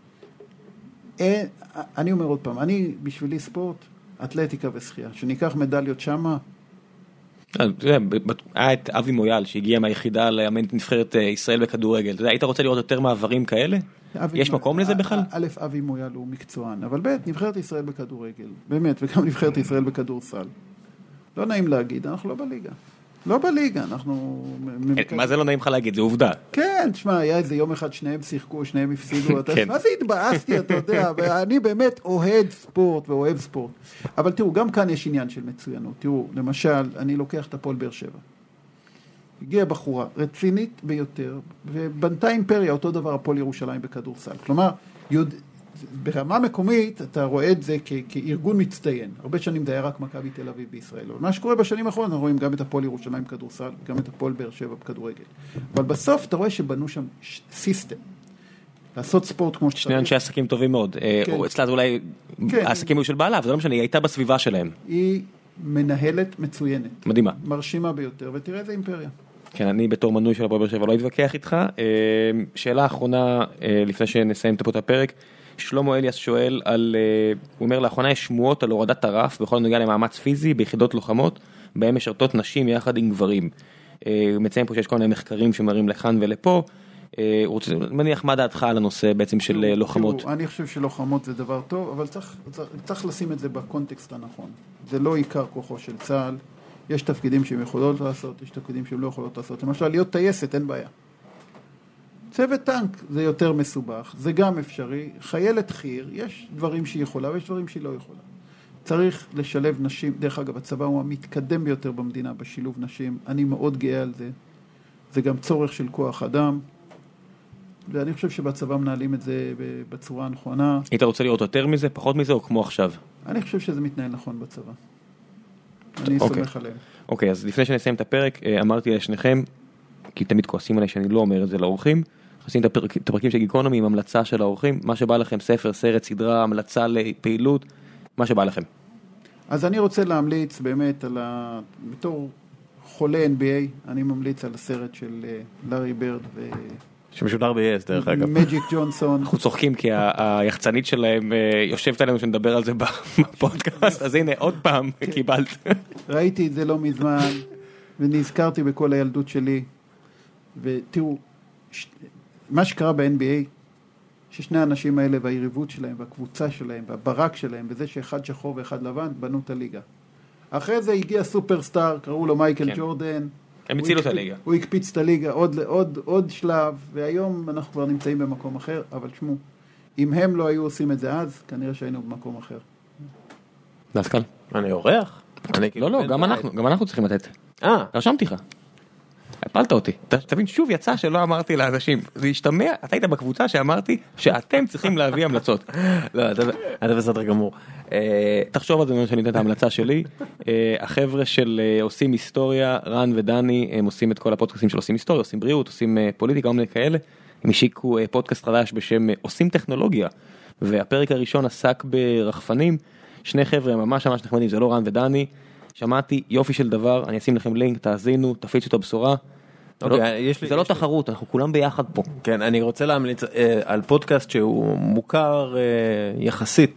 אני אומר עוד פעם, בשבילי ספורט, אתלטיקה ושחייה, שניקח מדליות שמה. היה את אבי מויאל שהגיע מהיחידה לאמן את נבחרת ישראל בכדורגל. היית רוצה לראות יותר מעברים כאלה? יש מקום לזה בכלל? א', אבי מויאל הוא מקצוען, אבל ב', נבחרת ישראל בכדורגל, באמת, וגם נבחרת ישראל בכדורסל. לא נעים להגיד, אנחנו לא בליגה. לא בליגה, אנחנו... מה זה לא נעים לך להגיד? זה עובדה. כן, תשמע, היה איזה יום אחד שניהם שיחקו, שניהם הפסידו. מה זה התבאסתי, אתה יודע, ואני באמת אוהד ספורט ואוהב ספורט. אבל תראו, גם כאן יש עניין של מצוינות. תראו, למשל, אני לוקח את הפועל באר שבע. הגיעה בחורה רצינית ביותר, ובנתה אימפריה, אותו דבר הפועל ירושלים בכדורסל. כלומר, ברמה מקומית אתה רואה את זה כארגון מצטיין. הרבה שנים זה היה רק מכבי תל אביב בישראל. מה שקורה בשנים האחרונות, אנחנו רואים גם את הפועל ירושלים בכדורסל, גם את הפועל באר שבע בכדורגל. אבל בסוף אתה רואה שבנו שם סיסטם. לעשות ספורט כמו שצריך. שני אנשי עסקים טובים מאוד. אצלה זה אולי העסקים היו של בעלה, אבל זה לא משנה, היא הייתה בסביבה שלהם. היא מנהלת מצוינת. מדהימה. מרשימה ביותר, ותראה איזה אימפריה. כן, אני בתור מנוי של הפועל באר שבע לא אתווכח איתך. שאלה אחרונה, לפני שנסיים את הפרק. שלמה אליאס שואל על, הוא אומר, לאחרונה יש שמועות על הורדת הרף בכל הנוגע למאמץ פיזי ביחידות לוחמות, בהם משרתות נשים יחד עם גברים. הוא מציין פה שיש כל מיני מחקרים שמראים לכאן ולפה. הוא רוצה, מניח, מה דעתך על הנושא בעצם של לוחמות? אני חושב שלוחמות זה דבר טוב, אבל צריך לשים את זה בקונטקסט הנכון. זה לא עיקר כוחו של צה"ל. יש תפקידים שהן יכולות לעשות, יש תפקידים שהן לא יכולות לעשות. למשל, להיות טייסת, אין בעיה. צוות טנק זה יותר מסובך, זה גם אפשרי. חיילת חי"ר, יש דברים שהיא יכולה ויש דברים שהיא לא יכולה. צריך לשלב נשים, דרך אגב, הצבא הוא המתקדם ביותר במדינה בשילוב נשים, אני מאוד גאה על זה. זה גם צורך של כוח אדם, ואני חושב שבצבא מנהלים את זה בצורה הנכונה. היית רוצה לראות יותר מזה, פחות מזה, או כמו עכשיו? אני חושב שזה מתנהל נכון בצבא. אני סומך עליהם. אוקיי, אז לפני שנסיים את הפרק, אמרתי לשניכם, כי תמיד כועסים עליי שאני לא אומר את זה לאורחים, עושים את הפרקים של גיקונומי עם המלצה של האורחים, מה שבא לכם, ספר, סרט, סדרה, המלצה לפעילות, מה שבא לכם. אז אני רוצה להמליץ באמת בתור חולה NBA, אני ממליץ על הסרט של לארי ברד שמשודר ב-yes דרך אגב. מג'יק ג'ונסון. אנחנו צוחקים כי היחצנית שלהם יושבת עלינו שנדבר על זה בפודקאסט, אז הנה עוד פעם קיבלת. ראיתי את זה לא מזמן, ונזכרתי בכל הילדות שלי, ותראו, מה שקרה ב-NBA, ששני האנשים האלה והיריבות שלהם, והקבוצה שלהם, והברק שלהם, וזה שאחד שחור ואחד לבן, בנו את הליגה. אחרי זה הגיע סופרסטאר, קראו לו מייקל ג'ורדן. הם הצילו את הליגה. הוא הקפיץ את הליגה עוד שלב, והיום אנחנו כבר נמצאים במקום אחר, אבל תשמעו, אם הם לא היו עושים את זה אז, כנראה שהיינו במקום אחר. דסקל. אני אורח? לא, גם אנחנו צריכים לתת. רשמתי לך. הפלת אותי. תבין, שוב יצא שלא אמרתי לאנשים. זה השתמע, אתה היית בקבוצה שאמרתי שאתם צריכים להביא המלצות. לא, אתה בסדר גמור. תחשוב על זה שאני אתן את ההמלצה שלי. החבר'ה של עושים היסטוריה, רן ודני, הם עושים את כל הפודקאסטים של עושים היסטוריה, עושים בריאות, עושים פוליטיקה, כל מיני כאלה. הם השיקו פודקאסט חדש בשם עושים טכנולוגיה. והפרק הראשון עסק ברחפנים. שני חבר'ה ממש נחמדים, זה לא רן ודני. שמעתי יופי של דבר, אני אשים לכם לינק, תאזינו, תפיצו את הבשורה. זה לא תחרות, אנחנו כולם ביחד פה. כן, אני רוצה להמליץ על פודקאסט שהוא מוכר יחסית,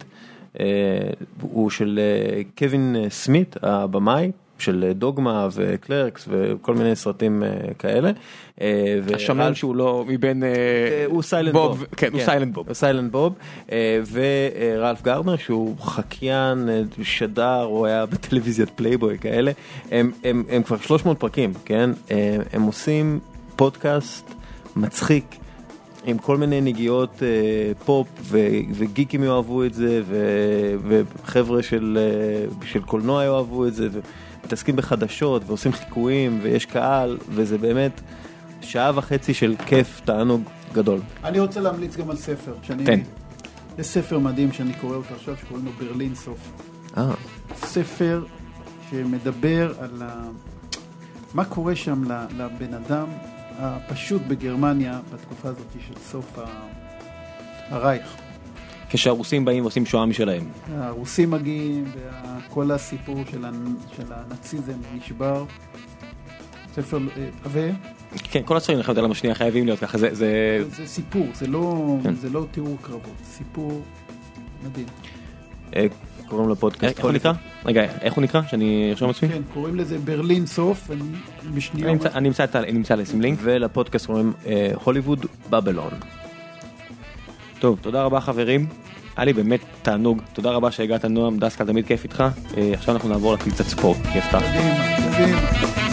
הוא של קווין סמית, הבמאי, של דוגמה וקלרקס וכל מיני סרטים כאלה. השמן שהוא לא מבין הוא סיילנט בוב. כן, הוא סיילנט בוב. סיילנט בוב. ורלף גרנר שהוא חקיין, שדר, הוא היה בטלוויזיית פלייבוי כאלה. הם כבר 300 פרקים, כן? הם עושים פודקאסט מצחיק. עם כל מיני נגיעות פופ וגיקים יאהבו את זה וחבר'ה של קולנוע יאהבו את זה ומתעסקים בחדשות ועושים חיקויים ויש קהל וזה באמת שעה וחצי של כיף, תענוג גדול. אני רוצה להמליץ גם על ספר. תן. זה ספר מדהים שאני קורא אותו עכשיו שקוראים לו ברלין סוף. ספר שמדבר על מה קורה שם לבן אדם הפשוט בגרמניה בתקופה הזאת של סוף הרייך. כשהרוסים באים ועושים שואה משלהם. הרוסים מגיעים, וכל הסיפור של הנאציזם נשבר. ספר, כן, כל הספרים מלחמת העולם השנייה חייבים להיות ככה, זה סיפור, זה לא תיאור קרבות, סיפור מדהים. קוראים לפודקאסט. איך הוא נקרא? רגע, איך הוא נקרא? שאני ארשום עצמי? כן, קוראים לזה ברלין סוף, אני אמצא לשים לינק. ולפודקאסט קוראים הוליווד בבלון. טוב, תודה רבה חברים. היה לי באמת תענוג. תודה רבה שהגעת נועם, דסקל, תמיד כיף איתך. עכשיו אנחנו נעבור לקליצת ספורט. כיף תח. מדהים.